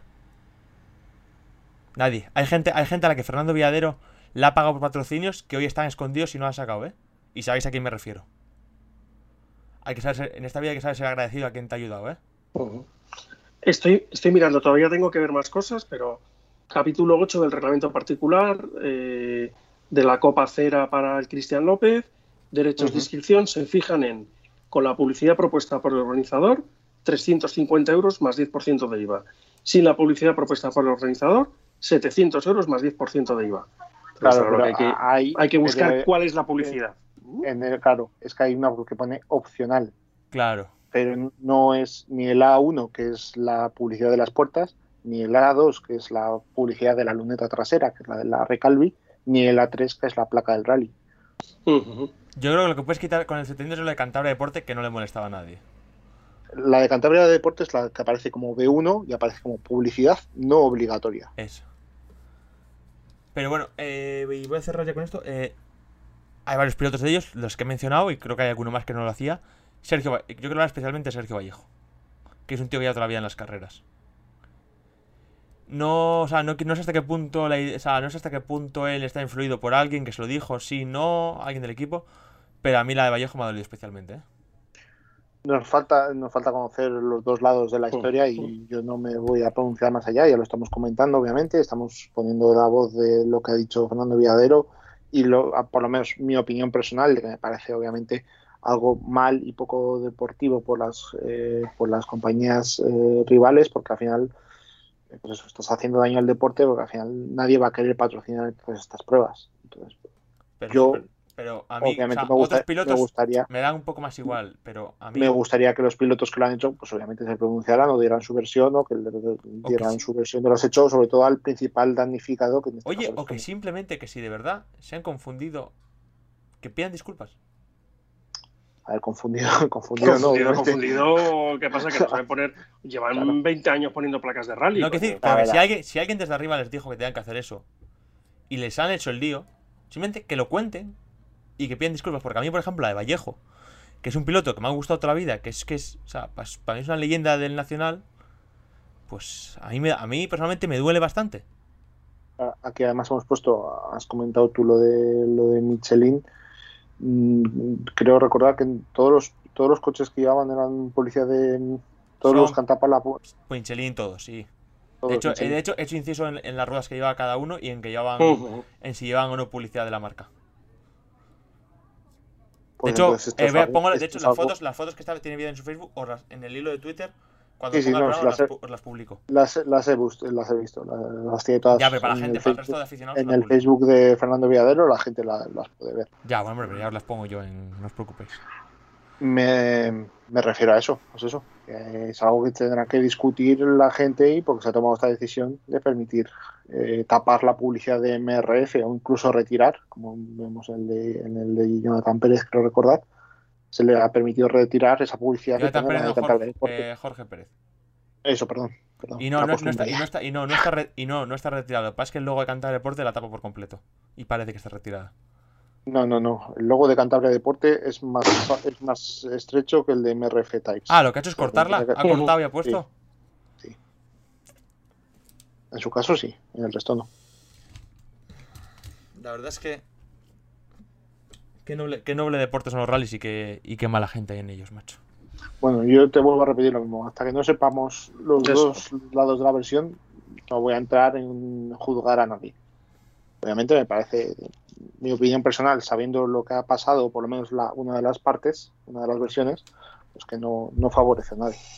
Hay gente a la que Fernando Villadero le ha pagado por patrocinios que hoy están escondidos y no la ha sacado, ¿eh? Y sabéis a quién me refiero. En esta vida hay que saber ser agradecido a quien te ha ayudado, ¿eh? Estoy mirando, todavía tengo que ver más cosas, pero capítulo 8 del reglamento particular, de la Copa Cera para el Cristian López, derechos de inscripción se fijan en, con la publicidad propuesta por el organizador, 350 euros más 10% de IVA. Sin la publicidad propuesta por el organizador, 700 euros más 10% de IVA. Entonces, Claro, pero hay que buscar cuál es la publicidad. Claro, es que hay una que pone opcional. Claro. Pero no es ni el A1, que es la publicidad de las puertas, ni el A2, que es la publicidad de la luneta trasera, que es la de la Recalvi, ni el A3, que es la placa del rally. Uh-huh. Yo creo que lo que puedes quitar con el 700 es lo de Cantabria Deporte, que no le molestaba a nadie. La de Cantabria Deporte es la que aparece como B1 y aparece como publicidad no obligatoria. Eso. Pero bueno, y voy a cerrar ya con esto. Hay varios pilotos de ellos, los que he mencionado, y creo que hay alguno más que no lo hacía. Yo creo que hablar especialmente de Sergio Vallejo, que es un tío que ya toda la vida en las carreras. No sé hasta qué punto no sé hasta qué punto él está influido por alguien que se lo dijo, sí, no, alguien del equipo, pero a mí la de Vallejo me ha dolido especialmente, ¿eh? Nos falta conocer los dos lados de la historia y yo no me voy a pronunciar más allá, ya lo estamos comentando, obviamente, estamos poniendo la voz de lo que ha dicho Fernando Villadero y por lo menos mi opinión personal, que me parece obviamente algo mal y poco deportivo por las compañías rivales, porque al final pues eso, estás haciendo daño al deporte, porque al final nadie va a querer patrocinar todas estas pruebas. Entonces, pero a mí, obviamente, otros pilotos me dan un poco más igual, pero a mí me gustaría que los pilotos que lo han hecho, pues obviamente se pronunciaran o dieran su versión, o que dieran su versión de los hechos, sobre todo al principal damnificado. Que oye, o que simplemente que si de verdad se han confundido, que pidan disculpas. A ver, confundido no. ¿Qué pasa? Que no saben poner. Llevan claro. 20 años poniendo placas de rally. No, que decir, si alguien desde arriba les dijo que tenían que hacer eso y les han hecho el lío, simplemente que lo cuenten y que pidan disculpas. Porque a mí, por ejemplo, la de Vallejo, que es un piloto que me ha gustado toda la vida, que es o sea, para mí es una leyenda del Nacional, pues a mí personalmente me duele bastante. Aquí además hemos puesto, has comentado tú lo de Michelin. Creo recordar que todos los coches que llevaban eran policía de todos los Cantapala. Michelin, todos, sí. De hecho, he hecho inciso en las ruedas que llevaba cada uno y en que llevaban en si llevaban o no publicidad de la marca. Pues de hecho, las fotos que tiene video en su Facebook o en el hilo de Twitter, cuando ponga el programa las publico. Las he visto, las tiene todas. Ya, pero para el resto de aficionados. En el Facebook de Fernando Villadero la gente las puede ver. Ya, bueno, pero ya os las pongo yo, no os preocupéis. Me refiero a eso, pues eso. Es algo que tendrá que discutir la gente y porque se ha tomado esta decisión de permitir tapar la publicidad de MRF o incluso retirar, como vemos en el de Jonathan Pérez, creo recordar. Se le ha permitido retirar esa publicidad. Jorge Pérez. Eso, perdón. Y no está retirado. Lo que pasa es que el logo de Cantabria Deporte la tapa por completo. Y parece que está retirada. No. El logo de Cantabria Deporte es más estrecho que el de MRF Types. Lo que ha hecho es cortarla. ¿Ha cortado y ha puesto? Sí. En su caso sí, en el resto no. La verdad es que Qué noble deporte son los rallies y qué mala gente hay en ellos, macho. Bueno, yo te vuelvo a repetir lo mismo. Hasta que no sepamos los dos lados de la versión, no voy a entrar en juzgar a nadie. Obviamente me parece, mi opinión personal, sabiendo lo que ha pasado, por lo menos una de las partes, una de las versiones, pues que no favorece a nadie.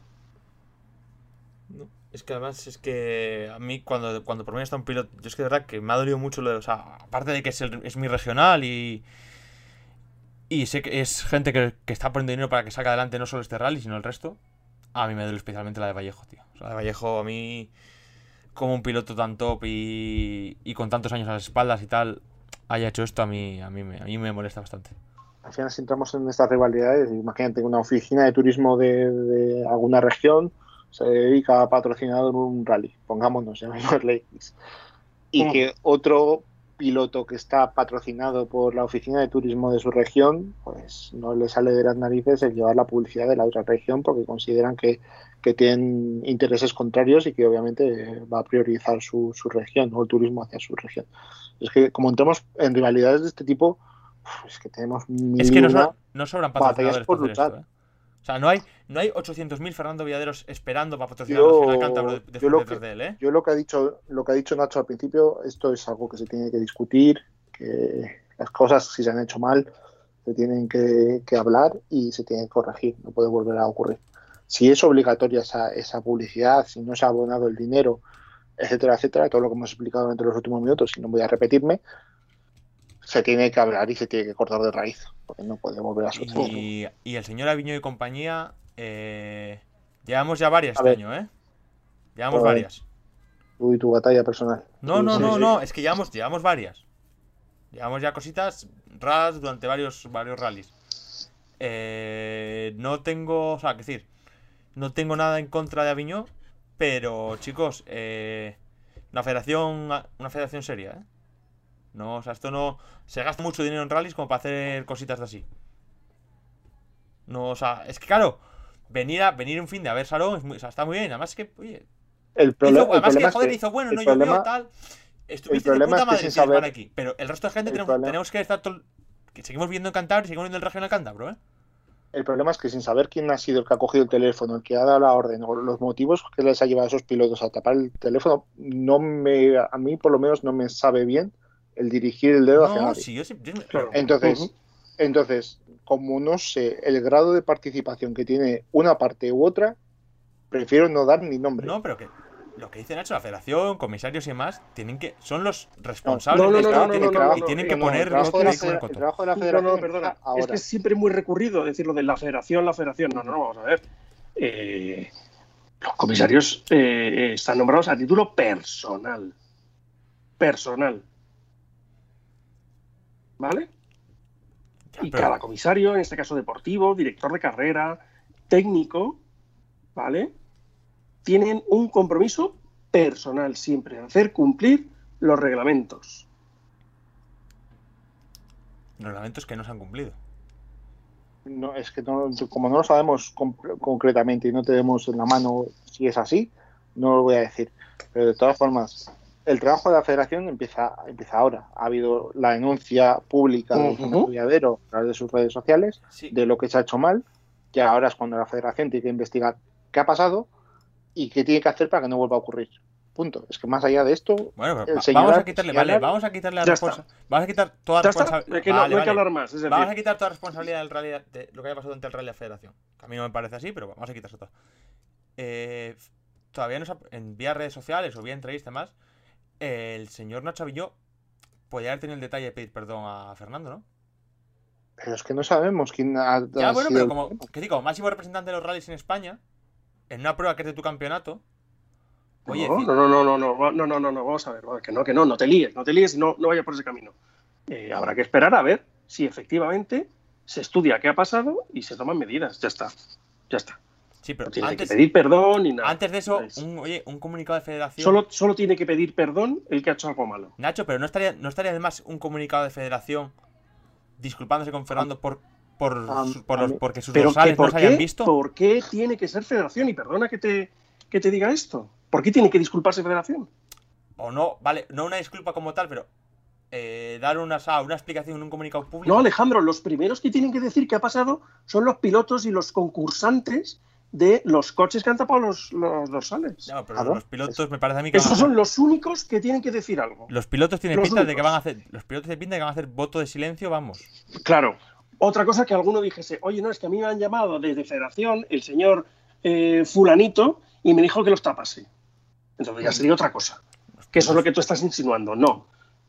No, es que además es que a mí cuando por mí está un piloto, yo es que de verdad que me ha dolido mucho o sea, aparte de que es mi regional y sé que es gente que está poniendo dinero para que salga adelante no solo este rally, sino el resto. A mí me duele especialmente la de Vallejo, tío. O sea, la de Vallejo a mí, como un piloto tan top y con tantos años a las espaldas y tal, haya hecho esto, a mí me molesta bastante. Al final, si entramos en estas rivalidades, imagínate una oficina de turismo de alguna región se dedica a patrocinar un rally, pongámonos, llamémosle X, y que otro piloto que está patrocinado por la oficina de turismo de su región, pues no le sale de las narices el llevar la publicidad de la otra región porque consideran que tienen intereses contrarios y que obviamente va a priorizar su región o el turismo hacia su región. Es que como entramos en rivalidades de este tipo, es que tenemos es que no sobran patrocinadores por luchar. Esto, ¿eh? O sea, no hay 800.000 Fernando Villaderos esperando para patrocinar al Regional Cántabro detrás de él, ¿eh? Yo lo que ha dicho Nacho al principio, esto es algo que se tiene que discutir, que las cosas, si se han hecho mal, se tienen que hablar y se tienen que corregir, no puede volver a ocurrir. Si es obligatoria esa publicidad, si no se ha abonado el dinero, etcétera, etcétera, todo lo que hemos explicado entre los últimos minutos, y no voy a repetirme, se tiene que hablar y se tiene que cortar de raíz, porque no puede volver a suceder. Y el señor Aviñó y compañía, llevamos ya varias este año, ¿eh? Llevamos varias. Tú y tu batalla personal. No, es que llevamos varias. Llevamos ya cositas raras durante varios rallies. No tengo, o sea, que decir, no tengo nada en contra de Aviñó, pero chicos, una federación seria, ¿eh? No, o sea, esto no. Se gasta mucho dinero en rallies como para hacer cositas de así. No, o sea, es que claro, venir un fin de a ver Salón, o sea, está muy bien. Además que, oye. Hizo bueno, no llovió, tal. Estuviste de puta madre si van aquí. Pero el resto de gente tenemos que estar que seguimos viendo en Cantabria y seguimos viendo el Regional Cántabro, ¿eh? El problema es que sin saber quién ha sido el que ha cogido el teléfono, el que ha dado la orden, o los motivos que les ha llevado a esos pilotos a tapar el teléfono, a mí por lo menos no me sabe bien el dirigir el dedo hacia nadie. Sí, claro. Entonces, como no sé el grado de participación que tiene una parte u otra, prefiero no dar ni nombre. No, pero que lo que dice Nacho, la federación, comisarios y demás, son los responsables y tienen que poner el trabajo de la federación. No, perdona. Es que es siempre muy recurrido decirlo de la federación. No, vamos a ver. Los comisarios están nombrados a título personal. ¿Vale? Y cada comisario, en este caso deportivo, director de carrera, técnico, ¿vale?, tienen un compromiso personal siempre, de hacer cumplir los reglamentos. Reglamentos que no se han cumplido. No, es que como no lo sabemos concretamente y no tenemos en la mano si es así, no lo voy a decir. Pero de todas formas, el trabajo de la federación empieza ahora. Ha habido la denuncia pública del Villadero a través de sus redes sociales de lo que se ha hecho mal, y ahora es cuando la federación tiene que investigar qué ha pasado y qué tiene que hacer para que no vuelva a ocurrir. Punto. Es que más allá de esto, bueno, vamos a quitarle la responsabilidad. Vamos a quitar toda responsabilidad. No hay que hablar más. Es decir, vamos a quitar toda responsabilidad del rally, de lo que haya pasado ante el rally de la federación. Que a mí no me parece así, pero vamos a quitar eso todo. Todavía no en vía redes sociales o vía entrevistas más, el señor Nacho Aviñó podría haber tenido el detalle de pedir perdón a Fernando, ¿no? Pero es que no sabemos quién ha bueno, pero como máximo representante de los rallies en España, en una prueba que es de tu campeonato. Oye, no, vamos a ver, que no te líes, no vayas por ese camino. Habrá que esperar a ver si efectivamente se estudia qué ha pasado y se toman medidas. Ya está. Sí, pero no tiene que pedir perdón ni nada. Antes de eso, un comunicado de federación. Solo tiene que pedir perdón el que ha hecho algo malo. Nacho, pero no estaría además un comunicado de federación disculpándose con Fernando porque sus dorsales no se hayan visto. ¿Por qué tiene que ser federación? Y perdona que te diga esto. ¿Por qué tiene que disculparse federación? O no, vale, no una disculpa como tal, pero dar una explicación en un comunicado público. No, Alejandro, los primeros que tienen que decir qué ha pasado son los pilotos y los concursantes de los coches que han tapado los dorsales. No, pero los pilotos me parece a mí que esos son los únicos que tienen que decir algo. Los pilotos tienen pinta de que van a hacer. Los pilotos tienen pinta de que van a hacer voto de silencio, vamos. Claro. Otra cosa que alguno dijese, oye, no, es que a mí me han llamado desde Federación el señor fulanito y me dijo que los tapase. Entonces ya sería otra cosa. Que eso es lo que tú estás insinuando. No.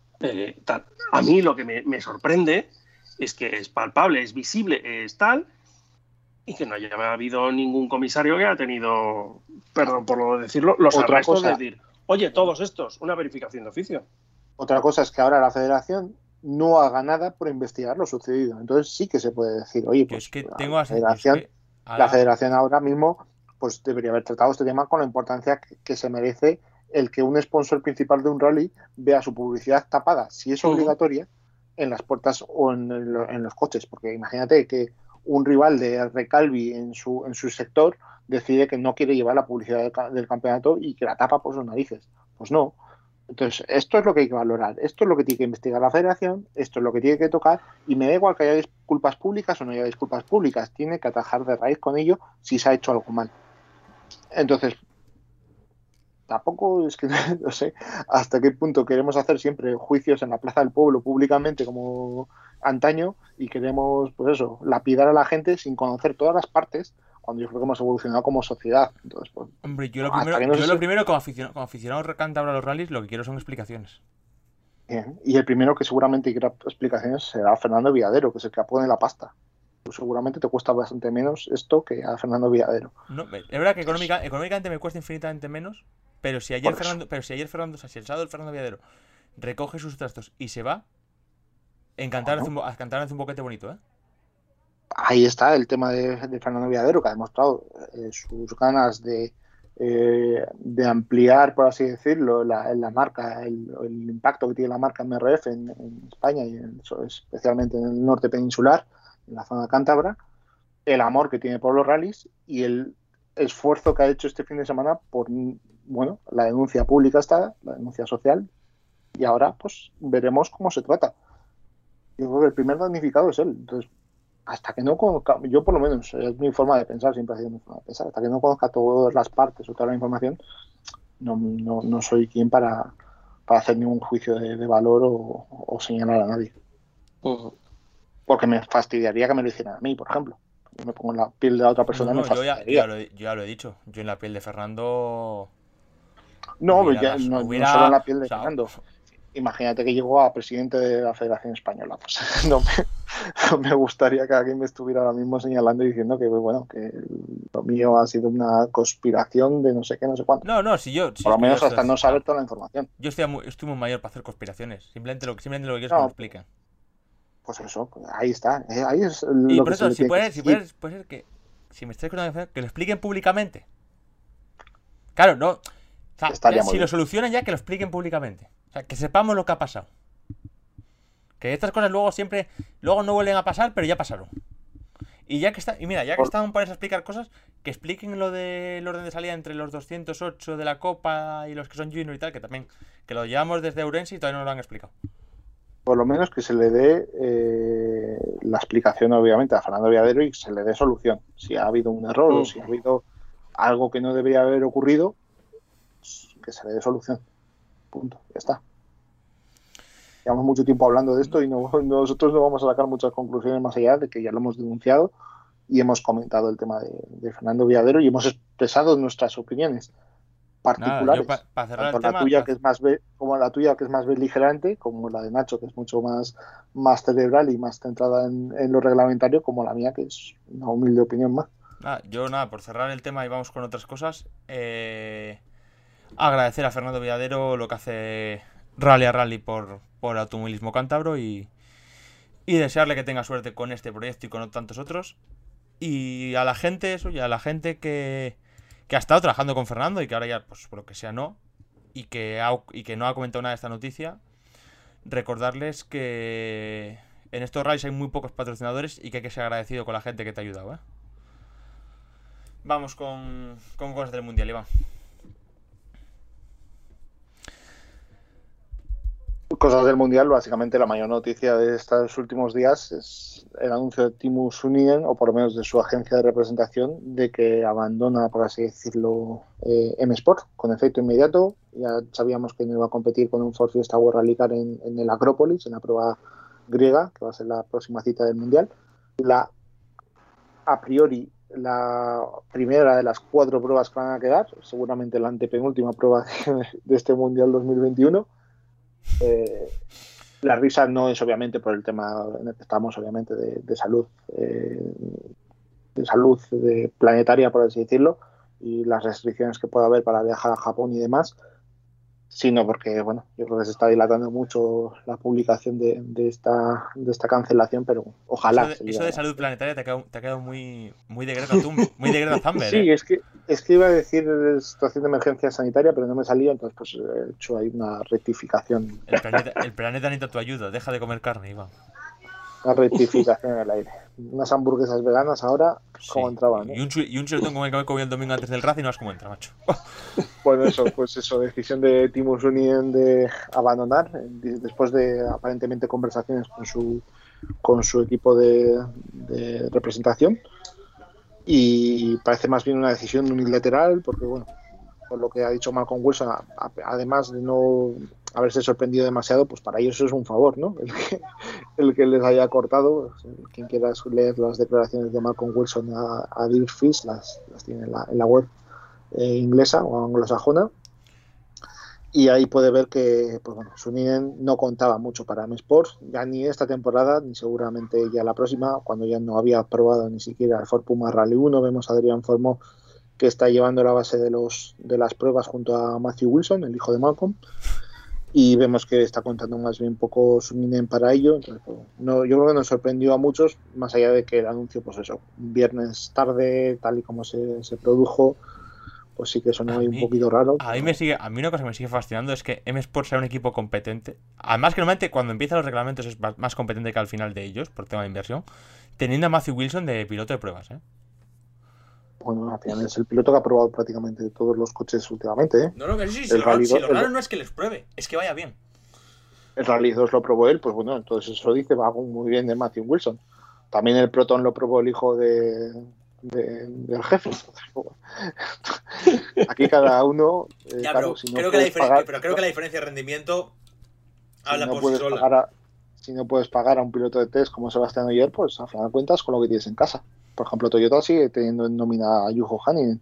A mí lo que me sorprende es que es palpable, es visible, es tal, y que no haya habido ningún comisario que haya tenido, perdón por lo decirlo, los arrestos de decir, oye, todos estos, una verificación de oficio. Otra cosa es que ahora la federación no haga nada por investigar lo sucedido. Entonces sí que se puede decir, oye, pues la federación ahora mismo pues debería haber tratado este tema con la importancia que se merece el que un sponsor principal de un rally vea su publicidad tapada, si es obligatoria, en las puertas o en los coches. Porque imagínate que un rival de Recalvi en su sector decide que no quiere llevar la publicidad del campeonato y que la tapa por sus narices. Pues no. Entonces, esto es lo que hay que valorar. Esto es lo que tiene que investigar la federación, esto es lo que tiene que tocar, y me da igual que haya disculpas públicas o no haya disculpas públicas. Tiene que atajar de raíz con ello si se ha hecho algo mal. Entonces, tampoco es que no sé hasta qué punto queremos hacer siempre juicios en la Plaza del Pueblo públicamente como antaño y queremos, pues eso, lapidar a la gente sin conocer todas las partes, cuando yo creo que hemos evolucionado como sociedad. Entonces, pues, hombre, yo lo primero como aficionado cántabro a los rallies, lo que quiero son explicaciones. Bien. Y el primero que seguramente quiera explicaciones será Fernando Viadero, que es el que pone la pasta. Pues seguramente te cuesta bastante menos esto que a Fernando Viadero. No, es verdad que económicamente me cuesta infinitamente menos, pero si ayer Fernando, o sea, si el sábado el Fernando Viadero recoge sus trastos y se va, Cantar hace un boquete bonito, ¿eh? Ahí está el tema de Fernando Viadero, que ha demostrado sus ganas de ampliar, por así decirlo, la marca, el impacto que tiene la marca MRF en España y especialmente en el norte peninsular, en la zona cántabra, el amor que tiene por los rallies y el esfuerzo que ha hecho este fin de semana por, bueno, la denuncia pública la denuncia social, y ahora pues veremos cómo se trata. Yo creo que el primer damnificado es él. Entonces, hasta que no conozca, yo por lo menos, es mi forma de pensar, siempre ha sido mi forma de pensar, hasta que no conozca todas las partes o toda la información, no soy quien para hacer ningún juicio de valor o señalar a nadie. Porque me fastidiaría que me lo hicieran a mí, por ejemplo. Yo me pongo en la piel de la otra persona y me fastidiaría. Yo ya lo he dicho. Yo en la piel de Fernando... No solo en la piel de Fernando. Imagínate que llegó a presidente de la Federación Española. Pues no me gustaría que alguien me estuviera ahora mismo señalando y diciendo que, bueno, que lo mío ha sido una conspiración de no sé qué, no sé cuánto. Por lo menos hasta no saber toda la información. Yo estoy muy mayor para hacer conspiraciones. Simplemente lo que quiero es que me lo expliquen. Pues eso, pues ahí está. Ahí es y por eso, puede ser que, si me estáis contando, que lo expliquen públicamente. Claro, no. O sea, si lo solucionan ya, que lo expliquen públicamente. O sea, que sepamos lo que ha pasado. Que estas cosas luego no vuelven a pasar, pero ya pasaron. Y ya que están para explicar cosas, que expliquen lo del orden de salida entre los 208 de la Copa y los que son junior y tal, que también, que lo llevamos desde Ourense y todavía no lo han explicado. Por lo menos que se le dé la explicación, obviamente, a Fernando Viadero y se le dé solución. Si ha habido un error o si ha habido algo que no debería haber ocurrido, que se le dé solución. Punto. Ya está. Llevamos mucho tiempo hablando de esto y nosotros no vamos a sacar muchas conclusiones más allá de que ya lo hemos denunciado y hemos comentado el tema de Fernando Viadero y hemos expresado nuestras opiniones particulares. Tanto la tuya, que es más como la tuya, que es más beligerante, como la de Nacho, que es mucho más cerebral y más centrada en lo reglamentario, como la mía, que es una humilde opinión más. Por cerrar el tema y vamos con otras cosas. Agradecer a Fernando Viadero lo que hace Rally a Rally por el automovilismo cántabro y desearle que tenga suerte con este proyecto y con tantos otros. Y a la gente, que ha estado trabajando con Fernando y que ahora ya, pues por lo que sea, no. Y que no ha comentado nada de esta noticia. Recordarles que en estos rallies hay muy pocos patrocinadores y que hay que ser agradecido con la gente que te ha ayudado, ¿eh? Vamos con cosas del Mundial, Iván. Cosas del Mundial, básicamente la mayor noticia de estos últimos días es el anuncio de Teemu Suninen, o por lo menos de su agencia de representación, de que abandona, por así decirlo, M-Sport con efecto inmediato. Ya sabíamos que no iba a competir con un Ford Fiesta World Rally Car en el Acrópolis, en la prueba griega, que va a ser la próxima cita del Mundial. A priori, la primera de las 4 pruebas que van a quedar, seguramente la antepenúltima prueba de este Mundial 2021. La risa no es obviamente por el tema en el que estamos, obviamente de salud planetaria, por así decirlo, y las restricciones que pueda haber para viajar a Japón y demás, sino porque, bueno, yo creo que se está dilatando mucho la publicación de esta cancelación, pero ojalá. Eso de salud planetaria te ha quedado muy de Greta Thunberg. Sí, es que iba a decir situación de emergencia sanitaria, pero no me salía, entonces pues he hecho ahí una rectificación. El planeta necesita tu ayuda, deja de comer carne, Iván. Una rectificación en el aire. Unas hamburguesas veganas ahora, como entraban, ¿no? Y un chuletón como el que me comí el domingo antes del Racing, no es como entra, macho. Bueno, eso, decisión de Teemu Suninen de abandonar, después de aparentemente conversaciones con su con su equipo de representación, y parece más bien una decisión unilateral porque, bueno, por lo que ha dicho Malcolm Wilson, además de no haberse sorprendido demasiado, pues para ellos eso es un favor, ¿no? El que les haya cortado. Quien quiera leer las declaraciones de Malcolm Wilson a Dirk Fish, las tiene en la web inglesa o anglosajona, y ahí puede ver que, pues bueno, Suninen no contaba mucho para M-Sport, ya ni esta temporada, ni seguramente ya la próxima, cuando ya no había probado ni siquiera el Ford Puma Rally 1. Vemos a Adrián Formeau, que está llevando la base de las pruebas junto a Matthew Wilson, el hijo de Malcolm, y vemos que está contando más bien poco Suninen para ello. Entonces, pues, no, yo creo que nos sorprendió a muchos, más allá de que el anuncio, pues eso, un viernes tarde, tal y como se produjo, pues sí que sonó ahí un poquito raro. A mí una cosa que me sigue fascinando es que M-Sport sea un equipo competente. Además que normalmente cuando empiezan los reglamentos es más competente que al final de ellos, por tema de inversión, teniendo a Matthew Wilson de piloto de pruebas, ¿eh? Bueno, al final es el piloto que ha probado prácticamente todos los coches últimamente, ¿eh? No, sí, lo raro no es que les pruebe, es que vaya bien. El Rally 2 lo probó él, pues bueno, entonces eso dice, va muy bien de Matthew Wilson. También el Proton lo probó el hijo del jefe. Aquí cada uno. Ya, claro, pero, si no creo que la diferencia de rendimiento habla por sí sola. Si no puedes pagar a un piloto de test como Sebastián Ogier, pues a final de cuentas con lo que tienes en casa. Por ejemplo, Toyota sigue teniendo en nómina a Yuho Haninen.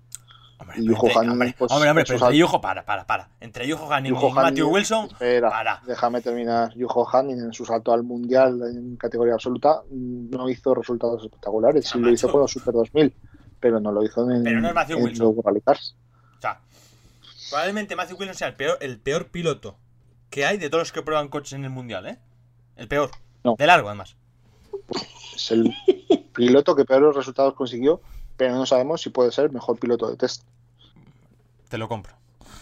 Entre Yuho Haninen y Matthew Wilson, déjame terminar. Yuho Haninen en su salto al mundial en categoría absoluta no hizo resultados espectaculares. Sí lo hizo con los Super 2000, pero no lo hizo en los Rally Cars. O sea, probablemente Matthew Wilson sea el peor piloto que hay de todos los que prueban coches en el mundial, ¿eh? El peor. No. De largo, además. Es el piloto que peores resultados consiguió, pero no sabemos si puede ser el mejor piloto de test. Te lo compro.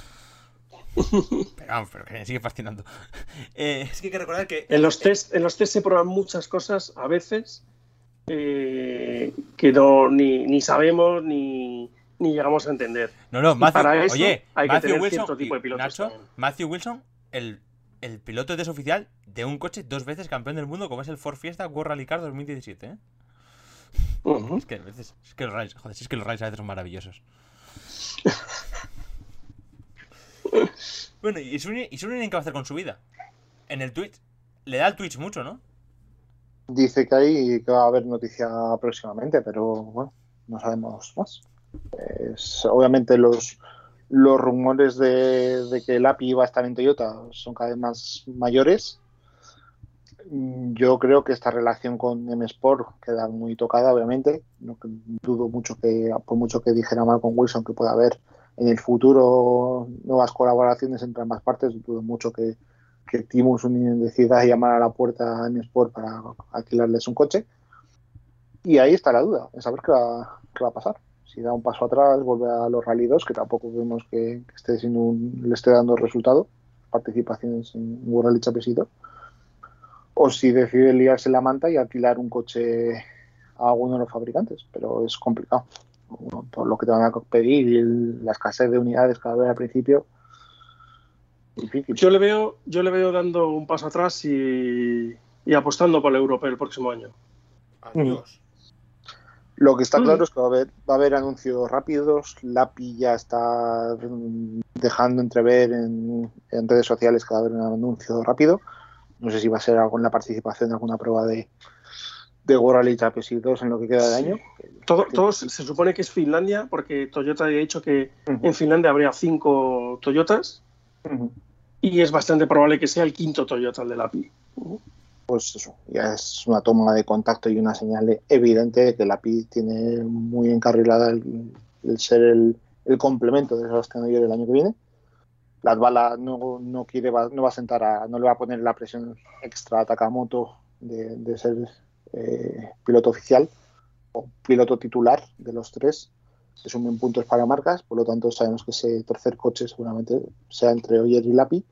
Pero que me sigue fascinando. Es que hay que recordar que en los test se prueban muchas cosas a veces que no ni sabemos ni llegamos a entender. No, para eso oye, hay Matthew que tener Wilson, cierto tipo de pilotos. Nacho, Matthew Wilson, el piloto de test oficial de un coche 2 veces campeón del mundo, como es el Ford Fiesta World Rally Car 2017, ¿eh? Uh-huh. Es que los rallies, a veces son maravillosos. Bueno, ¿y Suninen qué va a hacer con su vida? En el Twitch. Le da el Twitch mucho, ¿no? Dice que va a haber noticia próximamente, pero bueno, no sabemos más. Obviamente los rumores de que el API va a estar en Toyota son cada vez más mayores. Yo creo que esta relación con M-Sport queda muy tocada, obviamente. No dudo mucho por mucho que dijera Malcolm Wilson que pueda haber en el futuro nuevas colaboraciones entre ambas partes, dudo mucho que Timo Suninen decida llamar a la puerta a M-Sport para alquilarles un coche. Y ahí está la duda, en saber qué va a pasar. Si da un paso atrás, vuelve a los Rally 2, que tampoco vemos que le esté dando resultado, participaciones en World Rally Championship, o si decide liarse la manta y alquilar un coche a alguno de los fabricantes, pero es complicado. Por lo que te van a pedir y la escasez de unidades que va a haber al principio, difícil. Yo le veo dando un paso atrás y apostando por el europeo el próximo año. Adiós. Lo que está claro es que va a haber anuncios rápidos. Lapi ya está dejando entrever en redes sociales que va a haber un anuncio rápido. No sé si va a ser algo en la participación de alguna prueba de World Rally Championship 2 en lo que queda de año. Todo se supone que es Finlandia, porque Toyota ha dicho que en Finlandia habría 5 Toyotas y es bastante probable que sea el 5º Toyota el de la API. Pues eso, ya es una toma de contacto y una señal evidente de que la API tiene muy encarrilada el ser el complemento de Sebastián Ogier el año que viene. Latvala no va a sentar no le va a poner la presión extra a Takamoto de ser piloto oficial o piloto titular de los 3, que sumen puntos para marcas. Por lo tanto, sabemos que ese tercer coche seguramente sea entre Ogier y Lapi.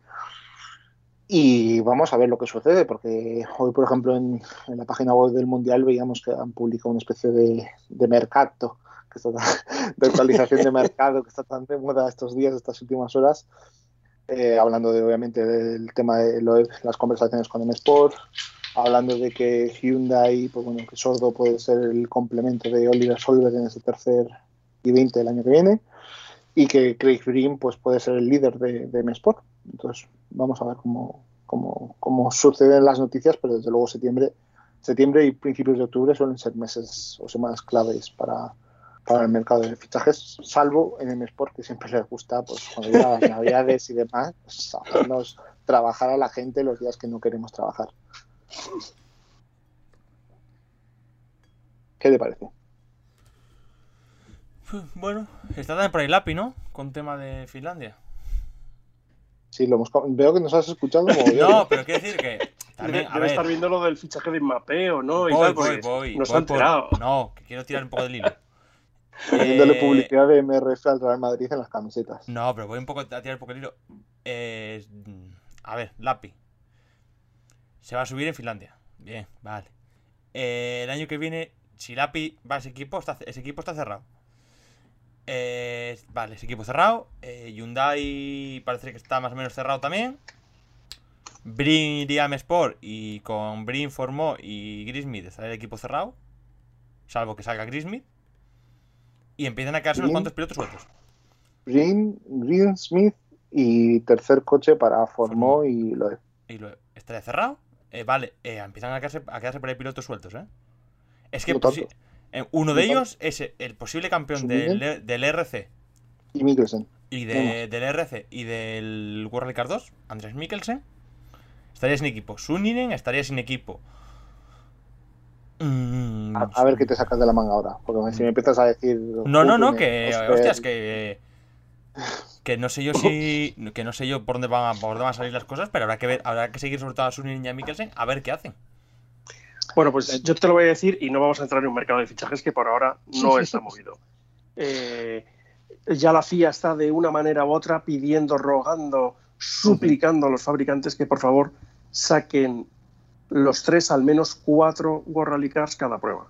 Y vamos a ver lo que sucede, porque hoy, por ejemplo, en la página web del Mundial veíamos que han publicado una especie de mercado, de actualización de mercado que está tan de moda estos días, estas últimas horas, hablando obviamente del tema de las conversaciones con M-Sport, hablando de que Hyundai, pues bueno, que Sordo puede ser el complemento de Oliver Solberg en ese tercer I-20 del año que viene, y que Craig Breen pues puede ser el líder de M-Sport. Entonces vamos a ver cómo suceden las noticias, pero desde luego septiembre y principios de octubre suelen ser meses o semanas claves para el mercado de fichajes, salvo en M-Sport, que siempre les gusta, pues cuando llegan las navidades y demás, pues, hacernos trabajar a la gente los días que no queremos trabajar. ¿Qué te parece? Bueno, está también por ahí Lapi, ¿no? Con tema de Finlandia. Sí, veo que nos has escuchado. No, pero quiero decir que también, debe estar viendo lo del fichaje de Mbappé o no. Voy. Nos ha enterado. No, que quiero tirar un poco del hilo. Haciéndole publicidad de MRF al Real Madrid en las camisetas. No, pero voy un poco a tirar un poco el hilo. A ver, Lapi. Se va a subir en Finlandia. Bien, vale. El año que viene, si Lapi va a ese equipo está cerrado. Vale, ese equipo cerrado. Hyundai parece que está más o menos cerrado también. Brin iría a M-Sport y con Brin formó y Grismith estará el equipo cerrado. Salvo que salga Grismith. Y empiezan a quedarse unos cuantos pilotos sueltos. Greensmith y tercer coche para Formó y Loeb. ¿Estaría cerrado? Vale, empiezan a quedarse por ahí pilotos sueltos, Es que uno de ellos es el posible campeón del RC. Y Mikkelsen. Y del RC y del World Rally Car 2, Andrés Mikkelsen. Estaría sin equipo. Sunninen estaría sin equipo. A ver qué te sacas de la manga ahora. Porque si me empiezas a decir. No, que. Hostias, que no sé yo que no sé yo por dónde van a salir las cosas, pero habrá que seguir sobre todo a Sunninen y a Mikkelsen a ver qué hacen. Bueno, pues yo te lo voy a decir y no vamos a entrar en un mercado de fichajes que por ahora no está movido. Ya la FIA está de una manera u otra pidiendo, rogando, suplicando a los fabricantes que por favor saquen los 3, al menos 4 World Rally Cars cada prueba.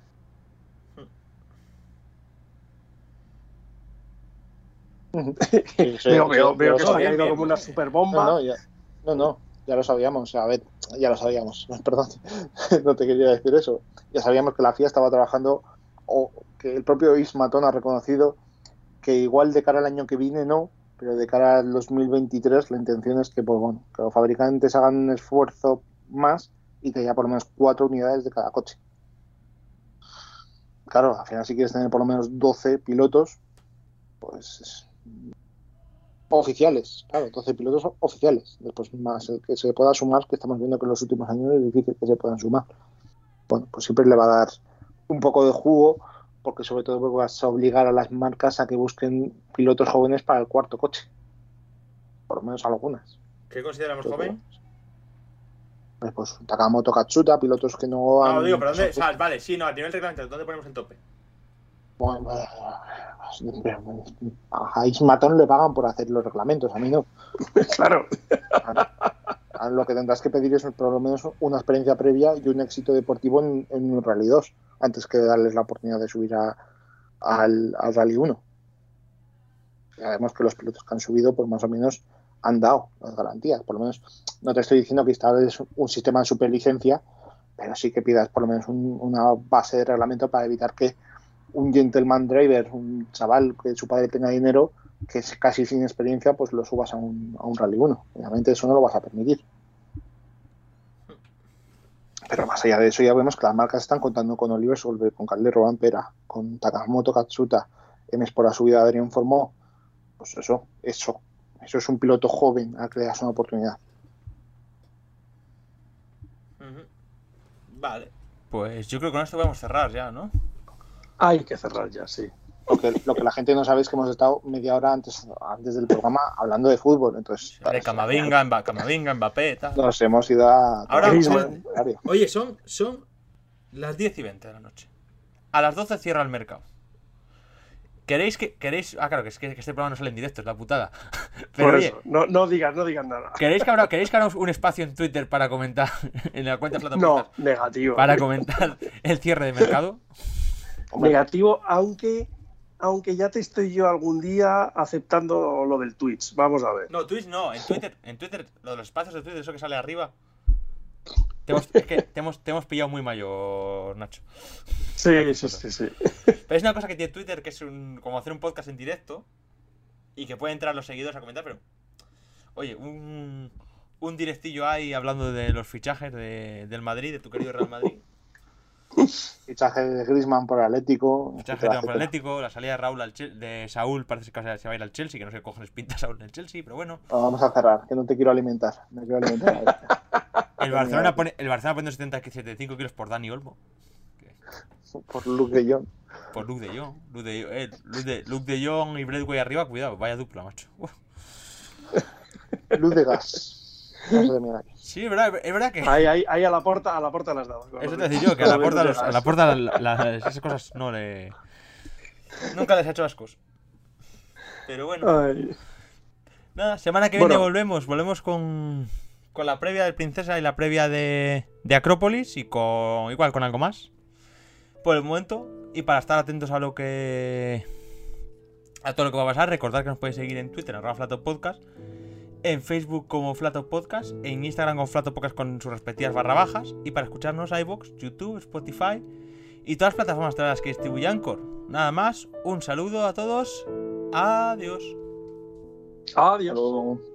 Veo que se ha caído como una super bomba. No, ya lo sabíamos. A ver, ya lo sabíamos. Perdón, no te quería decir eso. Ya sabíamos que la FIA estaba trabajando, o que el propio Yves Maton ha reconocido que igual de cara al año que viene no, pero de cara al 2023 la intención es que, pues bueno, que los fabricantes hagan un esfuerzo más y que haya por lo menos 4 unidades de cada coche. Claro, al final si quieres tener por lo menos 12 pilotos, pues oficiales, claro, 12 pilotos oficiales. Después más el que se pueda sumar, que estamos viendo que en los últimos años es difícil que se puedan sumar. Bueno, pues siempre le va a dar un poco de jugo, porque sobre todo porque vas a obligar a las marcas a que busquen pilotos jóvenes para el cuarto coche. Por lo menos algunas. ¿Qué consideramos joven? Pues Takamoto, Katsuta, pilotos que no han... No, digo, pero ¿dónde? Vale, sí, no, a nivel reglamentario, ¿dónde ponemos el tope? Bueno, a Ismaton le pagan por hacer los reglamentos, a mí no. Claro. Lo que tendrás que pedir es por lo menos una experiencia previa y un éxito deportivo en un Rally 2, antes que darles la oportunidad de subir al Rally 1. Y además que los pilotos que han subido, pues más o menos han dado las garantías. Por lo menos, no te estoy diciendo que instales un sistema de superlicencia, pero sí que pidas por lo menos una base de reglamento para evitar que un gentleman driver, un chaval que su padre tenga dinero, que es casi sin experiencia, pues lo subas a un Rally 1. Obviamente eso no lo vas a permitir. Pero más allá de eso ya vemos que las marcas están contando con Oliver Solberg, con Calderro Ampera, con Takamoto Katsuta, por la subida de Adrián Formó. Pues eso es un piloto joven al que le das una oportunidad. Vale. Pues yo creo que con esto podemos cerrar ya, ¿no? Hay que cerrar ya, sí. Lo que la gente no sabe es que hemos estado media hora antes del programa hablando de fútbol. Entonces, de Camavinga, Mbappé, tal. Nos hemos ido a... Ahora, oye, son las 10:20 de la noche. A las 12 cierra el mercado. ¿Queréis? Ah, claro, que es que este programa no sale en directo, es la putada. Pero por oye, eso, no digas nada. ¿Queréis que hagamos un espacio en Twitter para comentar en la cuenta de plataformas? No, negativo. Para comentar el cierre de mercado. Negativo, aunque ya te estoy yo algún día aceptando lo del Twitch. Vamos a ver. No, Twitch no, en Twitter, lo de los espacios de Twitter, eso que sale arriba. Es que te hemos pillado muy mayor, Nacho. Sí, sí, sí, sí. Pero es una cosa que tiene Twitter, que es como hacer un podcast en directo y que pueden entrar los seguidores a comentar, pero... Oye, un directillo ahí hablando de los fichajes del Madrid, de tu querido Real Madrid. Fichaje de Griezmann por Atlético. Fichaje de Atlético, la salida de Raúl de Saúl, parece que se va a ir al Chelsea, que no sé qué cojones pinta Saúl en el Chelsea, pero bueno. No, vamos a cerrar, que no te quiero alimentar. No quiero alimentar. El Barcelona pone 75 kilos por Dani Olmo. Por Luke de Jong. Por Luke de Jong. Luke de Jong y Bradway arriba, cuidado, vaya dupla, macho. Luz de gas. Vamos a terminar aquí. Sí, es verdad que... Ahí a la puerta las has dado. Eso te decía yo, que a la puerta esas cosas no le... Nunca les he hecho ascos. Pero bueno. Ay. Nada, semana que viene volvemos con la previa del Princesa y la previa de Acrópolis y igual con algo más. Por el momento. Y para estar atentos a todo lo que va a pasar, recordad que nos podéis seguir en Twitter, @FlatopPodcast, en Facebook como FlatopPodcast, en Instagram como FlatopPodcast con sus respectivas barrabajas, y para escucharnos iVoox, YouTube, Spotify y todas las plataformas las que distribuye Anchor. Nada más, un saludo a todos. Adiós. Adiós. Luego.